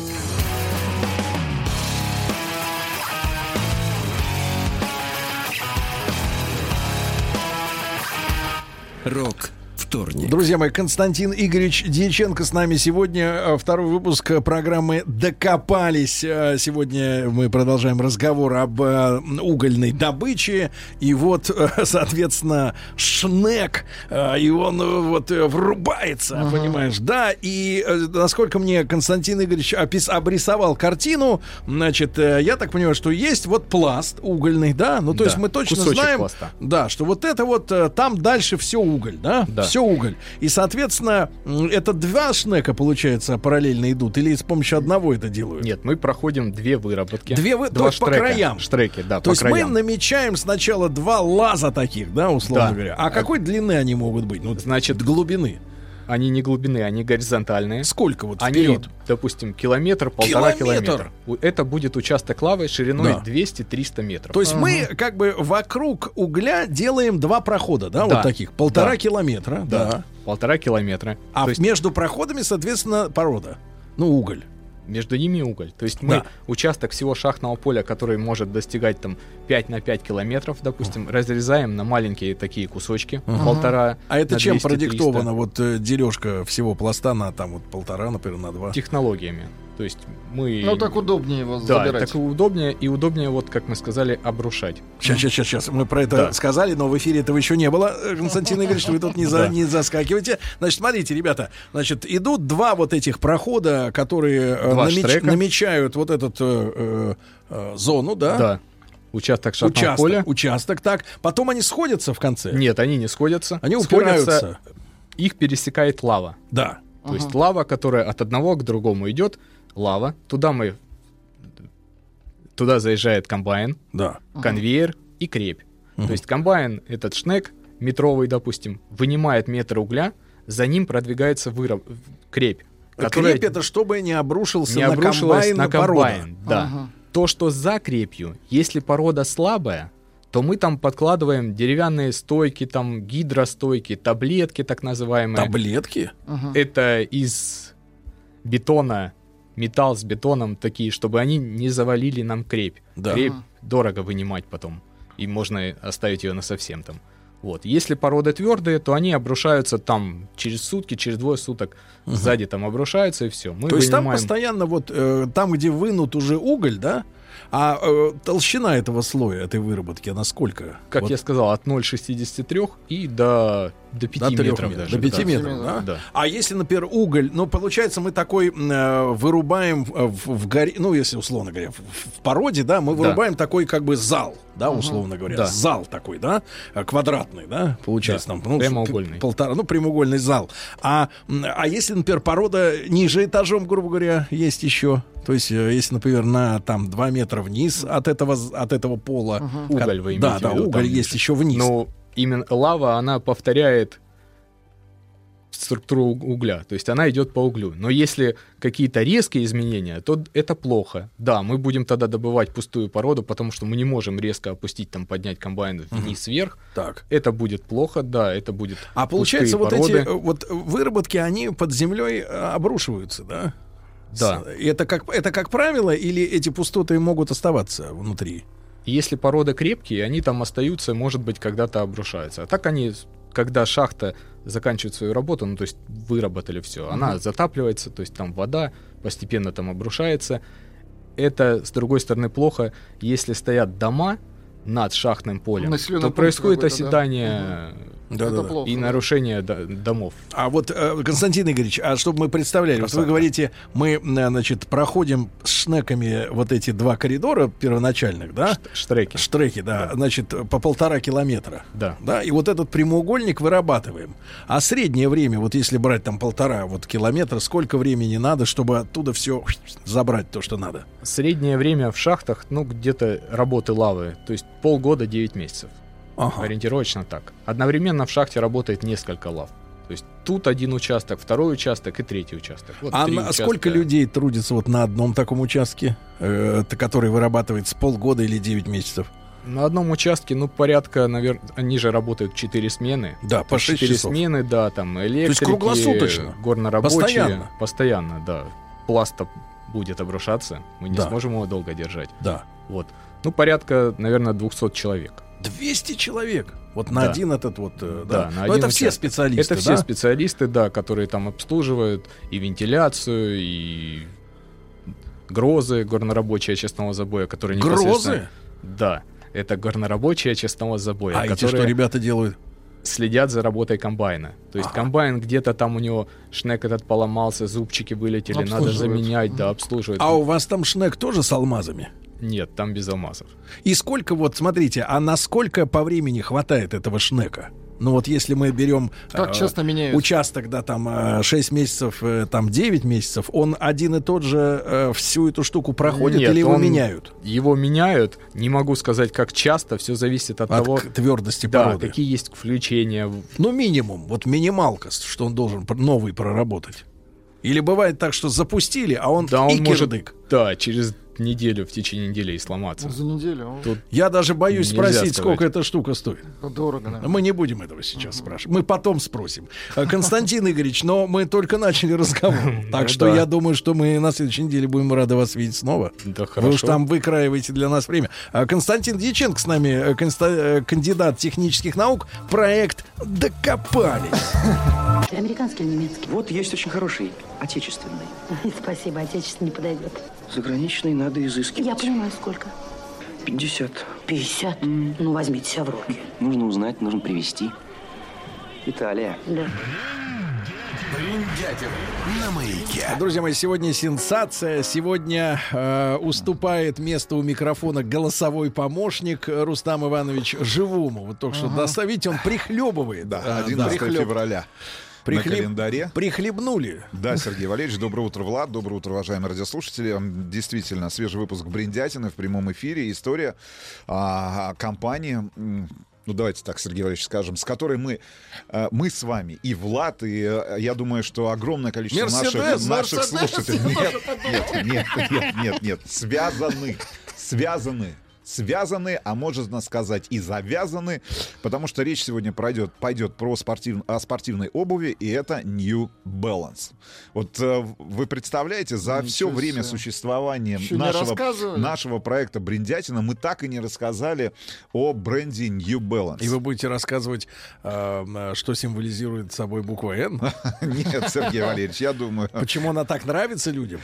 Рок-вторник. Друзья мои, Константин Игоревич Дьяченко с нами сегодня. Второй выпуск программы «Докопались». Сегодня мы продолжаем разговор об угольной добыче. И вот, соответственно, Шнек, и он вот врубается, понимаешь, да. И насколько мне Константин Игоревич обрисовал картину, значит, я так понимаю, что есть вот пласт угольный, да. Ну, то есть мы точно знаем, пласта. Да, что вот это вот там дальше все уголь, да? Да. Все уголь. И, соответственно, это два Шнека, получается, параллельно идут? Или с помощью одного это делают? Нет, мы проходим две выработки. Два штрека. По краям. Штреки, да, то по есть краям. Мы намечаем сначала два лаза таких, да, условно говоря. А какой длины они могут быть? Ну, значит, глубины. Они не глубины, они горизонтальные. Сколько вот вперед? Они, допустим, километр, полтора километра. Это будет участок лавы шириной 200-300 метров. То есть мы как бы вокруг угля делаем два прохода, да, вот таких, полтора километра. Да. 1,5 километра. А между проходами, соответственно, порода, ну, уголь. Между ними уголь. То есть мы участок всего шахтного поля, который может достигать там 5 на 5 километров, допустим, разрезаем на маленькие такие кусочки, 1,5. А это чем 200, продиктовано, вот дележка всего пласта на там вот 1,5, например, на 2? Технологиями. То есть мы... Ну, так удобнее его забирать. Да, так удобнее, и удобнее, вот, как мы сказали, обрушать. Сейчас. Мы про это сказали, но в эфире этого еще не было. Константин Игоревич, вы тут не заскакивайте. Значит, смотрите, ребята. Значит, идут два вот этих прохода, которые намечают вот эту зону, да? Да. Участок шахтного поля. Участок, так. Потом они сходятся в конце? Нет, они не сходятся. Они упираются. Их пересекает лава. Да. То есть лава, которая от одного к другому идет, лава. Туда заезжает комбайн, конвейер и крепь. То есть комбайн, этот Шнек метровый, допустим, вынимает метр угля, за ним продвигается крепь. Крепь это чтобы не обрушился на комбайн. Да. То, что за крепью, если порода слабая, то мы там подкладываем деревянные стойки, там гидростойки, таблетки так называемые. Таблетки? Это из бетона, металл с бетоном такие, чтобы они не завалили нам крепь. Да. Крепь дорого вынимать потом, и можно оставить ее насовсем там. Вот. Если породы твердые, то они обрушаются там через сутки, через 2 суток. Сзади там обрушаются, и все. То есть там постоянно вот там, где вынут уже уголь, да? А толщина этого слоя, этой выработки, она сколько? Как я сказал, от 0,63 и до 5 метров даже. До 5 метров, да? А если, например, уголь, ну, получается, мы такой вырубаем в горе, ну, если, условно говоря, в породе, да, мы вырубаем такой как бы зал, да, условно говоря. Зал такой, да, квадратный, да, получается там. Ну, прямоугольный. Прямоугольный зал. А если, например, порода ниже этажом, грубо говоря, есть еще... То есть, если, например, на там 2 метра вниз от этого пола... Уголь вы имеете в виду? Да, уголь есть еще вниз. Но именно лава, она повторяет структуру угля. То есть она идет по углю. Но если какие-то резкие изменения, то это плохо. Да, мы будем тогда добывать пустую породу, потому что мы не можем резко опустить, там, поднять комбайн вниз-вверх. Так. Это будет плохо, да, это будет А получается, вот породы. Эти вот выработки, они под землей обрушиваются, да? Да. Это как правило, или эти пустоты могут оставаться внутри? Если породы крепкие, они там остаются, может быть, когда-то обрушаются. А так они, когда шахта заканчивает свою работу, ну, то есть выработали все, она затапливается, то есть там вода постепенно там обрушается. Это, с другой стороны, плохо, если стоят дома над шахтным полем, то происходит оседание Это плохо. И нарушение домов. А вот, Константин Игоревич, а чтобы мы представляли, вот вы говорите, мы, значит, проходим с шнеками вот эти 2 коридора первоначальных, да? Штреки, да, значит, по 1,5 километра. Да. И вот этот прямоугольник вырабатываем. А среднее время, вот если брать там 1,5 километра, сколько времени надо, чтобы оттуда все забрать то, что надо? Среднее время в шахтах, где-то работы лавы, то есть полгода, 9 месяцев. Ориентировочно так. Одновременно в шахте работает несколько лав. То есть тут один участок, второй участок и третий участок. Вот сколько людей трудится вот на одном таком участке, который вырабатывается полгода или 9 месяцев? На одном участке, порядка, наверное, они же работают 4 смены. Да, по 6 4 часов. смены, да, там электрики, то есть круглосуточно? Горнорабочие. Постоянно, да. Пласт будет обрушаться, мы не сможем его долго держать. Да. Вот. Порядка, наверное, 200 человек. 200 человек? Вот на один этот вот... Да, на Но один это все специалисты, Это все специалисты, да, которые там обслуживают и вентиляцию, и грозы горнорабочие очистного забоя, которые непосредственно... Грозы? Да, это горнорабочие очистного забоя. А эти что ребята делают? Следят за работой комбайна. То есть комбайн где-то там у него шнек этот поломался, зубчики вылетели, надо заменять, да, обслуживать. А у вас там шнек тоже с алмазами? Нет, там без алмазов. И сколько, вот смотрите, а насколько по времени хватает этого шнека? Ну вот если мы берем участок, да, там 6 месяцев, там 9 месяцев, он один и тот же всю эту штуку проходит? Нет, или его меняют? Его меняют, не могу сказать, как часто, все зависит от того... твердости породы. Да, какие есть включения. Ну минимум, вот минималка, что он должен новый проработать. Или бывает так, что запустили, а он может, да, через неделю, в течение недели и сломаться. За неделю. Я даже боюсь спросить, сколько эта штука стоит. Дорого, наверное. Мы не будем этого сейчас спрашивать. Мы потом спросим. Константин Игоревич, но мы только начали разговор. Так что я думаю, что мы на следующей неделе будем рады вас видеть снова. Да, хорошо. Вы уж там выкраиваете для нас время. Константин Дьяченко с нами, кандидат технических наук. Проект «Докопались». Американский или немецкий? Вот есть очень хороший, отечественный. Спасибо, отечественный не подойдет. Заграничный надо изыскивать. Я понимаю, сколько? 50. 50? Ну, возьмите себя в руки. Нужно узнать, нужно привезти. Италия. Да. Бриндятин на маяке. Друзья мои, сегодня сенсация. Сегодня уступает место у микрофона голосовой помощник Рустам Иванович Живому. Вот только что доставите, он прихлебывает. Да, 11 февраля. На календаре. Прихлебнули. Да, Сергей Валерьевич, доброе утро, Влад, доброе утро, уважаемые радиослушатели. Действительно, свежий выпуск «Бриндятины» в прямом эфире. История компании, ну давайте так, Сергей Валерьевич, скажем, с которой мы с вами, и Влад, и я думаю, что огромное количество наших слушателей... Нет, связаны, а можно сказать и завязаны, потому что речь сегодня пойдет про спортивной обуви, и это New Balance. Вот вы представляете, за все время существования нашего проекта «Бриндятина» мы так и не рассказали о бренде New Balance. И вы будете рассказывать, что символизирует собой буква «Н»? Нет, Сергей Валерьевич, я думаю... Почему она так нравится людям?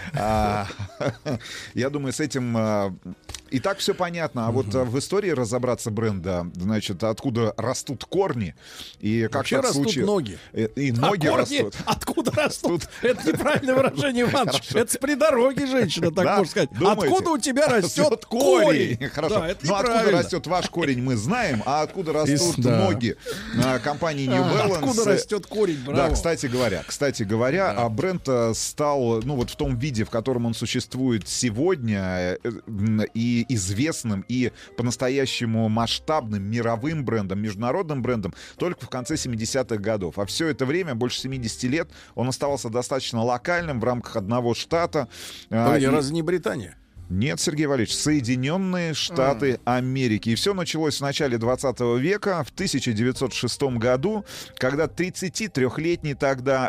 Я думаю, с этим и так все понятно. А вот в истории разобраться бренда, значит, откуда растут корни и как вообще растут ноги. И ноги растут. Откуда растут? Это неправильное выражение, Иваныч. Это с придороги, женщина, так можно сказать. Откуда у тебя растет корень? Хорошо. Ну откуда растет ваш корень, мы знаем, а откуда растут ноги компании New Balance? Откуда растет корень? Да, кстати говоря, бренд стал, ну вот в том виде, в котором он существует сегодня, и известным, и по-настоящему масштабным мировым брендом, международным брендом только в конце 70-х годов. А все это время, больше 70 лет, он оставался достаточно локальным в рамках одного штата. Разве не Британия? Нет, Сергей Валерьевич, Соединенные Штаты Америки. И все началось в начале 20 века, в 1906 году, когда 33-летний тогда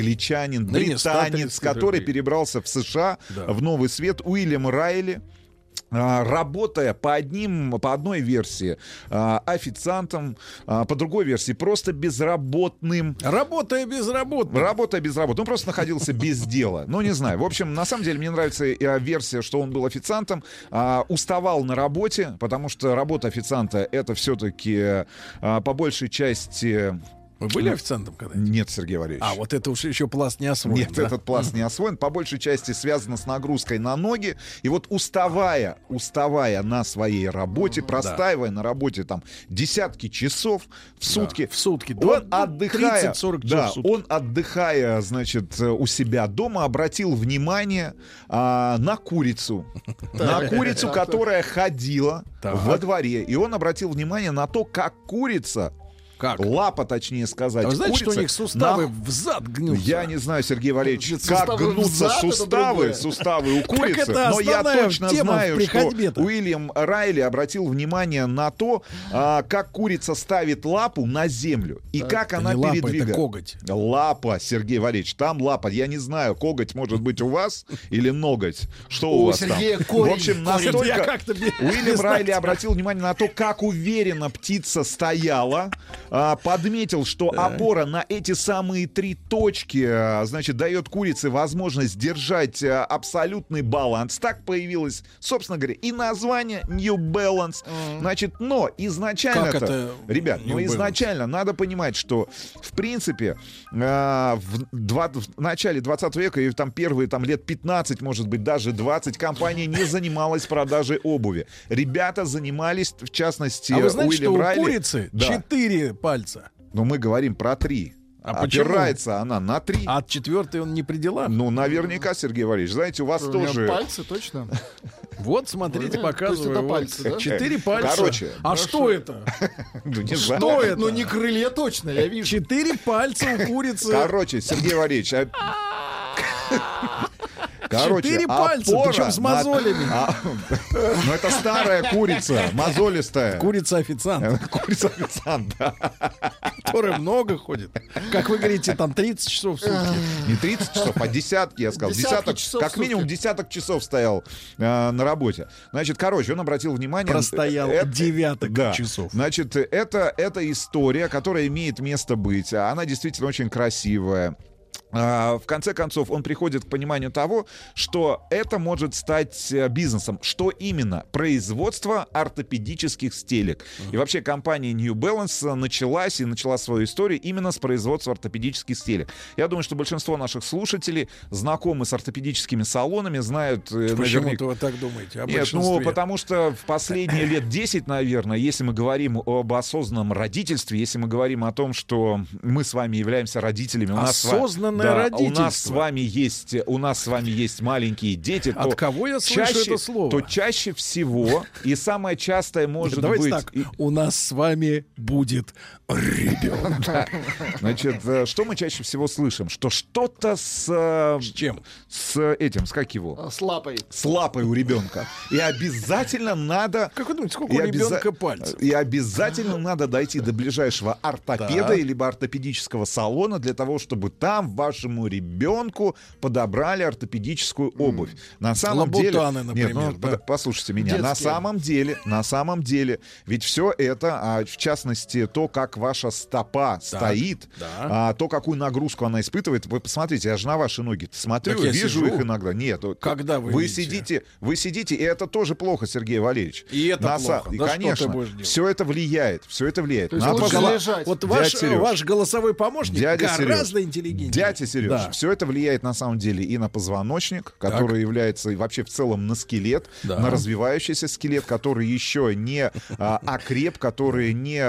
англичанин, британец, который перебрался в США, в Новый Свет, Уильям Райли, работая по одной версии официантом, по другой версии просто безработным. Работая безработным. Он просто находился без дела. Ну, не знаю. В общем, на самом деле, мне нравится версия, что он был официантом, уставал на работе, потому что работа официанта — это все-таки по большей части... Вы были официантом когда-нибудь? Нет, Сергей Валерьевич. Вот это уж еще пласт не освоен. Нет, этот пласт не освоен. По большей части связано с нагрузкой на ноги. И вот уставая на своей работе, простаивая на работе там десятки часов в сутки. В сутки. Он отдыхая, 30-40 часов в сутки. Он отдыхая, значит, у себя дома, обратил внимание на курицу. На курицу, которая ходила во дворе. И он обратил внимание на то, как курица... Лапа, точнее сказать. А вы знаете, что у них суставы взад гнутся? Я не знаю, Сергей Валерьевич, как гнутся суставы у курицы, но я точно знаю, что Уильям Райли обратил внимание на то, как курица ставит лапу на землю и как она передвигается. Это коготь. Лапа, Сергей Валерьевич, там лапа. Я не знаю, коготь может быть у вас или ноготь. Что у вас там? В общем, настолько Уильям Райли обратил внимание на то, как уверенно птица стояла, подметил, что опора на эти самые 3 точки, значит, дает курице возможность держать абсолютный баланс. Так появилось, собственно говоря, и название New Balance. Значит, но изначально-то, ребят, изначально надо понимать, что, в принципе, в начале 20 века и там первые лет 15, может быть, даже 20, компания не занималась продажей обуви. Ребята занимались, в частности, вы знаете, Уильям Райли. У курицы 4 пальца. Но мы говорим про 3. Опирается она на 3. А от 4-й он не при делах? Ну, наверняка, Сергей Валерьевич. Знаете, у вас тоже... Пальцы, точно. Вот, смотрите, показываю. Это пальцы, да? 4 пальца. Короче. Что это? Что это? Ну, не крылья точно, я вижу. 4 пальца у курицы. Короче, Сергей Валерьевич... 4 пальца, причем с мозолями. Ну, это старая курица, мозолистая. Курица-официант. Курица-официант, да. Которая много ходит. Как вы говорите, там 30 часов в сутки. Не 30 часов, а десятки, я сказал. Десяток, как минимум десяток часов стоял на работе. Значит, короче, он обратил внимание... Простоял девяток часов. Значит, это история, которая имеет место быть. Она действительно очень красивая. В конце концов, он приходит к пониманию того, что это может стать бизнесом. Что именно? Производство ортопедических стелек. И вообще компания New Balance начала свою историю именно с производства ортопедических стелек. Я думаю, что большинство наших слушателей знакомы с ортопедическими салонами, знают... Почему-то вы так думаете? Нет, потому что в последние лет 10, наверное, если мы говорим об осознанном родительстве, если мы говорим о том, что мы с вами являемся родителями... Осознанное у нас с вами есть маленькие дети. От кого я слышу это слово? То чаще всего, и самое частое может Давайте быть... так, у нас с вами будет ребенок. Значит, что мы чаще всего слышим? Что что-то с чем? С этим, как его? С лапой. С лапой у ребенка. И обязательно надо... Как вы думаете, сколько у ребенка пальцев? И обязательно надо дойти до ближайшего ортопеда либо ортопедического салона для того, чтобы там вашему ребенку подобрали ортопедическую обувь. На самом деле... например. Послушайте меня. На самом деле, ведь все это, в частности, то, как ваша стопа стоит, то, какую нагрузку она испытывает. Вы посмотрите, я же на ваши ноги смотрю, вижу их иногда. Нет. Когда вы сидите, и это тоже плохо, Сергей Валерьевич. И это плохо. И, конечно, все это влияет. Вот ваш голосовой помощник гораздо интеллигентнее. Дядя Сереж, все это влияет на самом деле и на позвоночник, который является и вообще в целом на скелет, на развивающийся скелет, который еще не окреп, который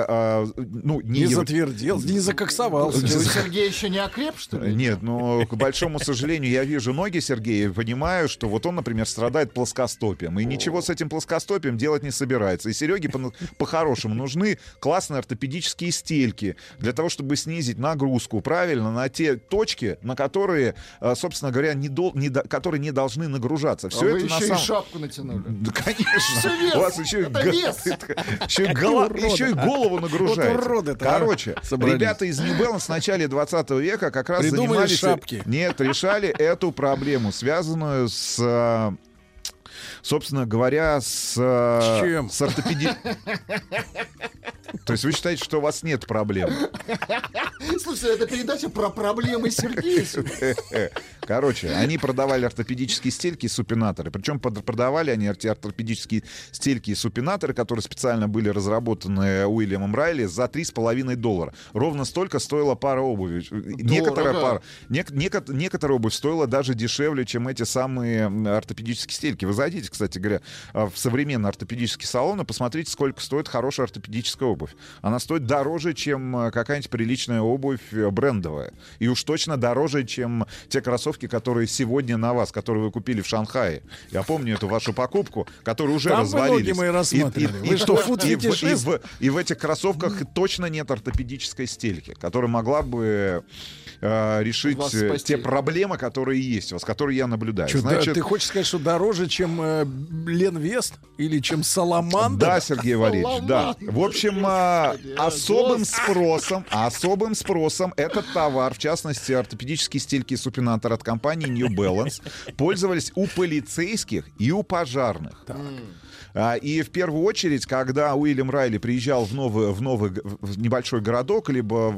не затвердел, не закоксовался. Сергей еще не окреп, что ли? Нет, но, к большому сожалению, я вижу ноги Сергея и понимаю, что вот он, например, страдает плоскостопием, и ничего с этим плоскостопием делать не собирается. И Сереге по-хорошему нужны классные ортопедические стельки для того, чтобы снизить нагрузку, правильно, на те точки, на которые, собственно говоря, которые не должны нагружаться. Все это вы еще и шапку натянули. Да, конечно. У вас еще и голову нагружаете. Короче, ребята из New Balance в начале 20 века как раз занимались... шапки. Нет, решали эту проблему, связанную с Собственно говоря, с ортопедией. То есть вы считаете, что у вас нет проблем? Слушай, это передача про проблемы Сергея. Короче, они продавали ортопедические стельки и супинаторы. Причем продавали они эти ортопедические стельки и супинаторы, которые специально были разработаны Уильямом Райли, за $3,5. Ровно столько стоила пара обуви. Некоторая обувь стоила даже дешевле, чем эти самые ортопедические стельки. Вы зайдите, кстати говоря, в современные ортопедические салоны, посмотрите, сколько стоит хорошая ортопедическая обувь. Она стоит дороже, чем какая-нибудь приличная обувь брендовая. И уж точно дороже, чем те кроссовки, которые сегодня на вас, которые вы купили в Шанхае. Я помню эту вашу покупку, которые уже развалились. Мы рассматривали. Вы что, фуд-фетишист? И в этих кроссовках точно нет ортопедической стельки, которая могла бы решить те проблемы, которые есть у вас, которые я наблюдаю. Что, значит, ты хочешь сказать, что дороже, чем Лен Вест или чем Саламандр? Да, Сергей Валерьевич, да. В общем, особым спросом этот товар, в частности, ортопедические стельки и супинатор от компании New Balance, пользовались у полицейских и у пожарных. И в первую очередь, когда Уильям Райли приезжал в небольшой городок, либо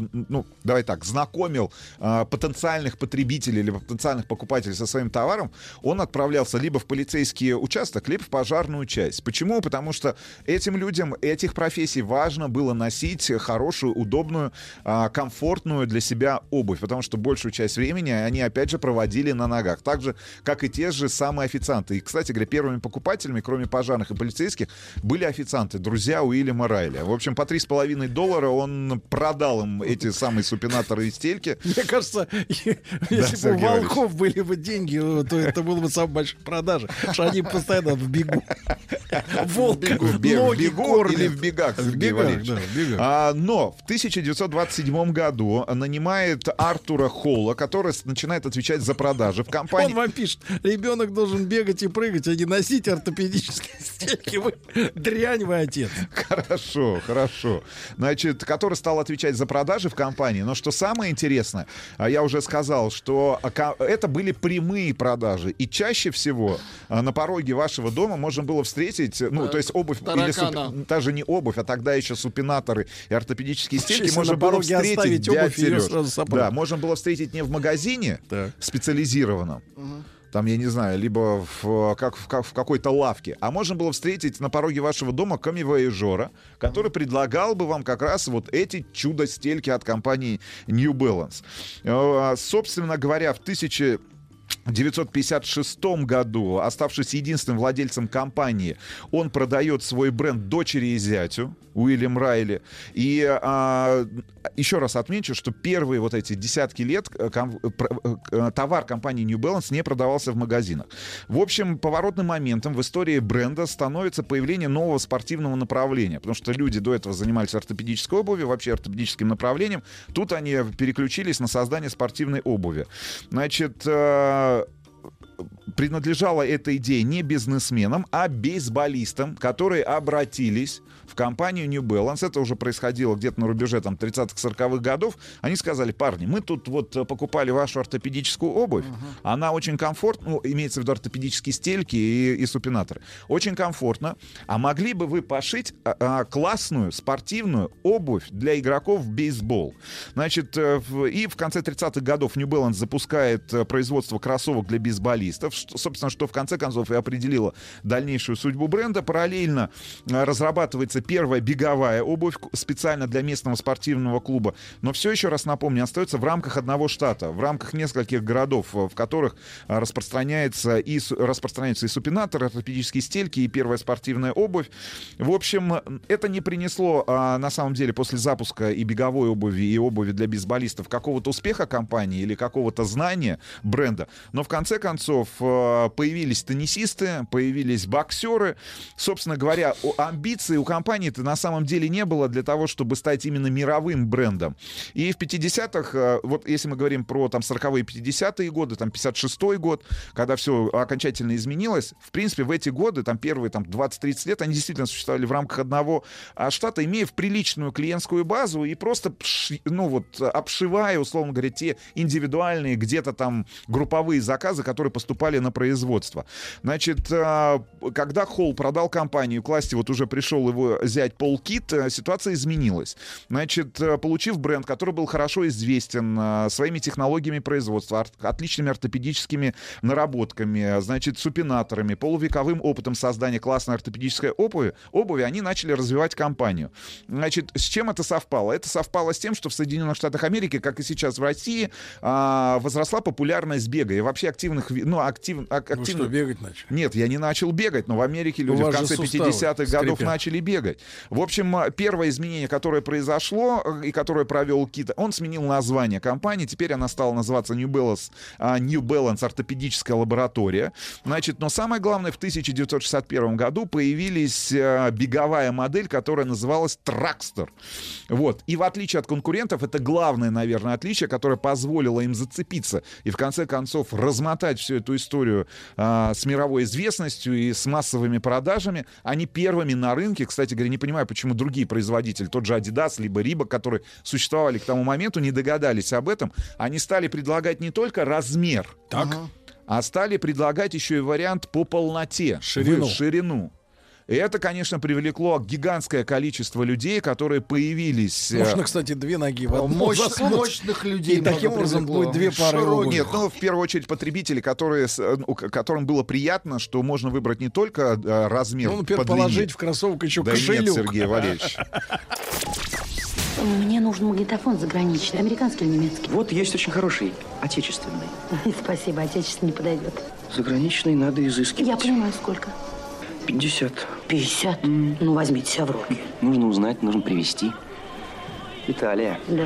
знакомил потенциальных потребителей, либо потенциальных покупателей со своим товаром, он отправлялся либо в полицейский участок, либо в пожарную часть. Почему? Потому что этим людям, этих профессий важно было носить хорошую, удобную, комфортную для себя обувь, потому что большую часть времени они, опять же, проводили на ногах. Так же, как и те же самые официанты. И, кстати говоря, первыми покупателями, кроме пожарных и полицейских, были официанты, друзья Уильяма Райли. В общем, по $3,5 он продал им эти самые супинаторы и стельки. Мне кажется, если бы у волков были бы деньги, то это было бы самая большая продажа, что они постоянно в бегу. Волк в бегу или в бегах, Сергей Валерьевич. Но в 1927 году нанимает Артура Холла, который начинает отвечать за продажи в компании. Он вам пишет: ребенок должен бегать и прыгать, а не носить ортопедические стельки. Вы дрянь, вы отец. Хорошо. Значит, который стал отвечать за продажи в компании. Но что самое интересное, я уже сказал, что это были прямые продажи. И чаще всего на пороге вашего дома можно было встретить, то есть обувь, или даже не обувь, а тогда еще супинаторы и ортопедические стельки можно было встретить дядь Серёж. Да, можно было встретить не в магазине специализированном, там, я не знаю, либо в какой-то лавке, а можно было встретить на пороге вашего дома камевояжера, который предлагал бы вам как раз вот эти чудо-стельки от компании New Balance. Собственно говоря, в 1956 году, оставшись единственным владельцем компании, он продает свой бренд дочери и зятю, Уильям Райли. И еще раз отмечу, что первые вот эти десятки лет товар компании New Balance не продавался в магазинах. В общем, поворотным моментом в истории бренда становится появление нового спортивного направления, потому что люди до этого занимались ортопедической обувью, вообще ортопедическим направлением. Тут они переключились на создание спортивной обуви. Значит, принадлежала эта идея не бизнесменам, а бейсболистам, которые обратились в компанию New Balance. Это уже происходило где-то на рубеже там 30-х, 40-х годов. Они сказали: парни, мы тут вот покупали вашу ортопедическую обувь. Она очень комфортна, имеется в виду ортопедические стельки и супинаторы. Очень комфортно. А могли бы вы пошить классную спортивную обувь для игроков в бейсбол? Значит, и в конце 30-х годов New Balance запускает производство кроссовок для бейсболистов, собственно, что в конце концов и определило дальнейшую судьбу бренда. Параллельно разрабатывается первая беговая обувь специально для местного спортивного клуба. Но все, еще раз напомню, остается в рамках одного штата, в рамках нескольких городов, в которых распространяются и супинаторы, ортопедические стельки, и первая спортивная обувь. В общем, это не принесло на самом деле после запуска и беговой обуви, и обуви для бейсболистов какого-то успеха компании или какого-то знания бренда. Но в конце концов появились теннисисты, появились боксеры. Собственно говоря, амбиций у компании-то на самом деле не было для того, чтобы стать именно мировым брендом. И в 50-х, вот если мы говорим про там 40-е, 50-е годы, там 56-й год, когда все окончательно изменилось, в принципе, в эти годы, там первые там 20-30 лет, они действительно существовали в рамках одного штата, имея приличную клиентскую базу и просто, обшивая, условно говоря, те индивидуальные где-то там групповые заказы, которые поступали поступали на производство. Значит, когда Холл продал компанию, к власти вот уже пришел его зять Пол Кит, ситуация изменилась. Значит, получив бренд, который был хорошо известен своими технологиями производства, отличными ортопедическими наработками, значит, супинаторами, полувековым опытом создания классной ортопедической обуви, они начали развивать компанию. Значит, с чем это совпало? Это совпало с тем, что в Соединенных Штатах Америки, как и сейчас в России, возросла популярность бега и вообще активных... Вы что, бегать начали? Нет, я не начал бегать, но в Америке люди в конце 50-х годов начали бегать. В общем, первое изменение, которое произошло и которое провел Кит, он сменил название компании. Теперь она стала называться New Balance ортопедическая лаборатория. Значит, но самое главное, в 1961 году появилась беговая модель, которая называлась Trackster. Вот. И в отличие от конкурентов, это главное, наверное, отличие, которое позволило им зацепиться и в конце концов размотать всю эту историю с мировой известностью и с массовыми продажами. Они первыми на рынке, кстати говоря, не понимаю, почему другие производители, тот же Adidas, либо Reebok, которые существовали к тому моменту, не догадались об этом. Они стали предлагать не только размер, а стали предлагать еще и вариант по полноте, ширину. И это, конечно, привлекло гигантское количество людей, которые появились... Можно, кстати, две ноги в одну мощных людей. И таким образом будет две пары обуви. Нет, в первую очередь потребители, которым было приятно, что можно выбрать не только размер по длине. Положить в кроссовок еще кошелек. Нет, Сергей Валерьевич. Мне нужен магнитофон заграничный, американский или немецкий? Вот есть очень хороший, отечественный. Спасибо, отечественный не подойдет. Заграничный надо изыскивать. Я понимаю, сколько? 50. 50? Ну, возьмите себя в руки. Нужно узнать, нужно привезти. Италия. Да.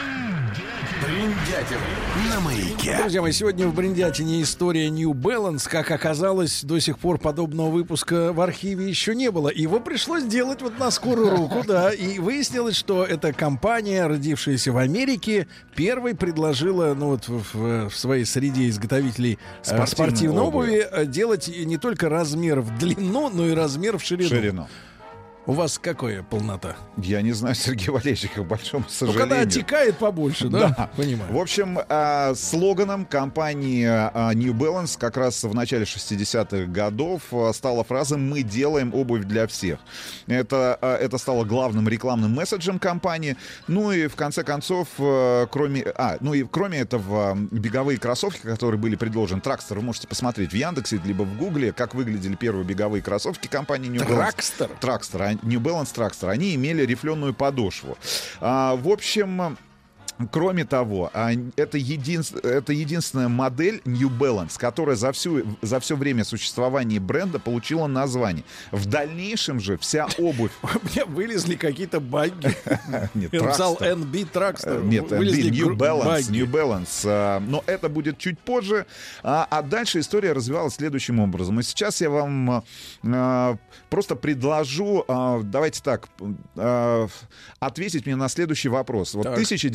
Бриндятин на маяке. Друзья мои, сегодня в Бриндятине история New Balance. Как оказалось, до сих пор подобного выпуска в архиве еще не было. Его пришлось делать вот на скорую руку, да. И выяснилось, что эта компания, родившаяся в Америке, первой предложила, ну вот в своей среде изготовителей спортивной обуви делать не только размер в длину, но и размер в ширину. У вас какая полнота? Я не знаю, Сергей Валерьевич, к большому сожалению. Ну, когда отекает побольше, да? Понимаю. В общем, слоганом компании New Balance как раз в начале 60-х годов стала фраза «Мы делаем обувь для всех». Это стало главным рекламным месседжем компании. Ну и в конце концов, кроме этого, беговые кроссовки, которые были предложены, Trackster, вы можете посмотреть в Яндексе либо в Гугле, как выглядели первые беговые кроссовки компании New Balance. Trackster, New Balance Trackster, они имели рифленую подошву. В общем, кроме того, это единственная модель New Balance, которая за все время существования бренда получила название. В дальнейшем же вся обувь... У меня вылезли какие-то багги. Нет, я написал NB Trackster. Нет, New Balance. Но это будет чуть позже. А дальше история развивалась следующим образом. И сейчас я вам просто предложу, давайте так, ответить мне на следующий вопрос. Вот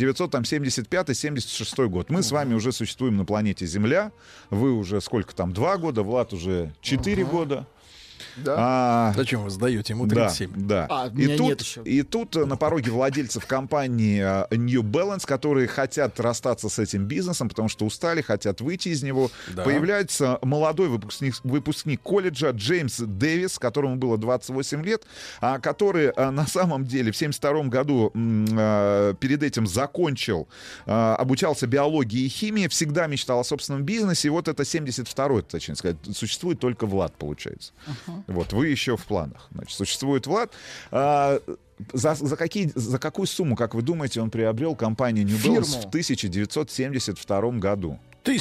1975-76 год. Мы с вами уже существуем на планете Земля. Вы уже сколько там, 2 года, Влад уже 4 года. Да. Зачем вы сдаете ему 37? Да. И тут на пороге владельцев компании New Balance, которые хотят расстаться с этим бизнесом, потому что устали, хотят выйти из него, появляется молодой выпускник колледжа Джеймс Дэвис, которому было 28 лет, который на самом деле в 1972 году перед этим обучался биологии и химии, всегда мечтал о собственном бизнесе, и вот это 72-й, точнее сказать, существует только Влад, получается. Вот, вы еще в планах. Значит, существует Влад. За какую сумму, как вы думаете, он приобрел компанию New Balance в 1972 году?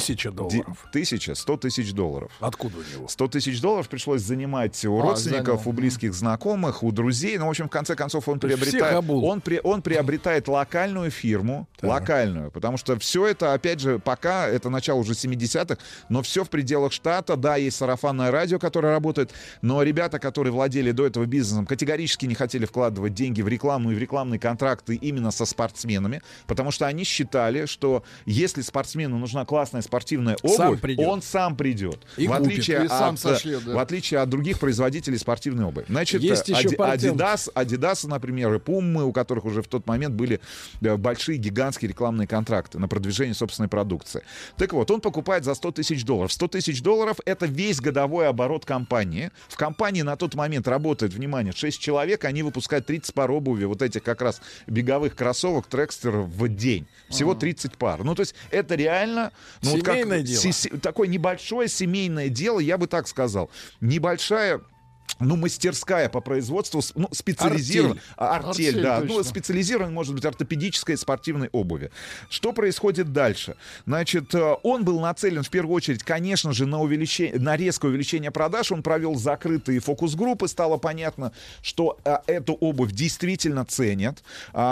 $1000. 100 тысяч долларов. Откуда у него? 100 тысяч долларов пришлось занимать у родственников, у близких знакомых, у друзей. Ну, в общем, в конце концов, он приобретает локальную фирму. Локальную. Потому что все это, опять же, пока это начало уже 70-х, но все в пределах штата. Да, есть сарафанное радио, которое работает. Но ребята, которые владели до этого бизнесом, категорически не хотели вкладывать деньги в рекламу и в рекламные контракты именно со спортсменами. Потому что они считали, что если спортсмену нужна классная классная спортивная Сам обувь, придет. он сам придет. И В купит, отличие и сам от, сошлет, да. в отличие от других производителей спортивной обуви. Значит, Есть еще Adidas, например, и Puma, у которых уже в тот момент были большие гигантские рекламные контракты на продвижение собственной продукции. Так вот, он покупает за 100 тысяч долларов. 100 тысяч долларов — это весь годовой оборот компании. В компании на тот момент работает, внимание, 6 человек, они выпускают 30 пар обуви, вот этих как раз беговых кроссовок Трекстер в день. Всего 30 пар. Ну, то есть это реально... Ну, семейное вот как, дело. такое небольшое семейное дело, я бы так сказал. Небольшая... Ну, мастерская по производству, ну, специализированная. Артель, да. точно. Ну, специализированная, может быть, ортопедической спортивной обуви. Что происходит дальше? Значит, он был нацелен в первую очередь, конечно же, на резкое увеличение продаж. Он провел закрытые фокус-группы. Стало понятно, что эту обувь действительно ценят,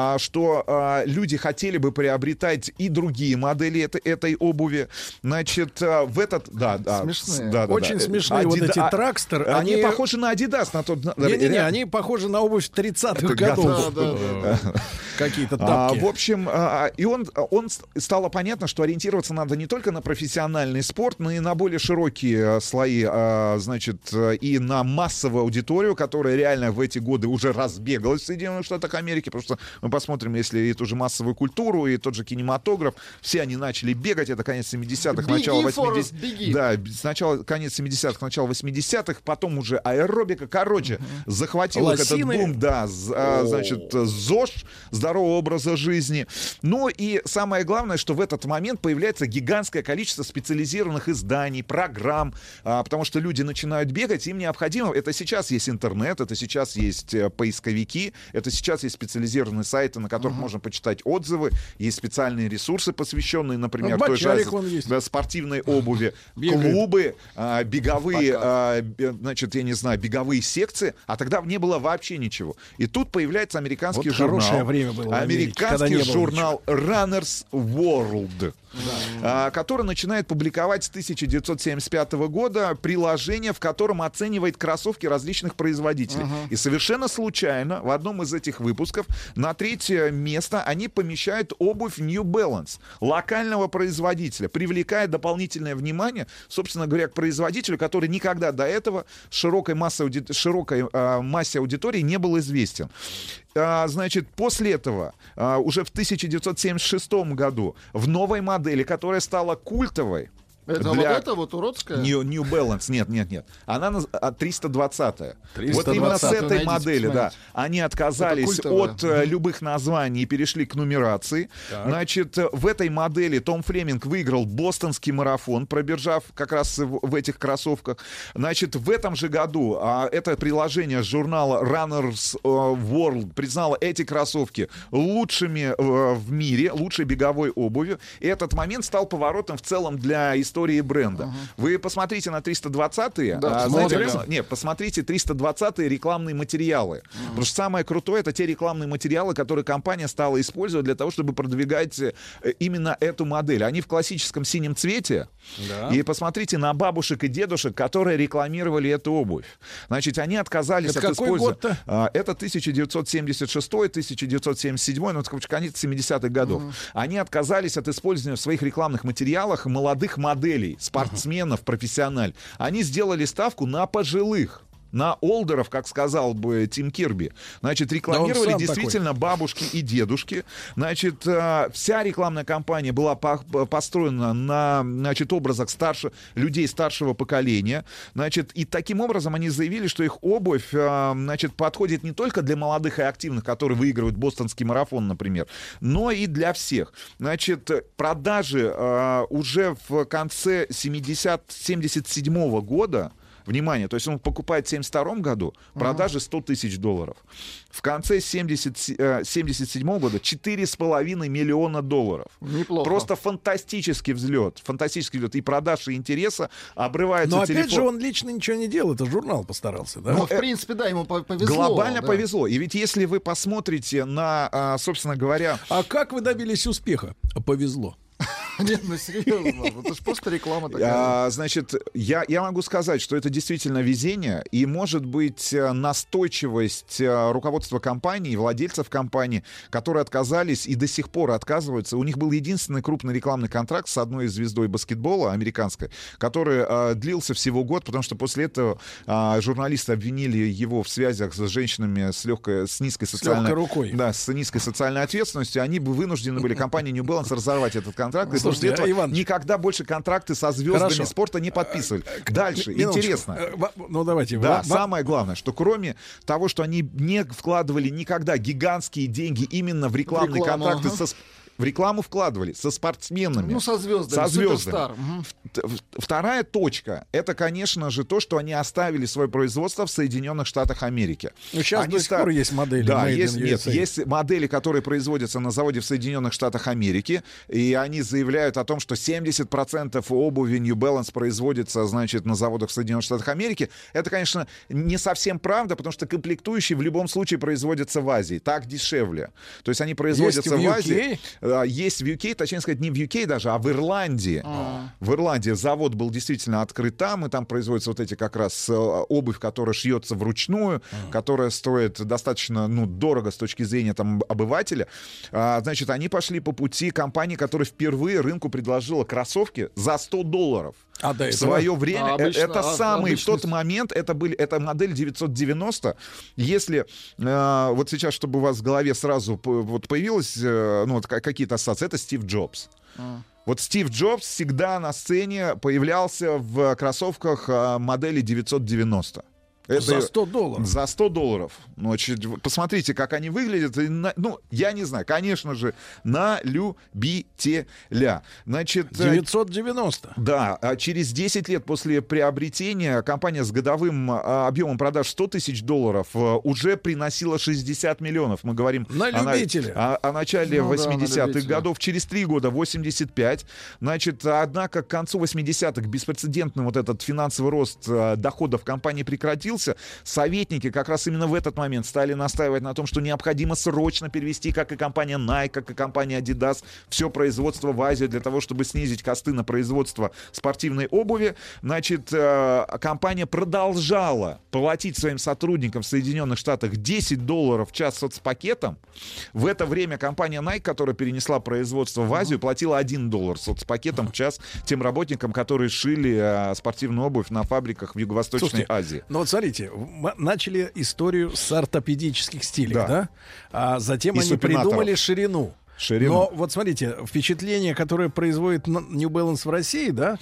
что люди хотели бы приобретать и другие модели этой обуви. Значит, в этот... Смешные. Очень смешные вот эти Тракстер. Они похожи на Adidas, на тот... Не-не-не, они похожи на обувь 30-х годов. Какие-то тапки. В общем, и он стало понятно, что ориентироваться надо не только на профессиональный спорт, но и на более широкие слои, значит, и на массовую аудиторию, которая реально в эти годы уже разбегалась в Соединенных Штатах Америки, потому что мы посмотрим, если и ту же массовую культуру, и тот же кинематограф, все они начали бегать, это конец 70-х, начало 80-х. Да, сначала конец 70-х, начало 80-х, потом уже аэробика. Короче, захватил их этот бум, да, значит, ЗОЖ, здорового образа жизни. Ну и самое главное, что в этот момент появляется гигантское количество специализированных изданий, программ, потому что люди начинают бегать, им необходимо, это сейчас есть интернет, это сейчас есть поисковики, это сейчас есть специализированные сайты, на которых можно почитать отзывы, есть специальные ресурсы, посвященные, например, той же спортивной обуви, клубы, беговые, значит, я не знаю, беговые секции, а тогда не было вообще ничего. И тут появляется американский журнал. Хорошее время было в Америке, американский журнал Runner's World, который начинает публиковать с 1975 года приложение, в котором оценивает кроссовки различных производителей. И совершенно случайно в одном из этих выпусков на 3-е место они помещают обувь New Balance, локального производителя, привлекая дополнительное внимание, собственно говоря, к производителю, который никогда до этого широкой массе аудитории не был известен. Значит, после этого, уже в 1976 году, в новой модели, которая стала культовой, это вот эта вот уродская? New Balance, нет. Она 320-я. Вот именно с этой модели, да. Они отказались от любых названий и перешли к нумерации. Так. Значит, в этой модели Том Флеминг выиграл бостонский марафон, пробежав как раз в этих кроссовках. Значит, в этом же году это приложение журнала Runner's World признало эти кроссовки лучшими в мире, лучшей беговой обувью. И этот момент стал поворотом в целом для истории бренда. Вы посмотрите на 320-е, посмотрите 320-е рекламные материалы. Потому что самое крутое — это те рекламные материалы, которые компания стала использовать для того, чтобы продвигать именно эту модель. Они в классическом синем цвете. Да. И посмотрите на бабушек и дедушек, которые рекламировали эту обувь. Значит, они отказались от использования. Это 1976-1977, ну, конец 70-х годов. Они отказались от использования в своих рекламных материалах молодых моделей, спортсменов, профессионалов. Они сделали ставку на пожилых, на олдеров, как сказал бы Тим Кирби. Значит, рекламировали действительно бабушки и дедушки. Значит, вся рекламная кампания была построена на, значит, образах людей старшего поколения. Значит, и таким образом они заявили, что их обувь, значит, подходит не только для молодых и активных, которые выигрывают бостонский марафон, например, но и для всех. Значит, продажи уже в конце 1977 года, внимание, то есть он покупает в 1972 году, продажи $100 тысяч. В конце 1977 года $4,5 миллиона. Неплохо. Просто фантастический взлет. И продаж, и интереса. Обрывается телефон. Но опять же он лично ничего не делал, это журнал постарался. Да? Ну, в принципе, да, ему повезло. Глобально повезло. И ведь если вы посмотрите на, собственно говоря... А как вы добились успеха? Повезло. Нет, ну серьезно, это же просто реклама такая. Значит, я могу сказать, что это действительно везение, и, может быть, настойчивость руководства компании, владельцев компании, которые отказались и до сих пор отказываются. У них был единственный крупный рекламный контракт с одной звездой баскетбола американской, который длился всего год, потому что после этого журналисты обвинили его в связях с женщинами с низкой социальной рукой. Да, с низкой социальной ответственностью. Они бы вынуждены были, компания New Balance, разорвать этот контракт. И после этого никогда больше контракты со звездами спорта не подписывали. Дальше, интересно. Ну, давайте. Да, самое главное, что кроме того, что они не вкладывали никогда гигантские деньги именно в рекламные контракты в рекламу вкладывали со спортсменами. Ну, со звездами. Вторая точка — это, конечно же, то, что они оставили свое производство в Соединенных Штатах Америки. Ну, сейчас до сих пор есть модели. Да, есть модели, которые производятся на заводе в Соединенных Штатах Америки, и они заявляют о том, что 70% обуви New Balance производится, значит, на заводах в Соединенных Штатах Америки. Это, конечно, не совсем правда, потому что комплектующие в любом случае производятся в Азии. Так дешевле. То есть они производятся в Азии. Есть в UK, точнее сказать, не в UK даже, а в Ирландии. В Ирландии завод был действительно открыт там, и там производится вот эти как раз обувь, которая шьется вручную, которая стоит достаточно дорого с точки зрения там обывателя. Значит, они пошли по пути компании, которая впервые рынку предложила кроссовки за $100. В свое время в тот момент это модель 990. Если вот сейчас, чтобы у вас в голове сразу вот появилось какие-то ассоциации, это Стив Джобс. Вот Стив Джобс всегда на сцене появлялся в кроссовках модели 990. Это за $100. За $100. Посмотрите, как они выглядят. Я не знаю, конечно же, на любителя. Значит, 990. Да, через 10 лет после приобретения компания с годовым объемом продаж $100 тысяч уже приносила 60 миллионов. Мы говорим о начале 80-х годов. Через 3 года 85. Значит, однако к концу 80-х беспрецедентный вот этот финансовый рост доходов компании прекратился. Советники как раз именно в этот момент стали настаивать на том, что необходимо срочно перевести, как и компания Nike, как и компания Adidas, все производство в Азию для того, чтобы снизить косты на производство спортивной обуви. Значит, компания продолжала платить своим сотрудникам в Соединенных Штатах $10 в час соцпакетом. В это время компания Nike, которая перенесла производство в Азию, платила $1 соцпакетом в час тем работникам, которые шили спортивную обувь на фабриках в Юго-Восточной Азии. Ну вот смотрите, начали историю с ортопедических стилей, да? А затем они придумали ширину. Но вот смотрите, впечатление, которое производит New Balance в России, да,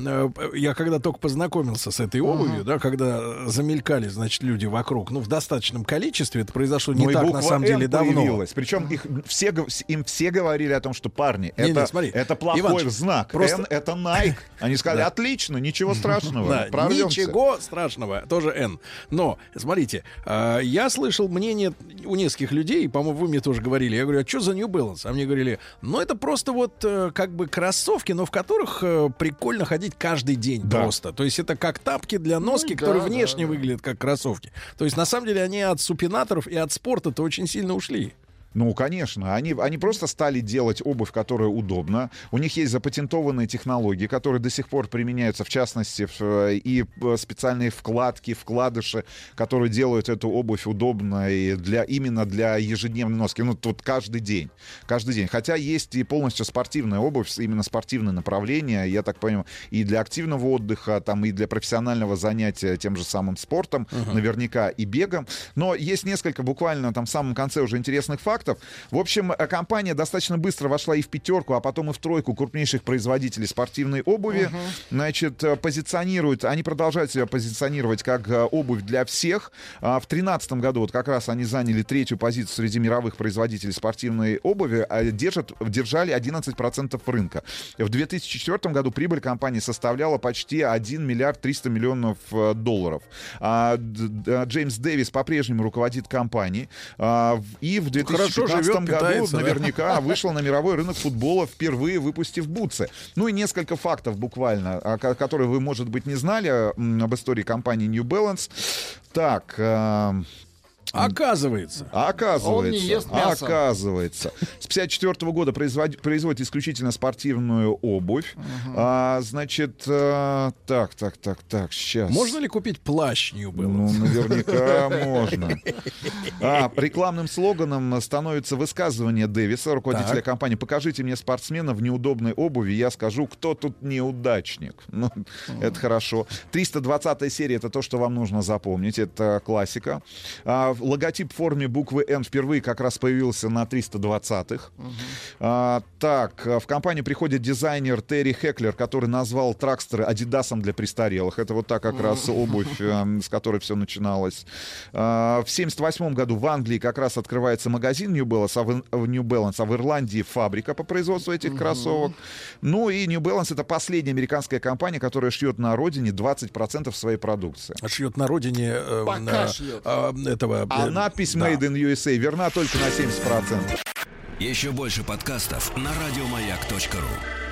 я когда только познакомился с этой обувью, да, когда замелькали, значит, люди вокруг, в достаточном количестве, это произошло не так, на самом деле, давно. Причем им все говорили о том, что, парни, это плохой знак. N — это Nike. Они сказали, отлично, ничего страшного, прорвемся. Ничего страшного, тоже N. Но, смотрите, я слышал мнение у нескольких людей, по-моему, вы мне тоже говорили, я говорю, а что за New Balance? А мне говорили, это просто как бы кроссовки, но в которых прикольно ходить каждый день просто. То есть это как тапки для носки, которые внешне выглядят как кроссовки. То есть на самом деле они от супинаторов и от спорта-то очень сильно ушли. Ну, конечно. Они просто стали делать обувь, которая удобна. У них есть запатентованные технологии, которые до сих пор применяются, в частности, и специальные вкладки, вкладыши, которые делают эту обувь удобной именно для ежедневной носки. Тут каждый день. Хотя есть и полностью спортивная обувь, именно спортивное направление, я так понимаю, и для активного отдыха, и для профессионального занятия тем же самым спортом, наверняка и бегом. Но есть несколько буквально в самом конце уже интересных фактов. В общем, компания достаточно быстро вошла и в 5, а потом и в 3 крупнейших производителей спортивной обуви. Значит, они продолжают себя позиционировать как обувь для всех. В 2013 году как раз они заняли 3-ю позицию среди мировых производителей спортивной обуви, держали 11% рынка. В 2004 году прибыль компании составляла почти $1 миллиард 300 миллионов. Джеймс Дэвис по-прежнему руководит компанией. И в 2015 году наверняка вышла на мировой рынок футбола, впервые выпустив бутсы. Ну и несколько фактов буквально, которые вы, может быть, не знали об истории компании New Balance. Так... Оказывается. Он не ест мясо. Оказывается. С 54 года производит исключительно спортивную обувь. Значит, так, сейчас. Можно ли купить плащ New Balance? Ну, наверняка можно. Рекламным слоганом становится высказывание Дэвиса, руководителя компании: «Покажите мне спортсмена в неудобной обуви, я скажу, кто тут неудачник». Ну, это хорошо. 320-я серия — это то, что вам нужно запомнить. Это классика. Логотип в форме буквы «Н» впервые как раз появился на 320-х. Так, в компанию приходит дизайнер Терри Хеклер, который назвал тракстеры «Адидасом для престарелых». Это вот так как раз обувь, с которой все начиналось. В 1978 году в Англии как раз открывается магазин New Balance, а в Ирландии фабрика по производству этих кроссовок. Ну и New Balance — это последняя американская компания, которая шьет на родине 20% своей продукции. Шьет на родине этого... А надпись «Made in USA» верна только на 70%. Еще больше подкастов на радиомаяк.ру.